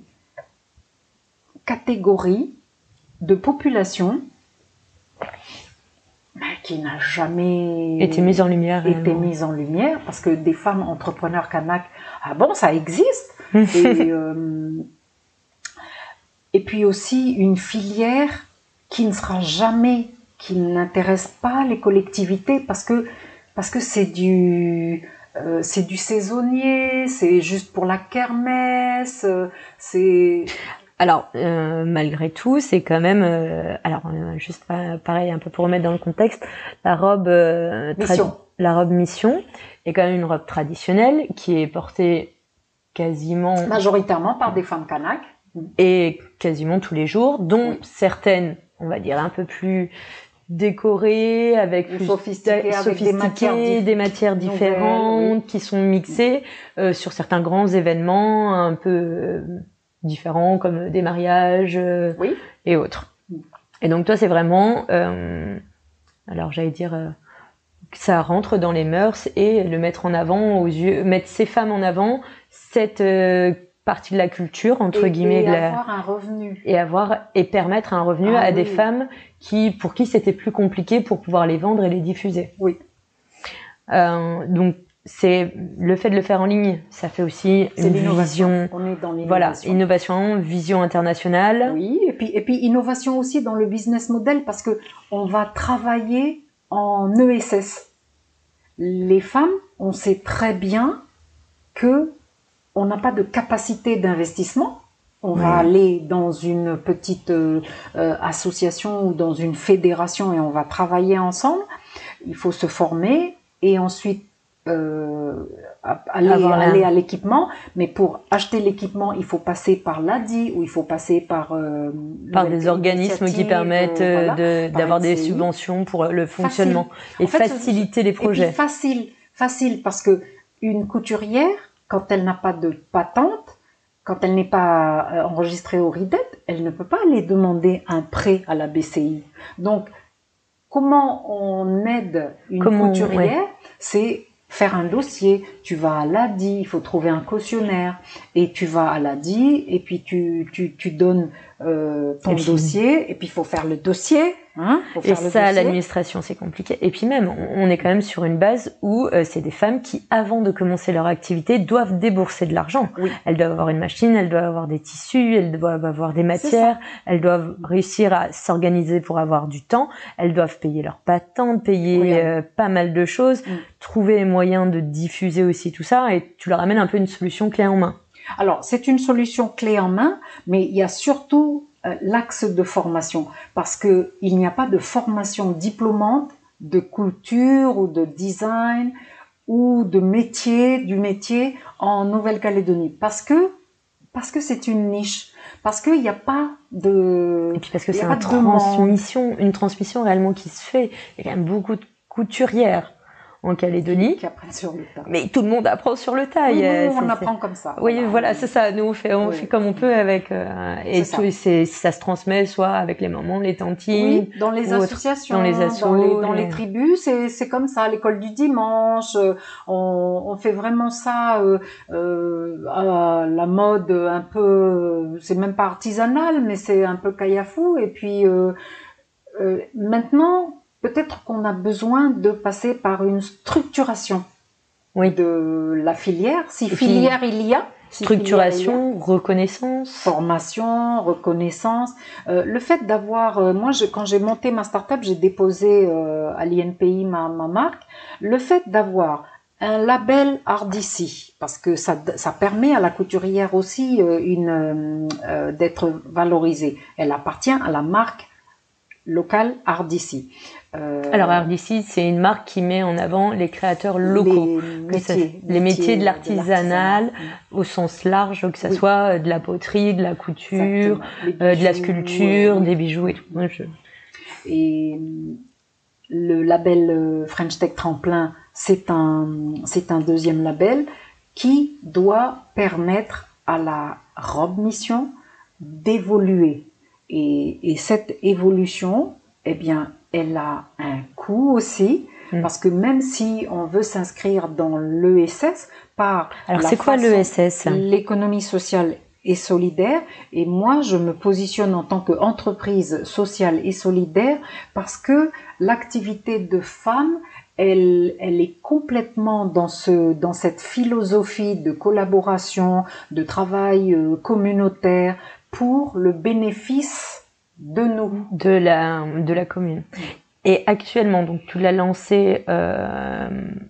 catégorie de population qui n'a jamais été mise en lumière. Été réellement. mise en lumière parce que des femmes entrepreneurs kanak, ah bon, ça existe. et, euh, et puis aussi une filière qui ne sera jamais, qui n'intéresse pas les collectivités parce que parce que c'est du euh, c'est du saisonnier, c'est juste pour la kermesse, c'est Alors, euh, malgré tout, c'est quand même... Euh, alors, euh, juste pareil, un peu pour remettre dans le contexte, la robe, euh, mission. la robe mission est quand même une robe traditionnelle qui est portée quasiment... majoritairement par des femmes kanak. Et quasiment tous les jours, dont oui. certaines, on va dire, un peu plus décorées, avec plus sophistiquées, avec des matières, dif- des matières différentes, nouvelles, oui. qui sont mixées euh, sur certains grands événements un peu... Euh, différents comme des mariages euh, oui. et autres. Et donc toi c'est vraiment, euh, alors j'allais dire euh, que ça rentre dans les mœurs et le mettre en avant aux yeux, mettre ces femmes en avant, cette euh, partie de la culture entre et, guillemets, et de la, avoir un revenu et avoir et permettre un revenu ah, à oui. des femmes qui pour qui c'était plus compliqué pour pouvoir les vendre et les diffuser. Oui. Euh, donc c'est le fait de le faire en ligne, ça fait aussi c'est une vision. On est dans l'innovation. Voilà, innovation, vision internationale. Oui, et puis et puis innovation aussi dans le business model parce que on va travailler en E S S. Les femmes, on sait très bien que on n'a pas de capacité d'investissement. On oui. va aller dans une petite euh, euh, association ou dans une fédération et on va travailler ensemble. Il faut se former et ensuite Euh, aller, aller à l'équipement, mais pour acheter l'équipement, il faut passer par l'A D I ou il faut passer par euh, par des organismes qui permettent euh, voilà, de, d'avoir des subventions pour le fonctionnement facile. et en fait, faciliter les projets. Et puis facile, facile parce que une couturière, quand elle n'a pas de patente, quand elle n'est pas enregistrée au RIDET, elle ne peut pas aller demander un prêt à la B C I. Donc, comment on aide une comment, couturière, ouais. c'est faire un dossier, tu vas à l'A D I, il faut trouver un cautionnaire, et tu vas à l'A D I, et puis tu, tu, tu donnes euh, ton et puis, dossier, et puis il faut faire le dossier. Hein, faut et faire le ça, dossier. L'administration, c'est compliqué. Et puis même, on est quand même sur une base où euh, c'est des femmes qui, avant de commencer leur activité, doivent débourser de l'argent. Oui. Elles doivent avoir une machine, elles doivent avoir des tissus, elles doivent avoir des matières, elles doivent réussir à s'organiser pour avoir du temps, elles doivent payer leur patente, payer oui, euh, pas mal de choses, oui. trouver les moyens de diffuser aussi tout ça, et tu leur amènes un peu une solution clé en main. Alors, c'est une solution clé en main, mais il y a surtout euh, l'axe de formation, parce que il n'y a pas de formation diplômante de couture ou de design ou de métier, du métier en Nouvelle-Calédonie, parce que parce que c'est une niche. parce qu'il n'y a pas de... Et puis parce que c'est une transmission, une transmission réellement qui se fait. Il y a quand même beaucoup de couturières en Calédonie. Qui apprennent sur le tas. Mais tout le monde apprend sur le tas. Oui, oui, on apprend comme ça. Oui, voilà, voilà c'est ça. Nous, on fait, on oui. fait comme on peut avec, euh, et tout, c'est, ça se transmet soit avec les mamans, les tantines. Oui, dans les associations, dans les assos, dans les, dans les tribus, c'est, c'est comme ça. L'école du dimanche, on, on fait vraiment ça, euh, euh, à la mode un peu, c'est même pas artisanal, mais c'est un peu caillafou. Et puis, euh, euh, maintenant, peut-être qu'on a besoin de passer par une structuration oui. de la filière. Si filière il y a. Si structuration, il y a, reconnaissance. Formation, reconnaissance. Euh, le fait d'avoir... Euh, moi, je, quand j'ai monté ma start-up, j'ai déposé euh, à l'I N P I ma, ma marque. Le fait d'avoir un label Art d'ici, parce que ça, ça permet à la couturière aussi euh, une, euh, d'être valorisée. Elle appartient à la marque locale Art d'ici. Euh, Alors Art d'ici, c'est une marque qui met en avant les créateurs locaux, les métiers, ça, les métiers, métiers de l'artisanal au sens large, que ça oui. soit de la poterie, de la couture, bijoux, euh, de la sculpture, euh, des bijoux et tout. Moi, je... Et le label French Tech Tremplin, c'est un, c'est un deuxième label qui doit permettre à la robe mission d'évoluer. Et, et cette évolution, eh bien, elle a un coût aussi, mmh. parce que même si on veut s'inscrire dans l'E S S par alors c'est quoi l'E S S? L'économie sociale et solidaire, et moi je me positionne en tant qu'entreprise sociale et solidaire parce que l'activité de femme, elle, elle est complètement dans ce, dans cette philosophie de collaboration, de travail euh, communautaire pour le bénéfice de nous, de la de la commune. Et actuellement, donc tu l'as lancé euh,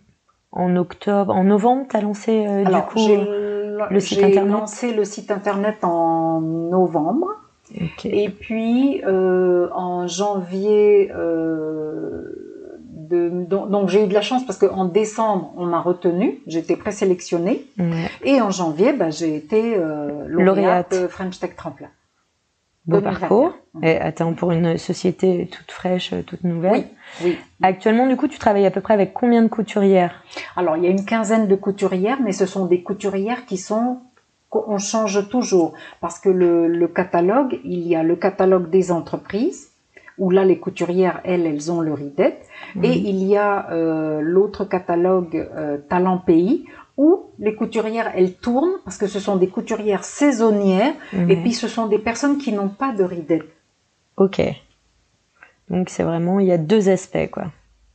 en octobre, en novembre, tu as lancé euh, Alors, du coup le, le site internet. J'ai lancé le site internet en novembre. Okay. Et puis euh, en janvier, euh, de, donc, donc j'ai eu de la chance parce qu'en décembre on m'a retenue, j'étais présélectionnée. Ouais. Et en janvier, bah, j'ai été euh, lauréate de French Tech Tremplin. Beau parcours. Et attends, pour une société toute fraîche, toute nouvelle. Oui, oui. Actuellement, du coup, tu travailles à peu près avec combien de couturières? Alors, il y a une quinzaine de couturières, mais ce sont des couturières qui sont... On change toujours, parce que le, le catalogue, il y a le catalogue des entreprises, où là, les couturières, elles, elles ont le ridette. Mmh. Et il y a euh, l'autre catalogue euh, Talent Pays, où les couturières, elles tournent, parce que ce sont des couturières saisonnières, mmh. et puis ce sont des personnes qui n'ont pas de ridette. Ok. Donc c'est vraiment, il y a deux aspects, quoi.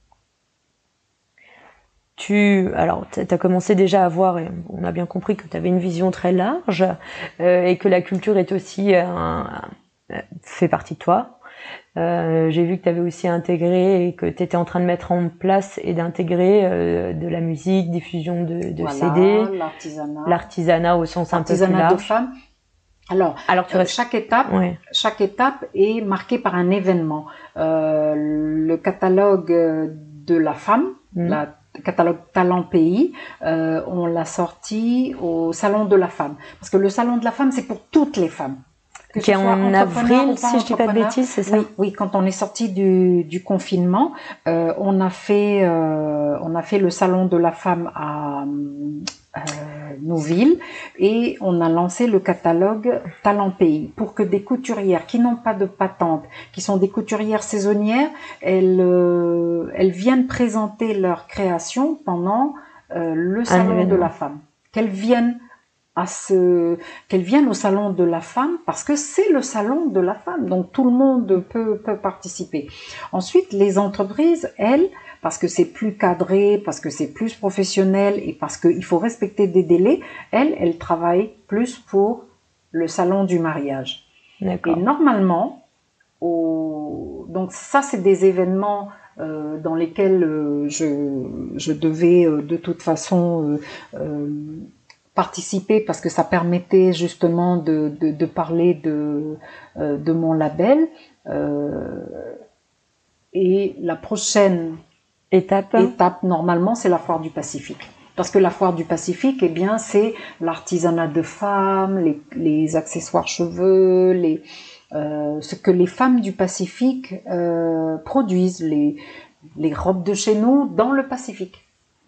Tu, alors, tu as commencé déjà à voir, et on a bien compris que tu avais une vision très large, euh, et que la culture est aussi, un, un, fait partie de toi. Euh, j'ai vu que tu avais aussi intégré et que tu étais en train de mettre en place et d'intégrer euh, de la musique, diffusion de, de voilà, C D, l'artisanat, l'artisanat au sens un peu plus large. L'artisanat de femmes. Alors, Alors tu euh, restes... chaque étape, ouais. chaque étape est marquée par un événement. Euh, le catalogue de la femme, mmh. la catalogue Talent Pays, euh, on l'a sorti au Salon de la Femme. Parce que le Salon de la Femme, c'est pour toutes les femmes. Que qui est en avril, si je dis pas de bêtises, c'est ça? Oui, oui, quand on est sorti du, du confinement, euh, on a fait, euh, on a fait le Salon de la Femme à euh, Nouville et on a lancé le catalogue Talent Pays pour que des couturières qui n'ont pas de patente, qui sont des couturières saisonnières, elles, euh, elles viennent présenter leur création pendant euh, le Salon de la Femme. Qu'elles viennent à ce qu'elles viennent au salon de la femme parce que c'est le salon de la femme, donc tout le monde peut peut participer. Ensuite, les entreprises, elles, parce que c'est plus cadré, parce que c'est plus professionnel et parce qu'il faut respecter des délais, elles, elles travaillent plus pour le salon du mariage. D'accord. Et normalement, au... donc ça, c'est des événements euh, dans lesquels euh, je je devais euh, de toute façon euh, euh, participer parce que ça permettait justement de, de, de parler de, euh, de mon label. Euh, et la prochaine étape, étape normalement, c'est la Foire du Pacifique. Parce que la foire du Pacifique, eh bien, c'est l'artisanat de femmes, les, les accessoires cheveux, les, euh, ce que les femmes du Pacifique euh, produisent, les, les robes de chez nous dans le Pacifique.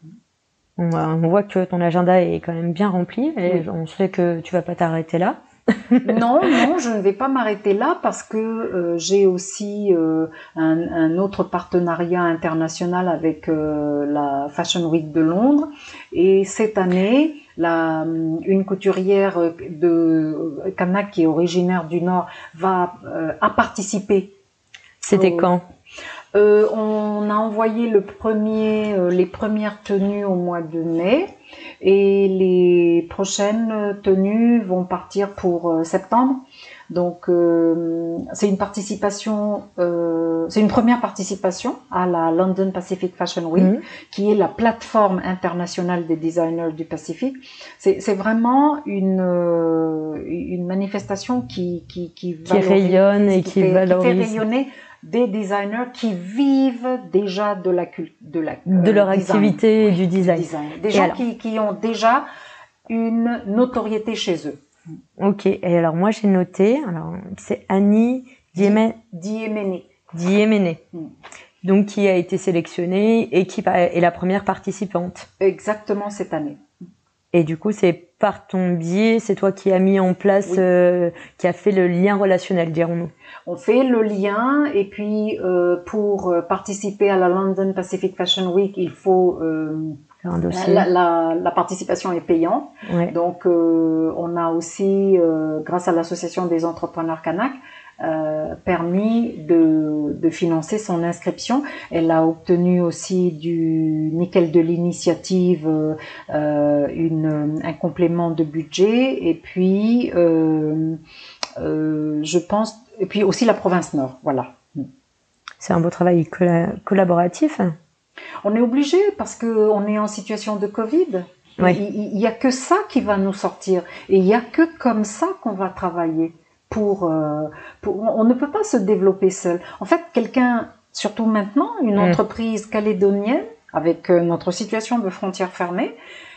On, on voit que ton agenda est quand même bien rempli et oui. On sait que tu vas pas t'arrêter là. Non, non, je ne vais pas m'arrêter là parce que euh, j'ai aussi euh, un, un autre partenariat international avec euh, la Fashion Week de Londres. Et cette année, la, une couturière de Kanak qui est originaire du Nord va euh, a participé. C'était au... quand? Euh, on a envoyé le premier, euh, les premières tenues au mois de mai et les prochaines tenues vont partir pour euh, septembre. Donc euh, c'est une participation, euh, c'est une première participation à la London Pacific Fashion Week, mmh. qui est la plateforme internationale des designers du Pacifique. C'est, c'est vraiment une euh, une manifestation qui qui qui, qui rayonne et qui, qui, fait, valorise. qui fait rayonner des designers qui vivent déjà de la de la de leur euh, activité et du design. design. Des et gens alors, qui qui ont déjà une notoriété chez eux. Ok. Et alors moi j'ai noté, alors c'est Annie Diémene. Diémene. Diémene. Mm. Donc qui a été sélectionnée et qui est la première participante. Exactement cette année. Et du coup, c'est par ton biais, c'est toi qui as mis en place, oui. euh, qui a fait le lien relationnel, dirons-nous. On fait le lien et puis euh, pour participer à la London Pacific Fashion Week, il faut euh, un dossier. La, la, la participation est payante. Ouais. Donc, euh, on a aussi, euh, grâce à l'association des entrepreneurs Kanak, euh, permis de, de financer son inscription. Elle a obtenu aussi du nickel de l'initiative, euh, une, un complément de budget, et puis euh, euh, je pense, et puis aussi la province Nord. Voilà. C'est un beau travail colla- collaboratif. On est obligé parce que on est en situation de Covid. Oui. Il, il y a que ça qui va nous sortir, et il y a que comme ça qu'on va travailler. Pour, euh, pour, on ne peut pas se développer seul. En fait, quelqu'un, surtout maintenant, une mmh. entreprise calédonienne, avec euh, notre situation de frontières fermées,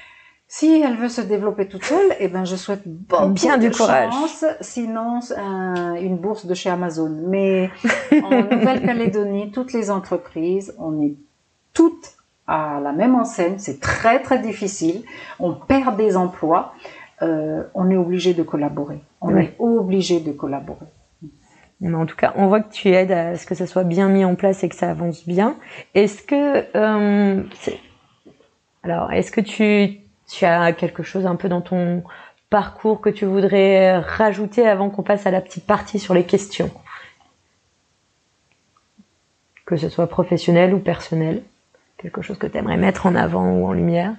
si elle veut se développer toute seule, eh ben, je souhaite beaucoup Bien de du courage. chance, sinon un, une bourse de chez Amazon. Mais en Nouvelle-Calédonie, toutes les entreprises, on est toutes à la même enseigne, c'est très très difficile, on perd des emplois. Euh, on est obligé de collaborer. On oui. est obligé de collaborer. Mais en tout cas, on voit que tu aides à ce que ça soit bien mis en place et que ça avance bien. Est-ce que, euh, c'est... alors, est-ce que tu, tu as quelque chose un peu dans ton parcours que tu voudrais rajouter avant qu'on passe à la petite partie sur les questions, que ce soit professionnel ou personnel, quelque chose que tu aimerais mettre en avant ou en lumière?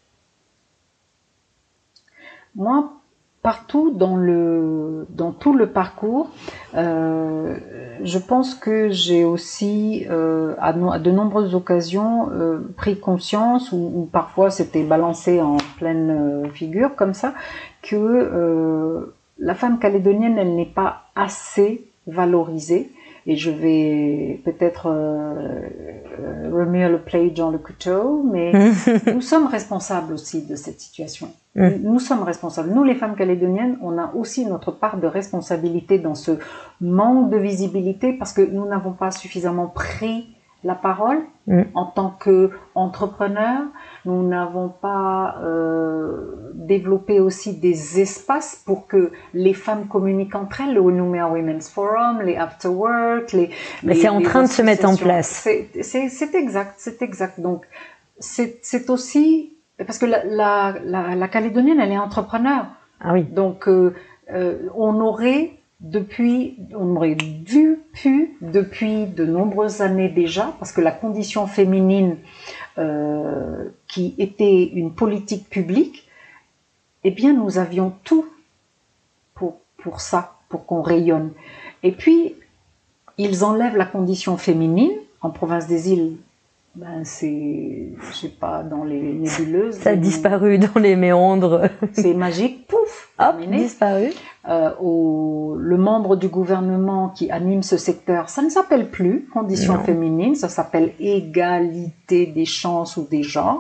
Moi, partout dans le dans tout le parcours, euh, je pense que j'ai aussi euh, à, no, à de nombreuses occasions euh, pris conscience, ou, ou parfois c'était balancé en pleine euh, figure comme ça, que euh, la femme calédonienne, elle n'est pas assez valorisée. Et je vais peut-être euh, euh, remuer le plaid dans le couteau, mais nous sommes responsables aussi de cette situation. Mm. Nous, nous sommes responsables. Nous, les femmes calédoniennes, on a aussi notre part de responsabilité dans ce manque de visibilité parce que nous n'avons pas suffisamment pris la parole mm. en tant qu'entrepreneurs. Nous n'avons pas euh, développé aussi des espaces pour que les femmes communiquent entre elles, le Onumea Women's Forum, les After Work, les... Mais les, c'est en train de se mettre en place. C'est, c'est, c'est exact, c'est exact. Donc, c'est, c'est aussi... Parce que la, la, la, la Calédonienne, elle est entrepreneur. Ah oui. Donc, euh, euh, on aurait... Depuis, on aurait dû, pu, depuis de nombreuses années déjà, parce que la condition féminine, euh, qui était une politique publique, eh bien, nous avions tout pour, pour ça, pour qu'on rayonne. Et puis, ils enlèvent la condition féminine en province des îles. Ben, c'est, je sais pas, dans les nébuleuses. Ça a disparu dans les méandres. C'est magique, pouf, hop, disparu. Euh, au, le membre du gouvernement qui anime ce secteur, ça ne s'appelle plus condition non. féminine, ça s'appelle égalité des chances ou des genres.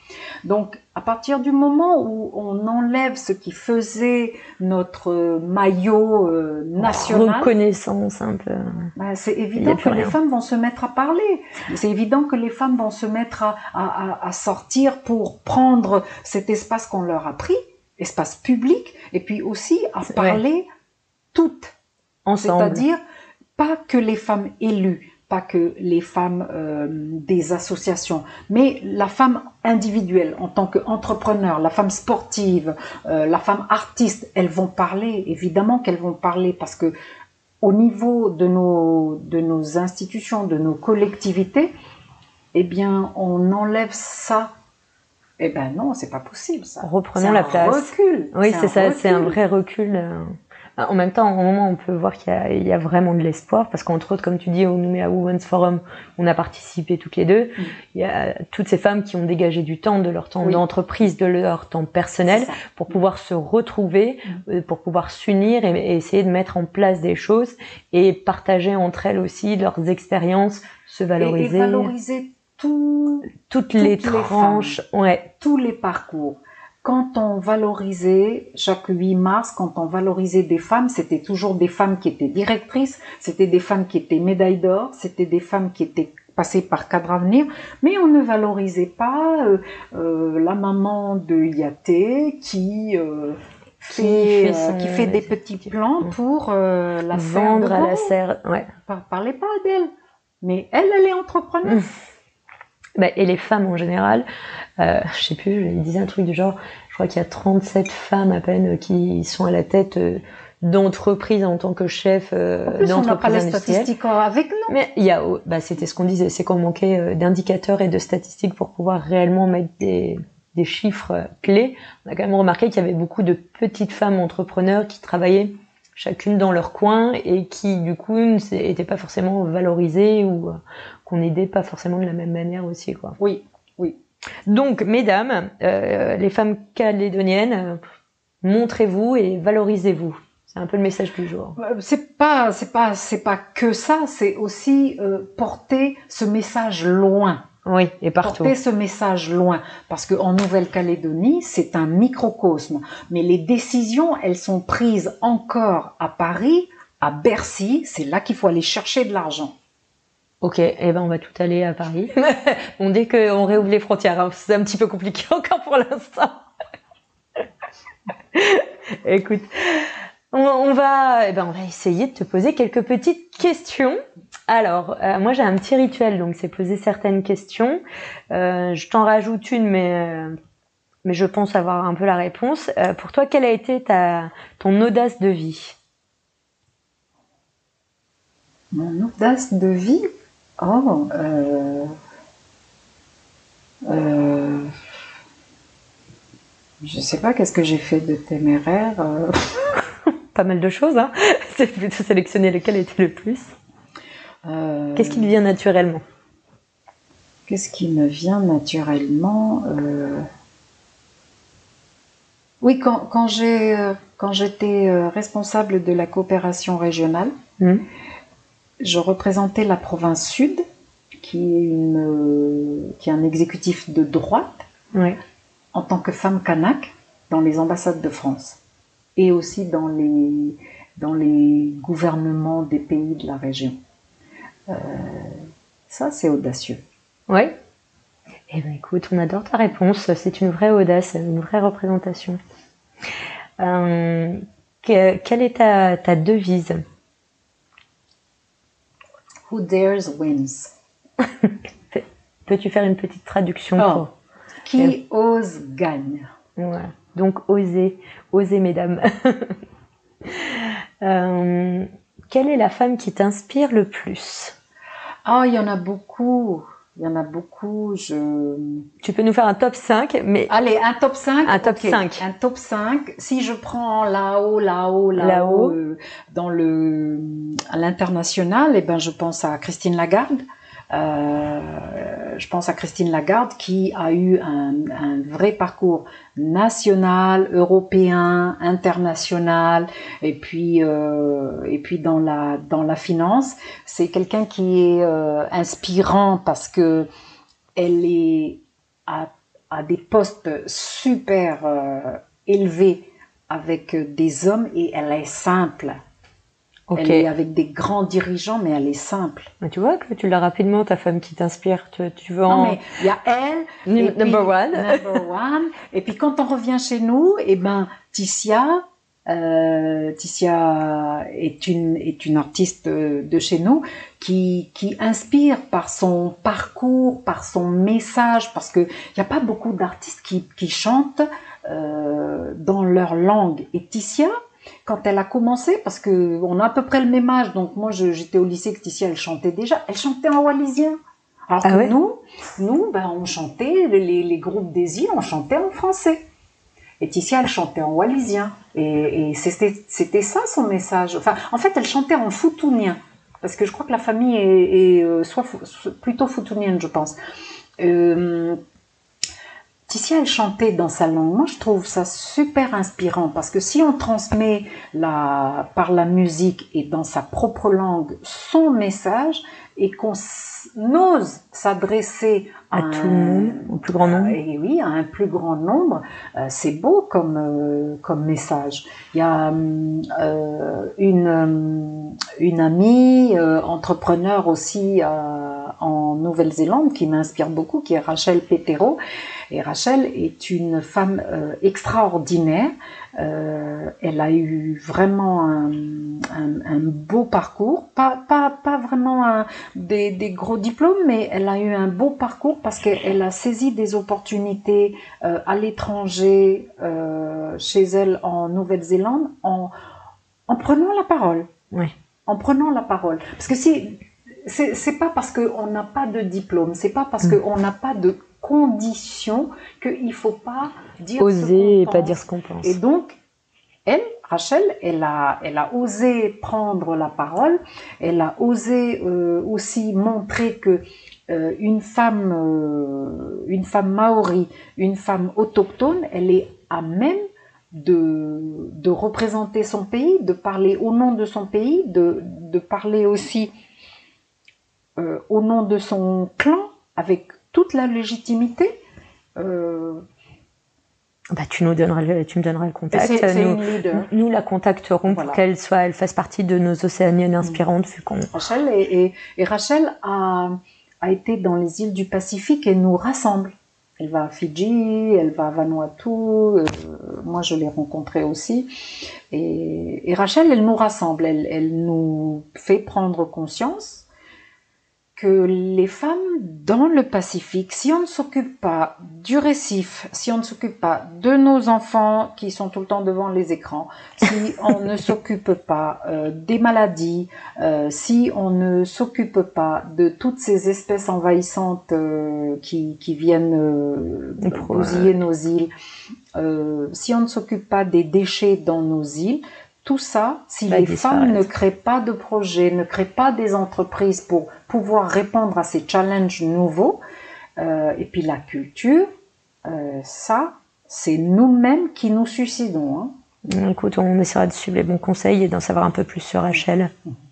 Donc, à partir du moment où on enlève ce qui faisait notre maillot euh, national, reconnaissance un peu. Ben, c'est évident que rien. Les femmes vont se mettre à parler. C'est évident que les femmes vont se mettre à, à, à sortir pour prendre cet espace qu'on leur a pris, espace public, et puis aussi à parler ouais. toutes. Ensemble. C'est-à-dire pas que les femmes élues, pas que les femmes euh, des associations, mais la femme individuelle en tant qu'entrepreneur, la femme sportive, euh, la femme artiste, elles vont parler, évidemment qu'elles vont parler, parce que au niveau de nos, de nos institutions, de nos collectivités, eh bien, on enlève ça. Eh ben non, c'est pas possible ça. Reprenons la place. C'est un recul. Oui, c'est ça, c'est un vrai recul. En même temps, au moment, on peut voir qu'il y a, il y a vraiment de l'espoir, parce qu'entre autres, comme tu dis, au Nouméa Women's Forum, on a participé toutes les deux. Mm. Il y a toutes ces femmes qui ont dégagé du temps, de leur temps oui. d'entreprise, de leur temps personnel, pour pouvoir se retrouver, mm. pour pouvoir s'unir et, et essayer de mettre en place des choses et partager entre elles aussi leurs expériences, se valoriser. Et, et valoriser tout, toutes, toutes les tranches, les ouais. tous les parcours. Quand on valorisait, chaque huit mars, quand on valorisait des femmes, c'était toujours des femmes qui étaient directrices, c'était des femmes qui étaient médailles d'or, c'était des femmes qui étaient passées par Cadre Avenir, mais on ne valorisait pas euh, euh, la maman de Yaté qui... Euh, Fait, qui fait, son, euh, qui fait des petits plans pour euh, la vendre à la serre. Ouais. Par, parlez pas d'elle, mais elle, elle est entrepreneuse. Bah, et les femmes en général, euh, je sais plus, il disait un truc du genre, je crois qu'il y a trente-sept femmes à peine qui sont à la tête euh, d'entreprises en tant que chef euh, en plus, d'entreprise on n'a pas les statistiques avec nous. Mais il y a, bah, c'était ce qu'on disait, c'est qu'on manquait euh, d'indicateurs et de statistiques pour pouvoir réellement mettre des des chiffres clés. On a quand même remarqué qu'il y avait beaucoup de petites femmes entrepreneurs qui travaillaient chacune dans leur coin et qui du coup n'étaient pas forcément valorisées ou euh, qu'on aidait pas forcément de la même manière aussi, quoi. Oui, oui. Donc, mesdames, euh, les femmes calédoniennes, euh, montrez-vous et valorisez-vous. C'est un peu le message du jour. C'est pas, c'est pas, c'est pas que ça. C'est aussi euh, porter ce message loin. Oui, et partout. Porter ce message loin, parce qu'en Nouvelle-Calédonie, c'est un microcosme. Mais les décisions, elles sont prises encore à Paris, à Bercy. C'est là qu'il faut aller chercher de l'argent. Ok, eh ben on va tout aller à Paris. Bon, dès qu'on réouvre les frontières, hein, c'est un petit peu compliqué encore pour l'instant. Écoute, on, on va, eh ben on va essayer de te poser quelques petites questions. Alors, euh, moi j'ai un petit rituel, donc c'est poser certaines questions. Euh, je t'en rajoute une, mais euh, mais je pense avoir un peu la réponse. Euh, pour toi, quelle a été ta ton audace de vie? Mon audace de vie? Oh, euh, euh, je sais pas, qu'est-ce que j'ai fait de téméraire? euh... Pas mal de choses, hein. C'est plutôt sélectionner lequel était le plus. Euh, Qu'est-ce qui te vient naturellement? Qu'est-ce qui me vient naturellement euh... Oui, quand, quand j'ai, quand j'étais responsable de la coopération régionale, mmh. je représentais la province Sud, qui est, une, qui est un exécutif de droite, oui. en tant que femme kanak dans les ambassades de France et aussi dans les, dans les gouvernements des pays de la région. Euh, ça, c'est audacieux. Oui. Eh bien, écoute, on adore ta réponse. C'est une vraie audace, une vraie représentation. Euh, que, quelle est ta, ta devise? Who dares wins. Peux-tu faire une petite traduction oh. pour... Qui Et... ose gagne. Ouais. Donc, osez, osez, mesdames. euh, quelle est la femme qui t'inspire le plus? Ah, oh, il y en a beaucoup. Il y en a beaucoup. Je... Tu peux nous faire un top cinq, mais... Allez, un top cinq. Un top okay. cinq. Un top cinq. Si je prends là-haut, là-haut, là-haut, là-haut. Euh, dans le, à l'international, eh ben, je pense à Christine Lagarde. Euh, je pense à Christine Lagarde qui a eu un, un vrai parcours national, européen, international, et puis euh, et puis dans la dans la finance, c'est quelqu'un qui est euh, inspirant parce que elle est à, à des postes super euh, élevés avec des hommes et elle est simple. Okay. Elle est avec des grands dirigeants, mais elle est simple. Mais tu vois que tu l'as rapidement, ta femme qui t'inspire. Tu, tu veux non, en... mais il y a elle. Num- et number puis, one. Number one. Et puis quand on revient chez nous, eh ben, Ticia, euh, Ticia est une, est une artiste de chez nous qui, qui inspire par son parcours, par son message, parce que il n'y a pas beaucoup d'artistes qui, qui chantent euh, dans leur langue. Et Ticia, quand elle a commencé, parce que on a à peu près le même âge, donc moi je, j'étais au lycée que Ticia, elle chantait déjà, elle chantait en wallisien. Alors ah que ouais nous, nous, ben on chantait, les, les groupes des îles, on chantait en français. Et Ticia, elle chantait en wallisien. Et, et c'était, c'était ça son message. Enfin, en fait, elle chantait en foutounien, parce que je crois que la famille est, est soit, soit plutôt foutounienne, je pense. Euh, Ticia, elle chantait dans sa langue. Moi, je trouve ça super inspirant parce que si on transmet la, par la musique et dans sa propre langue son message et qu'on ose s'adresser à, à un, tout le monde, au plus grand nombre. Et oui, à un plus grand nombre, euh, c'est beau comme euh, comme message. Il y a euh, une une amie euh, entrepreneur aussi euh, en Nouvelle-Zélande qui m'inspire beaucoup, qui est Rachel Petero. Et Rachel est une femme euh, extraordinaire. Euh, elle a eu vraiment un, un, un beau parcours, pas, pas, pas vraiment un, des, des gros diplômes, mais elle a eu un beau parcours parce qu'elle a saisi des opportunités euh, à l'étranger, euh, chez elle en Nouvelle-Zélande, en, en prenant la parole. Oui. En prenant la parole. Parce que si, c'est, c'est pas parce qu'on n'a pas de diplôme, c'est pas parce mmh. qu'on n'a pas de conditions qu'il faut pas dire oser ce qu'on et pense. pas dire ce qu'on pense. Et donc, elle, Rachel, elle a, elle a osé prendre la parole. Elle a osé euh, aussi montrer que euh, une femme, euh, une femme maori, une femme autochtone, elle est à même de, de représenter son pays, de parler au nom de son pays, de, de parler aussi euh, au nom de son clan, avec toute la légitimité. Euh... Bah, tu nous donneras le, tu me donneras le contact. C'est, c'est nous, une leader. nous la contacterons voilà. Pour qu'elle soit, elle fasse partie de nos océaniennes inspirantes, vu qu'on. Rachel et, et, et Rachel a, a été dans les îles du Pacifique et nous rassemble. Elle va à Fidji, elle va à Vanuatu. Euh, moi, je l'ai rencontrée aussi. Et, et Rachel, elle nous rassemble. Elle, elle nous fait prendre conscience que les femmes dans le Pacifique, si on ne s'occupe pas du récif, si on ne s'occupe pas de nos enfants qui sont tout le temps devant les écrans, si on ne s'occupe pas euh, des maladies, euh, si on ne s'occupe pas de toutes ces espèces envahissantes euh, qui, qui viennent euh, bousiller nos îles, euh, si on ne s'occupe pas des déchets dans nos îles, tout ça, si bah, les femmes ne créent pas de projets, ne créent pas des entreprises pour pouvoir répondre à ces challenges nouveaux, euh, et puis la culture, euh, ça, c'est nous-mêmes qui nous suicidons. Hein. Écoute, on essaiera de suivre les bons conseils et d'en savoir un peu plus sur Rachel.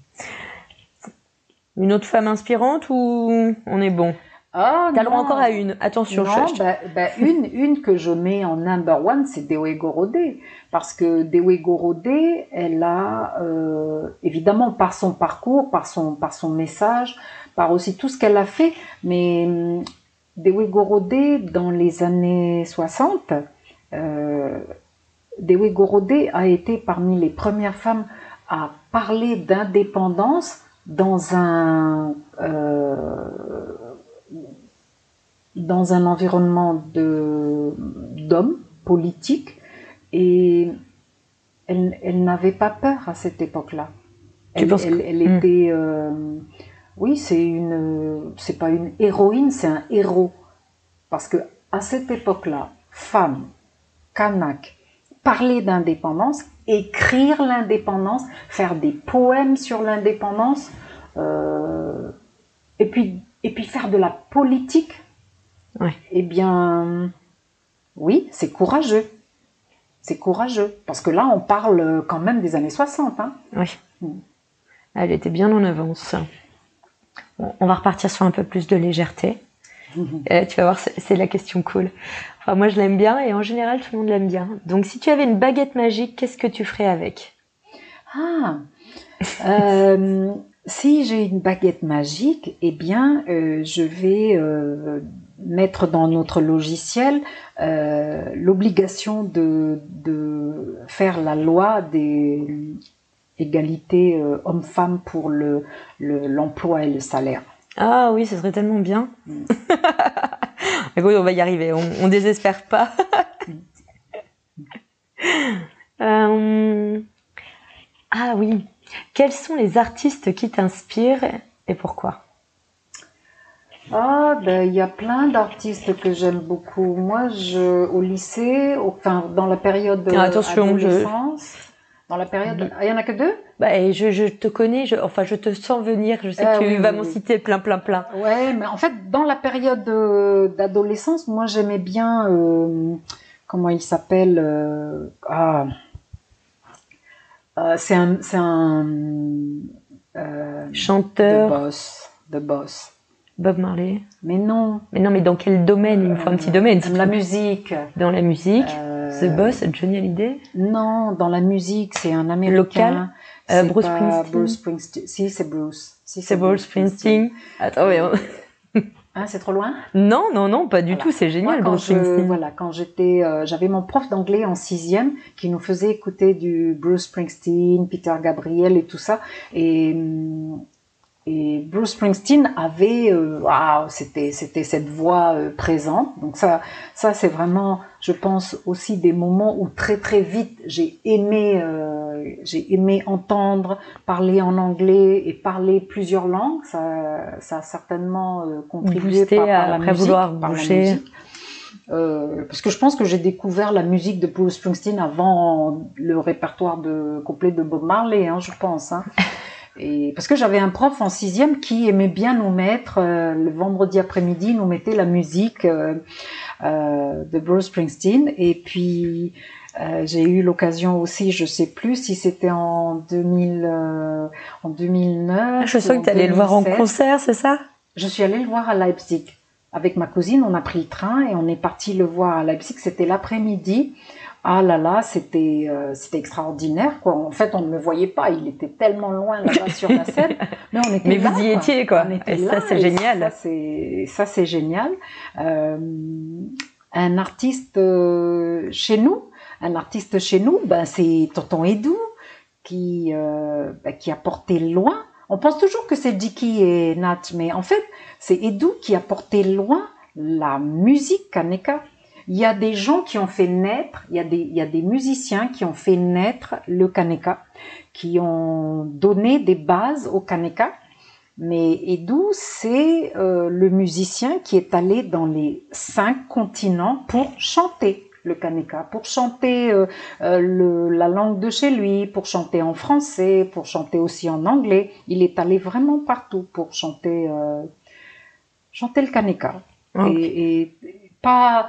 Une autre femme inspirante ou on est bon? Ah, T'as le droit encore à une. Attention, non, je... bah, bah, une, une que je mets en number one, c'est Dewe Gorode. Parce que Dewe Gorode, elle a, euh, évidemment, par son parcours, par son, par son message, par aussi tout ce qu'elle a fait, mais euh, Dewe Gorode, dans les années soixante, euh, Dewe Gorode a été parmi les premières femmes à parler d'indépendance dans un... Euh, dans un environnement de, d'hommes politiques et elle, elle n'avait pas peur à cette époque-là. Elle, elle, que... elle était, euh, oui, c'est une, c'est pas une héroïne, c'est un héros. Parce que à cette époque-là, femme, kanak, parler d'indépendance, écrire l'indépendance, faire des poèmes sur l'indépendance, euh, et puis, et puis faire de la politique. Ouais. Eh bien, oui, c'est courageux. C'est courageux. Parce que là, on parle quand même des années soixante. Hein. Oui. Mm. Elle était bien en avance. Bon, on va repartir sur un peu plus de légèreté. Eh, tu vas voir, c'est c'est la question cool. Enfin, moi, je l'aime bien et en général, tout le monde l'aime bien. Donc, si tu avais une baguette magique, qu'est-ce que tu ferais avec? Ah, euh, si j'ai une baguette magique, eh bien, euh, je vais euh, mettre dans notre logiciel euh, l'obligation de, de faire la loi des égalités euh, hommes-femmes pour le, le- l'emploi et le salaire. Ah oui, ce serait tellement bien. Écoute, on va y arriver, on, on désespère pas. Euh, Ah oui, quels sont les artistes qui t'inspirent et pourquoi? Ah, ben, il y a plein d'artistes que j'aime beaucoup. Moi, je, au lycée, au- enfin, dans la période Ah, attention, je, adolescence, dans la période, ah, il y en a que deux? bah, et je, je te connais, je, enfin, je te sens venir. Je sais que Euh, tu oui, vas oui, m'en oui. citer plein, plein, plein. Ouais, mais en fait, dans la période euh, d'adolescence, moi, j'aimais bien, euh, comment il s'appelle, euh, ah, euh, c'est un, c'est un, euh, The Chanteur, Boss, The Boss. Bob Marley. Mais non, Mais non, mais dans quel domaine? Il me faut un petit domaine. si la tu- musique. Dans la musique, Euh, The Boss, Johnny Hallyday, Non, dans la musique, c'est un Américain. local, euh, C'est Bruce pas Springsteen. Bruce Springsteen. Si, c'est Bruce. Si, C'est Bruce Springsteen. Attends, mais on- Hein, c'est trop loin? non, non, non, pas du Voilà. tout. C'est génial, Moi, quand Bruce je, Springsteen. voilà, quand j'étais, euh, j'avais mon prof d'anglais en sixième qui nous faisait écouter du Bruce Springsteen, Peter Gabriel et tout ça. Et, hum, et Bruce Springsteen avait, euh, waouh, c'était, c'était cette voix euh, présente. Donc ça, ça c'est vraiment, je pense aussi des moments où très très vite j'ai aimé, euh, j'ai aimé entendre parler en anglais et parler plusieurs langues. Ça, ça a certainement euh, contribué Boosté par, par à la après musique, vouloir par la bouger. musique. Euh, parce que je pense que j'ai découvert la musique de Bruce Springsteen avant le répertoire de complet de Bob Marley, hein, je pense. Hein. Et parce que j'avais un prof en sixième qui aimait bien nous mettre euh, le vendredi après-midi, nous mettait la musique euh, euh, de Bruce Springsteen. Et puis euh, j'ai eu l'occasion aussi, je sais plus si c'était en deux mille, euh, en deux mille neuf. Je sens que tu allais le voir en concert, c'est ça? Je suis allée le voir à Leipzig. Avec ma cousine, on a pris le train et on est parti le voir à Leipzig. C'était l'après-midi. Ah là là, c'était euh, c'était extraordinaire quoi. En fait, on ne le voyait pas, il était tellement loin là-bas sur la scène, mais on était Mais là. vous y quoi. étiez quoi. On était Et là, ça c'est et génial. Ça c'est ça c'est génial. Euh, un artiste euh, chez nous, un artiste chez nous, ben c'est Tonton Edou qui euh, ben, qui a porté loin. On pense toujours que c'est Dicky et Nat, mais en fait, c'est Edou qui a porté loin la musique Kaneka. Il y a des gens qui ont fait naître, il y a des, il y a des musiciens qui ont fait naître le Kaneka, qui ont donné des bases au Kaneka. Mais Edou, c'est euh, le musicien qui est allé dans les cinq continents pour chanter le Kaneka, pour chanter euh, euh, le, la langue de chez lui, pour chanter en français, pour chanter aussi en anglais. Il est allé vraiment partout pour chanter, euh, chanter le Kaneka. Okay. Et, et pas...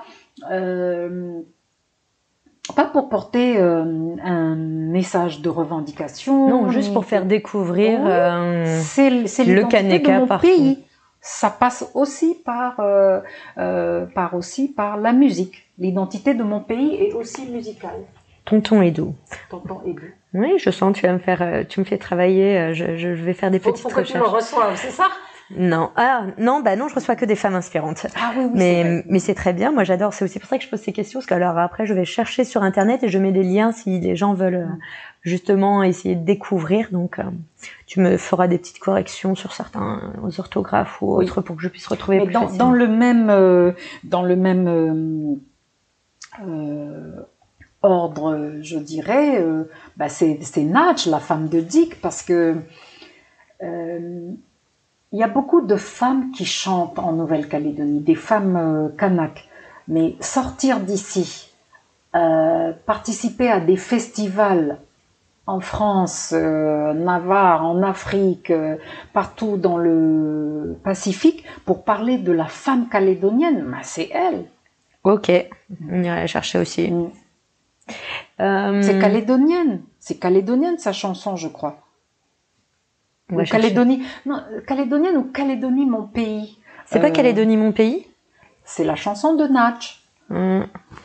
Euh, pas pour porter euh, un message de revendication. Non, juste pour faire découvrir oui, euh, c'est, c'est le l'identité Kaneka de mon partout. pays. Ça passe aussi par, euh, euh, par aussi par la musique. L'identité de mon pays est aussi musicale. Tonton Edou. Tonton Edou. Oui, je sens, tu vas me faire, tu me fais travailler. Je, je vais faire des faut, petites faut que recherches. Tu le reçoives, c'est ça? Non, ah non, bah non, je reçois que des femmes inspirantes. Ah oui, oui. Mais c'est mais c'est très bien. Moi, j'adore. C'est aussi pour ça que je pose ces questions, parce que alors après, je vais chercher sur internet et je mets des liens si les gens veulent euh, justement essayer de découvrir. Donc, euh, tu me feras des petites corrections sur certains euh, orthographes ou autres oui. pour que je puisse retrouver. Mais plus dans, facilement. dans le même euh, dans le même euh, euh, ordre, je dirais, euh, bah c'est c'est Natch, la femme de Dick, parce que euh, il y a beaucoup de femmes qui chantent en Nouvelle-Calédonie, des femmes euh, kanak, mais sortir d'ici, euh, participer à des festivals en France, euh, Navarre, en Afrique, euh, partout dans le Pacifique, pour parler de la femme calédonienne, bah, c'est elle. Ok, on ira la chercher aussi. Mmh. Euh... C'est calédonienne, c'est calédonienne sa chanson, je crois. Ou Calédonie, non, calédonienne ou Calédonie, mon pays. C'est euh... pas Calédonie, mon pays? C'est la chanson de Natch. Mmh.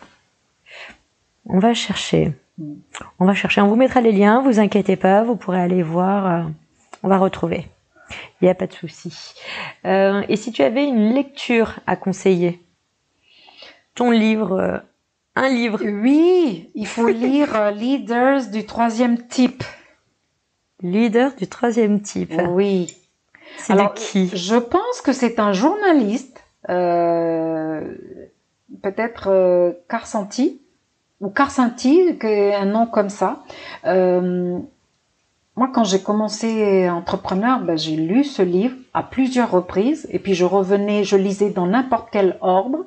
On va chercher. On va chercher. On vous mettra les liens, vous inquiétez pas, vous pourrez aller voir. Euh, on va retrouver. Il n'y a pas de souci. Euh, et si tu avais une lecture à conseiller? Ton livre, euh, un livre. Oui, il faut lire euh, Leaders du troisième type. Leader du troisième type. Oui. C'est de qui? Je pense que c'est un journaliste, euh, peut-être euh, Carsanti, ou Carsanti, un nom comme ça. Euh, moi, quand j'ai commencé entrepreneur, ben, j'ai lu ce livre à plusieurs reprises, et puis je revenais, je lisais dans n'importe quel ordre.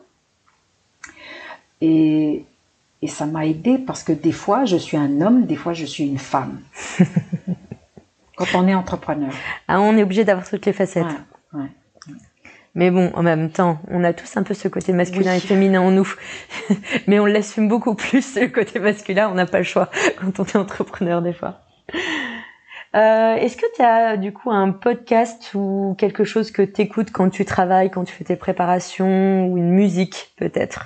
Et, et ça m'a aidé parce que des fois, je suis un homme, des fois, je suis une femme. Quand on est entrepreneur. Ah, on est obligé d'avoir toutes les facettes. Ouais, ouais. Mais bon, en même temps, on a tous un peu ce côté masculin oui. et féminin en nous. Mais on l'assume beaucoup plus, le côté masculin, on n'a pas le choix quand on est entrepreneur des fois. Euh, est-ce que tu as du coup un podcast ou quelque chose que tu écoutes quand tu travailles, quand tu fais tes préparations, ou une musique peut-être?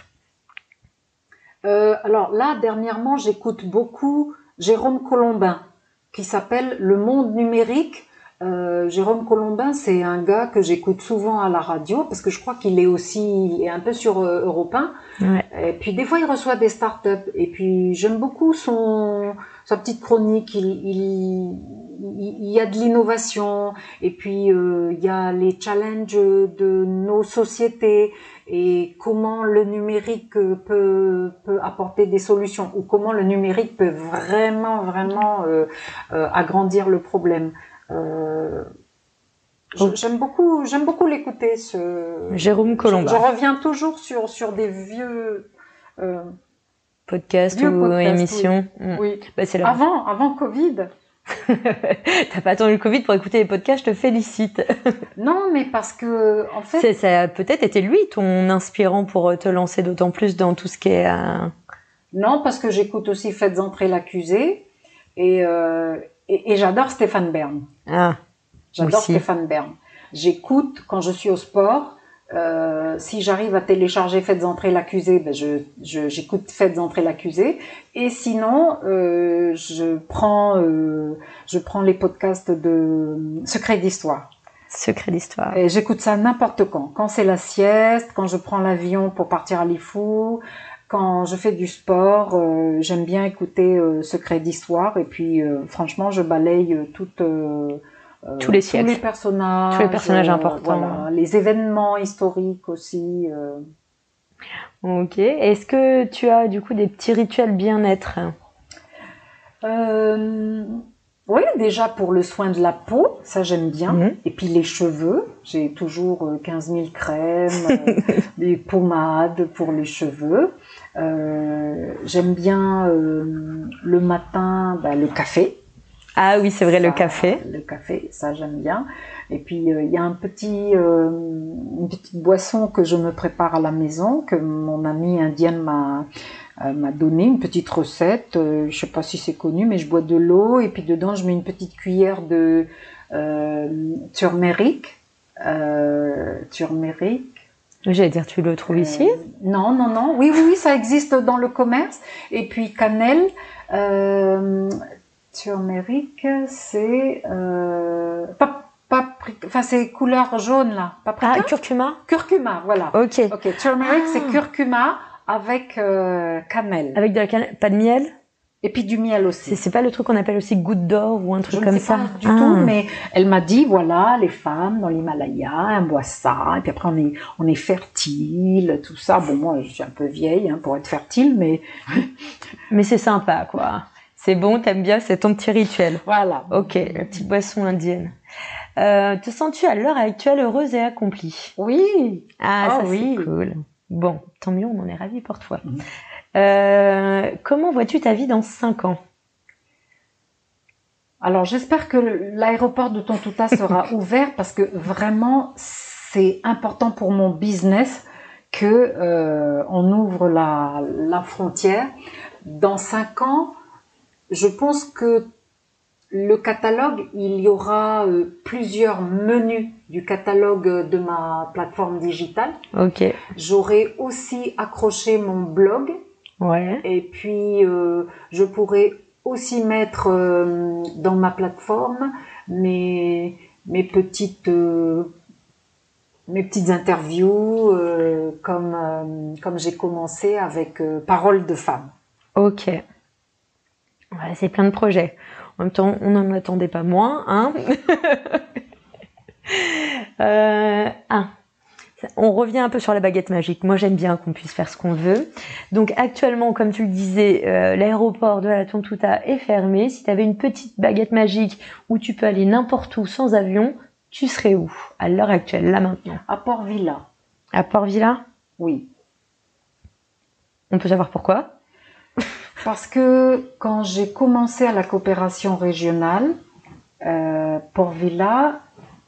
euh, Alors là, dernièrement, j'écoute beaucoup Jérôme Colombin, qui s'appelle Le Monde Numérique. Euh, Jérôme Colombin, c'est un gars que j'écoute souvent à la radio parce que je crois qu'il est aussi il est un peu sur euh, Europe un. Ouais. Et puis des fois il reçoit des startups et puis j'aime beaucoup son sa petite chronique. Il il, il, il y a de l'innovation et puis euh, il y a les challenges de nos sociétés et comment le numérique peut peut apporter des solutions ou comment le numérique peut vraiment vraiment euh, euh, agrandir le problème. Euh, j'aime beaucoup, j'aime beaucoup l'écouter. Ce Jérôme Colombin. Je, je reviens toujours sur sur des vieux euh, podcasts ou podcasts, émissions. Oui. oui. Bah, c'est la... Avant, avant Covid. T'as pas attendu le Covid pour écouter les podcasts, je te félicite. Non, mais parce que en fait, c'est, ça a peut-être été lui ton inspirant pour te lancer d'autant plus dans tout ce qui est. Euh... Non, parce que j'écoute aussi Faites entrer l'accusé et euh, Et, et j'adore Stéphane Bern. Ah, j'adore aussi. Stéphane Bern. J'écoute quand je suis au sport. Euh, si j'arrive à télécharger Faites entrer l'accusé, ben je, je j'écoute Faites entrer l'accusé. Et sinon, euh, je prends euh, je prends les podcasts de Secret d'histoire. Secret d'histoire. Et j'écoute ça n'importe quand. Quand c'est la sieste, quand je prends l'avion pour partir à Lifou. Quand je fais du sport, euh, j'aime bien écouter euh, Secret d'histoire et puis euh, franchement, je balaye euh, toutes euh, tous les siècles, tous les personnages, tous les personnages euh, importants, voilà, les événements historiques aussi. Euh. Ok. Est-ce que tu as du coup des petits rituels bien-être? euh, Oui, déjà pour le soin de la peau, ça j'aime bien. Mmh. Et puis les cheveux, j'ai toujours quinze mille crèmes, euh, des pommades pour les cheveux. Euh, j'aime bien euh, le matin bah, le café. Ah oui, c'est vrai, ça, le café. Le café, ça j'aime bien. Et puis il euh, y a un petit, euh, une petite boisson que je me prépare à la maison, que mon amie indienne m'a euh, m'a donné, une petite recette. Euh, je sais pas si c'est connu, mais je bois de l'eau et puis dedans je mets une petite cuillère de euh, turmeric. Euh, turmeric. J'allais dire, tu le trouves ici? euh, Non, non, non. Oui, oui, oui, ça existe dans le commerce. Et puis cannelle. Euh, turmeric, c'est euh, pap paprika. Enfin, c'est couleur jaune là. Paprika. Ah, curcuma. Curcuma, voilà. Ok. Ok. Turmeric, ah. c'est curcuma avec euh, cannelle. Avec de la cannelle, pas de miel? Et puis du miel aussi. C'est pas le truc qu'on appelle aussi goutte d'or ou un truc je comme ne sais ça? Pas du ah. tout, mais elle m'a dit voilà, les femmes dans l'Himalaya, elles boivent ça, et puis après on est on est fertile, tout ça. Bon, moi je suis un peu vieille hein, pour être fertile, mais mais c'est sympa quoi. C'est bon, t'aimes bien, c'est ton petit rituel. Voilà. Ok, la petite boisson indienne. Euh, te sens-tu à l'heure actuelle heureuse et accomplie? Oui. Ah, oh, ça oui. c'est cool. Bon, tant mieux, on en est ravis pour toi. Mmh. Euh, comment vois-tu ta vie dans cinq ans? Alors j'espère que l'aéroport de Tontouta sera ouvert parce que vraiment c'est important pour mon business que euh, on ouvre la, la frontière. Dans cinq ans, je pense que le catalogue, il y aura euh, plusieurs menus du catalogue de ma plateforme digitale. Ok. J'aurais aussi accroché mon blog. Ouais. Et puis, euh, je pourrais aussi mettre euh, dans ma plateforme mes, mes petites... Euh, mes petites interviews, euh, comme, euh, comme j'ai commencé avec euh, Paroles de femmes. Ok. Voilà, c'est plein de projets. En même temps, on n'en attendait pas moins, hein. euh, ah. On revient un peu sur la baguette magique. Moi, j'aime bien qu'on puisse faire ce qu'on veut. Donc, actuellement, comme tu le disais, euh, l'aéroport de la Tontouta est fermé. Si tu avais une petite baguette magique où tu peux aller n'importe où sans avion, tu serais où à l'heure actuelle, là maintenant? À Port-Vila. À Port-Vila? Oui. On peut savoir pourquoi? Parce que quand j'ai commencé à la coopération régionale, euh, Port-Vila,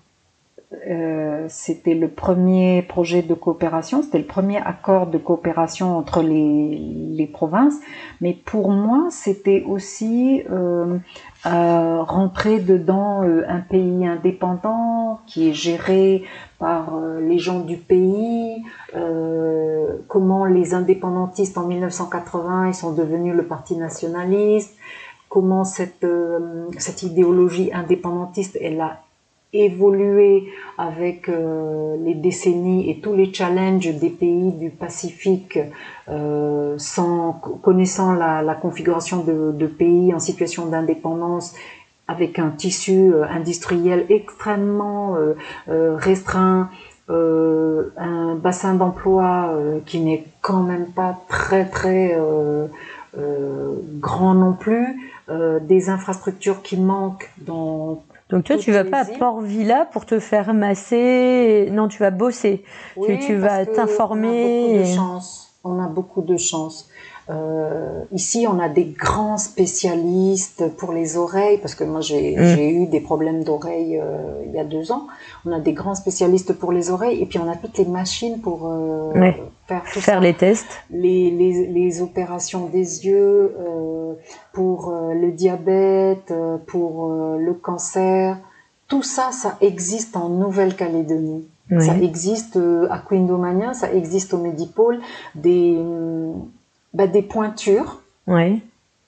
euh, c'était le premier projet de coopération, c'était le premier accord de coopération entre les, les provinces. Mais pour moi, c'était aussi euh, euh, rentrer dedans euh, un pays indépendant qui est géré par euh, les gens du pays, euh, comment les indépendantistes en mille neuf cent quatre-vingts ils sont devenus le parti nationaliste, comment cette, euh, cette idéologie indépendantiste elle a évolué avec euh, les décennies et tous les challenges des pays du Pacifique, euh, sans connaissant la, la configuration de, de pays en situation d'indépendance, avec un tissu euh, industriel extrêmement euh, euh, restreint, euh, un bassin d'emploi euh, qui n'est quand même pas très très euh, euh, grand non plus, euh, des infrastructures qui manquent dans... Donc toi, tu vas pas à Port-Vila pour te faire masser. Non, tu vas bosser. Oui, tu, tu vas t'informer. On a beaucoup de chance. On a beaucoup de chance. Euh, ici, on a des grands spécialistes pour les oreilles, parce que moi, j'ai mmh. j'ai eu des problèmes d'oreilles euh, il y a deux ans. On a des grands spécialistes pour les oreilles, et puis on a toutes les machines pour euh, ouais. faire tout faire ça. les tests, les les, les opérations des yeux, euh, pour euh, le diabète, euh, pour euh, le cancer. Tout ça, ça existe en Nouvelle-Calédonie. Oui. Ça existe euh, à Quindomania, ça existe au Medipôle, des bah, des pointures oui.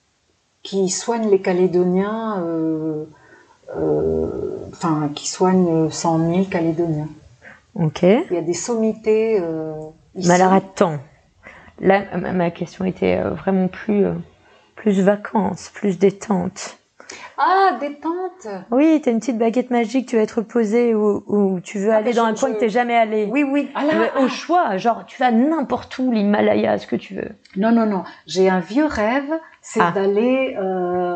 qui soignent les Calédoniens, euh, euh, enfin qui soignent cent mille Calédoniens. Ok. Il y a des sommités euh, ici. Mais alors attends, là ma question était vraiment plus euh, plus vacances, plus détente. Ah, détente. Oui, t'as une petite baguette magique, tu vas être posée ou, ou tu veux ah, aller dans je, un coin je... que t'es jamais allé. Oui, oui. Ah là, ah. Au choix, genre tu vas n'importe où, l'Himalaya, ce que tu veux. Non, non, non. J'ai un vieux rêve, c'est ah. d'aller euh,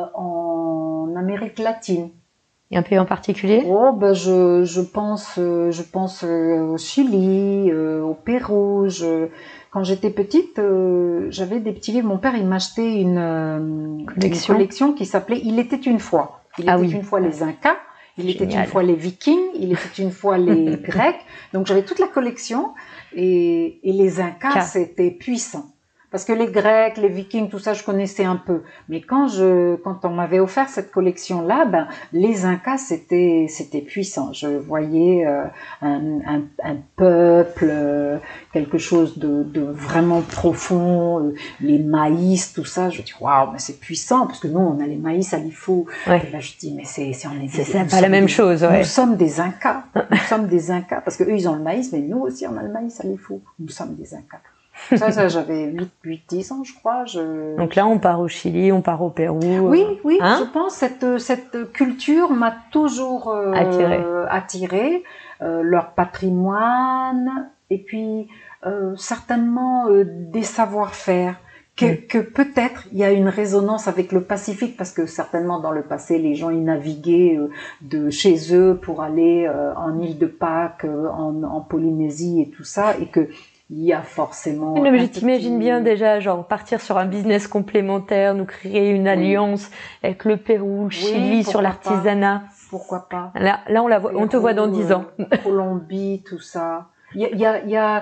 en Amérique latine. Et un pays en particulier? Oh, ben je je pense euh, je pense euh, au Chili, euh, au Pérou. Je... Quand j'étais petite, euh, j'avais des petits livres. Mon père, il m'achetait une, euh, collection. une collection qui s'appelait Il était une fois. Il ah était oui. une fois les Incas, il Génial. était une fois les Vikings, il était une fois les Grecs. Donc j'avais toute la collection et, et les Incas, Car. c'était puissant. Parce que les Grecs, les Vikings, tout ça, je connaissais un peu. Mais quand je, quand on m'avait offert cette collection-là, ben, les Incas, c'était, c'était puissant. Je voyais euh, un, un, un peuple, euh, quelque chose de, de vraiment profond, euh, les maïs, tout ça. Je dis waouh, mais c'est puissant parce que nous, on a les maïs à l'Ifou. Ouais. Et là, je dis mais c'est, c'est on est, c'est, c'est pas la même des, chose. Ouais. Nous sommes des Incas. Nous sommes des Incas parce que eux, ils ont le maïs, mais nous aussi, on a le maïs à l'Ifou. Nous sommes des Incas. Ça, ça j'avais huit dix ans, je crois. Je... Donc là, on part au Chili, on part au Pérou. Oui, oui, hein? je pense cette cette culture m'a toujours euh, attiré. attiré euh, leur patrimoine et puis euh, certainement euh, des savoir-faire. Que, mm. que peut-être il y a une résonance avec le Pacifique parce que certainement dans le passé les gens y naviguaient euh, de chez eux pour aller euh, en île de Pâques, euh, en, en Polynésie et tout ça et que il y a forcément... Non, mais je t'imagine bien déjà, genre, partir sur un business complémentaire, nous créer une alliance oui. avec le Pérou, le Chili, oui, sur l'artisanat. Pas. Pourquoi pas? Là, là on, la voit, Pérou, on te voit dans dix ans. Colombie, tout ça. Il y a... Il y a, il y a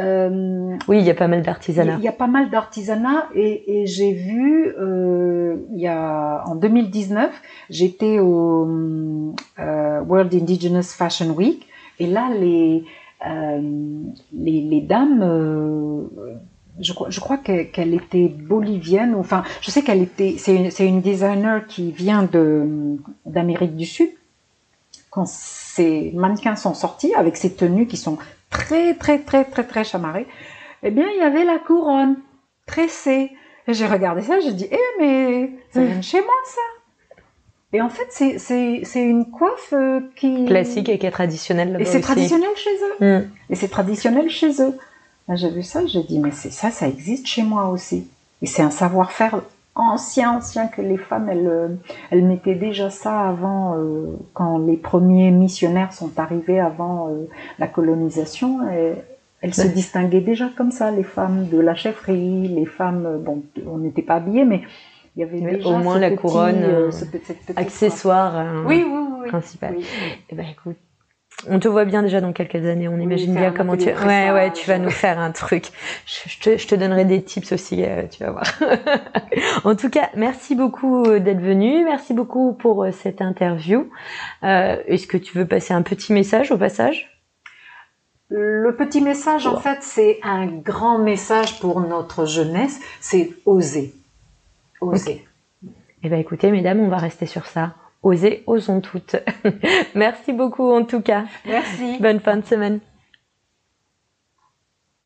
euh, oui, il y a pas mal d'artisanat. Il y a pas mal d'artisanat et, et j'ai vu, euh, il y a, en deux mille dix-neuf, j'étais au euh, World Indigenous Fashion Week. Et là, les, euh, les, les dames, euh, je crois, je crois que, qu'elle était bolivienne. Enfin, je sais qu'elle était. C'est une, c'est une designer qui vient de d'Amérique du Sud. Quand ces mannequins sont sortis avec ces tenues qui sont très très très très très chamarrées, eh bien, il y avait la couronne tressée. Et j'ai regardé ça, j'ai dit, eh mais ça vient de chez moi ça. Et en fait, c'est, c'est, c'est une coiffe euh, qui... Classique et qui est traditionnelle là-bas Et c'est aussi. traditionnel chez eux. Mm. Et c'est traditionnel chez eux. Là, j'ai vu ça, j'ai dit, mais c'est ça, ça existe chez moi aussi. Et c'est un savoir-faire ancien, ancien, que les femmes, elles, elles mettaient déjà ça avant, euh, quand les premiers missionnaires sont arrivés avant euh, la colonisation. Et elles se distinguaient déjà comme ça, les femmes de la chefferie, les femmes, bon, on n'était pas habillées, mais il y avait mais déjà au moins ce la petit, couronne, euh, ce, cette petite accessoire euh, oui, oui, oui, principal. Oui. Eh ben écoute, on te voit bien déjà dans quelques années. On Oui, imagine bien comment tu. Ouais, ouais, tu vas nous faire un truc. Je, je, te, je te donnerai des tips aussi. Euh, tu vas voir. En tout cas, merci beaucoup d'être venu. Merci beaucoup pour cette interview. Euh, est-ce que tu veux passer un petit message au passage? Le petit message, en fait, c'est un grand message pour notre jeunesse, c'est oser. Oser. Okay. Eh bien, écoutez, mesdames, on va rester sur ça. Osez, osons toutes. Merci beaucoup, en tout cas. Merci. Bonne fin de semaine.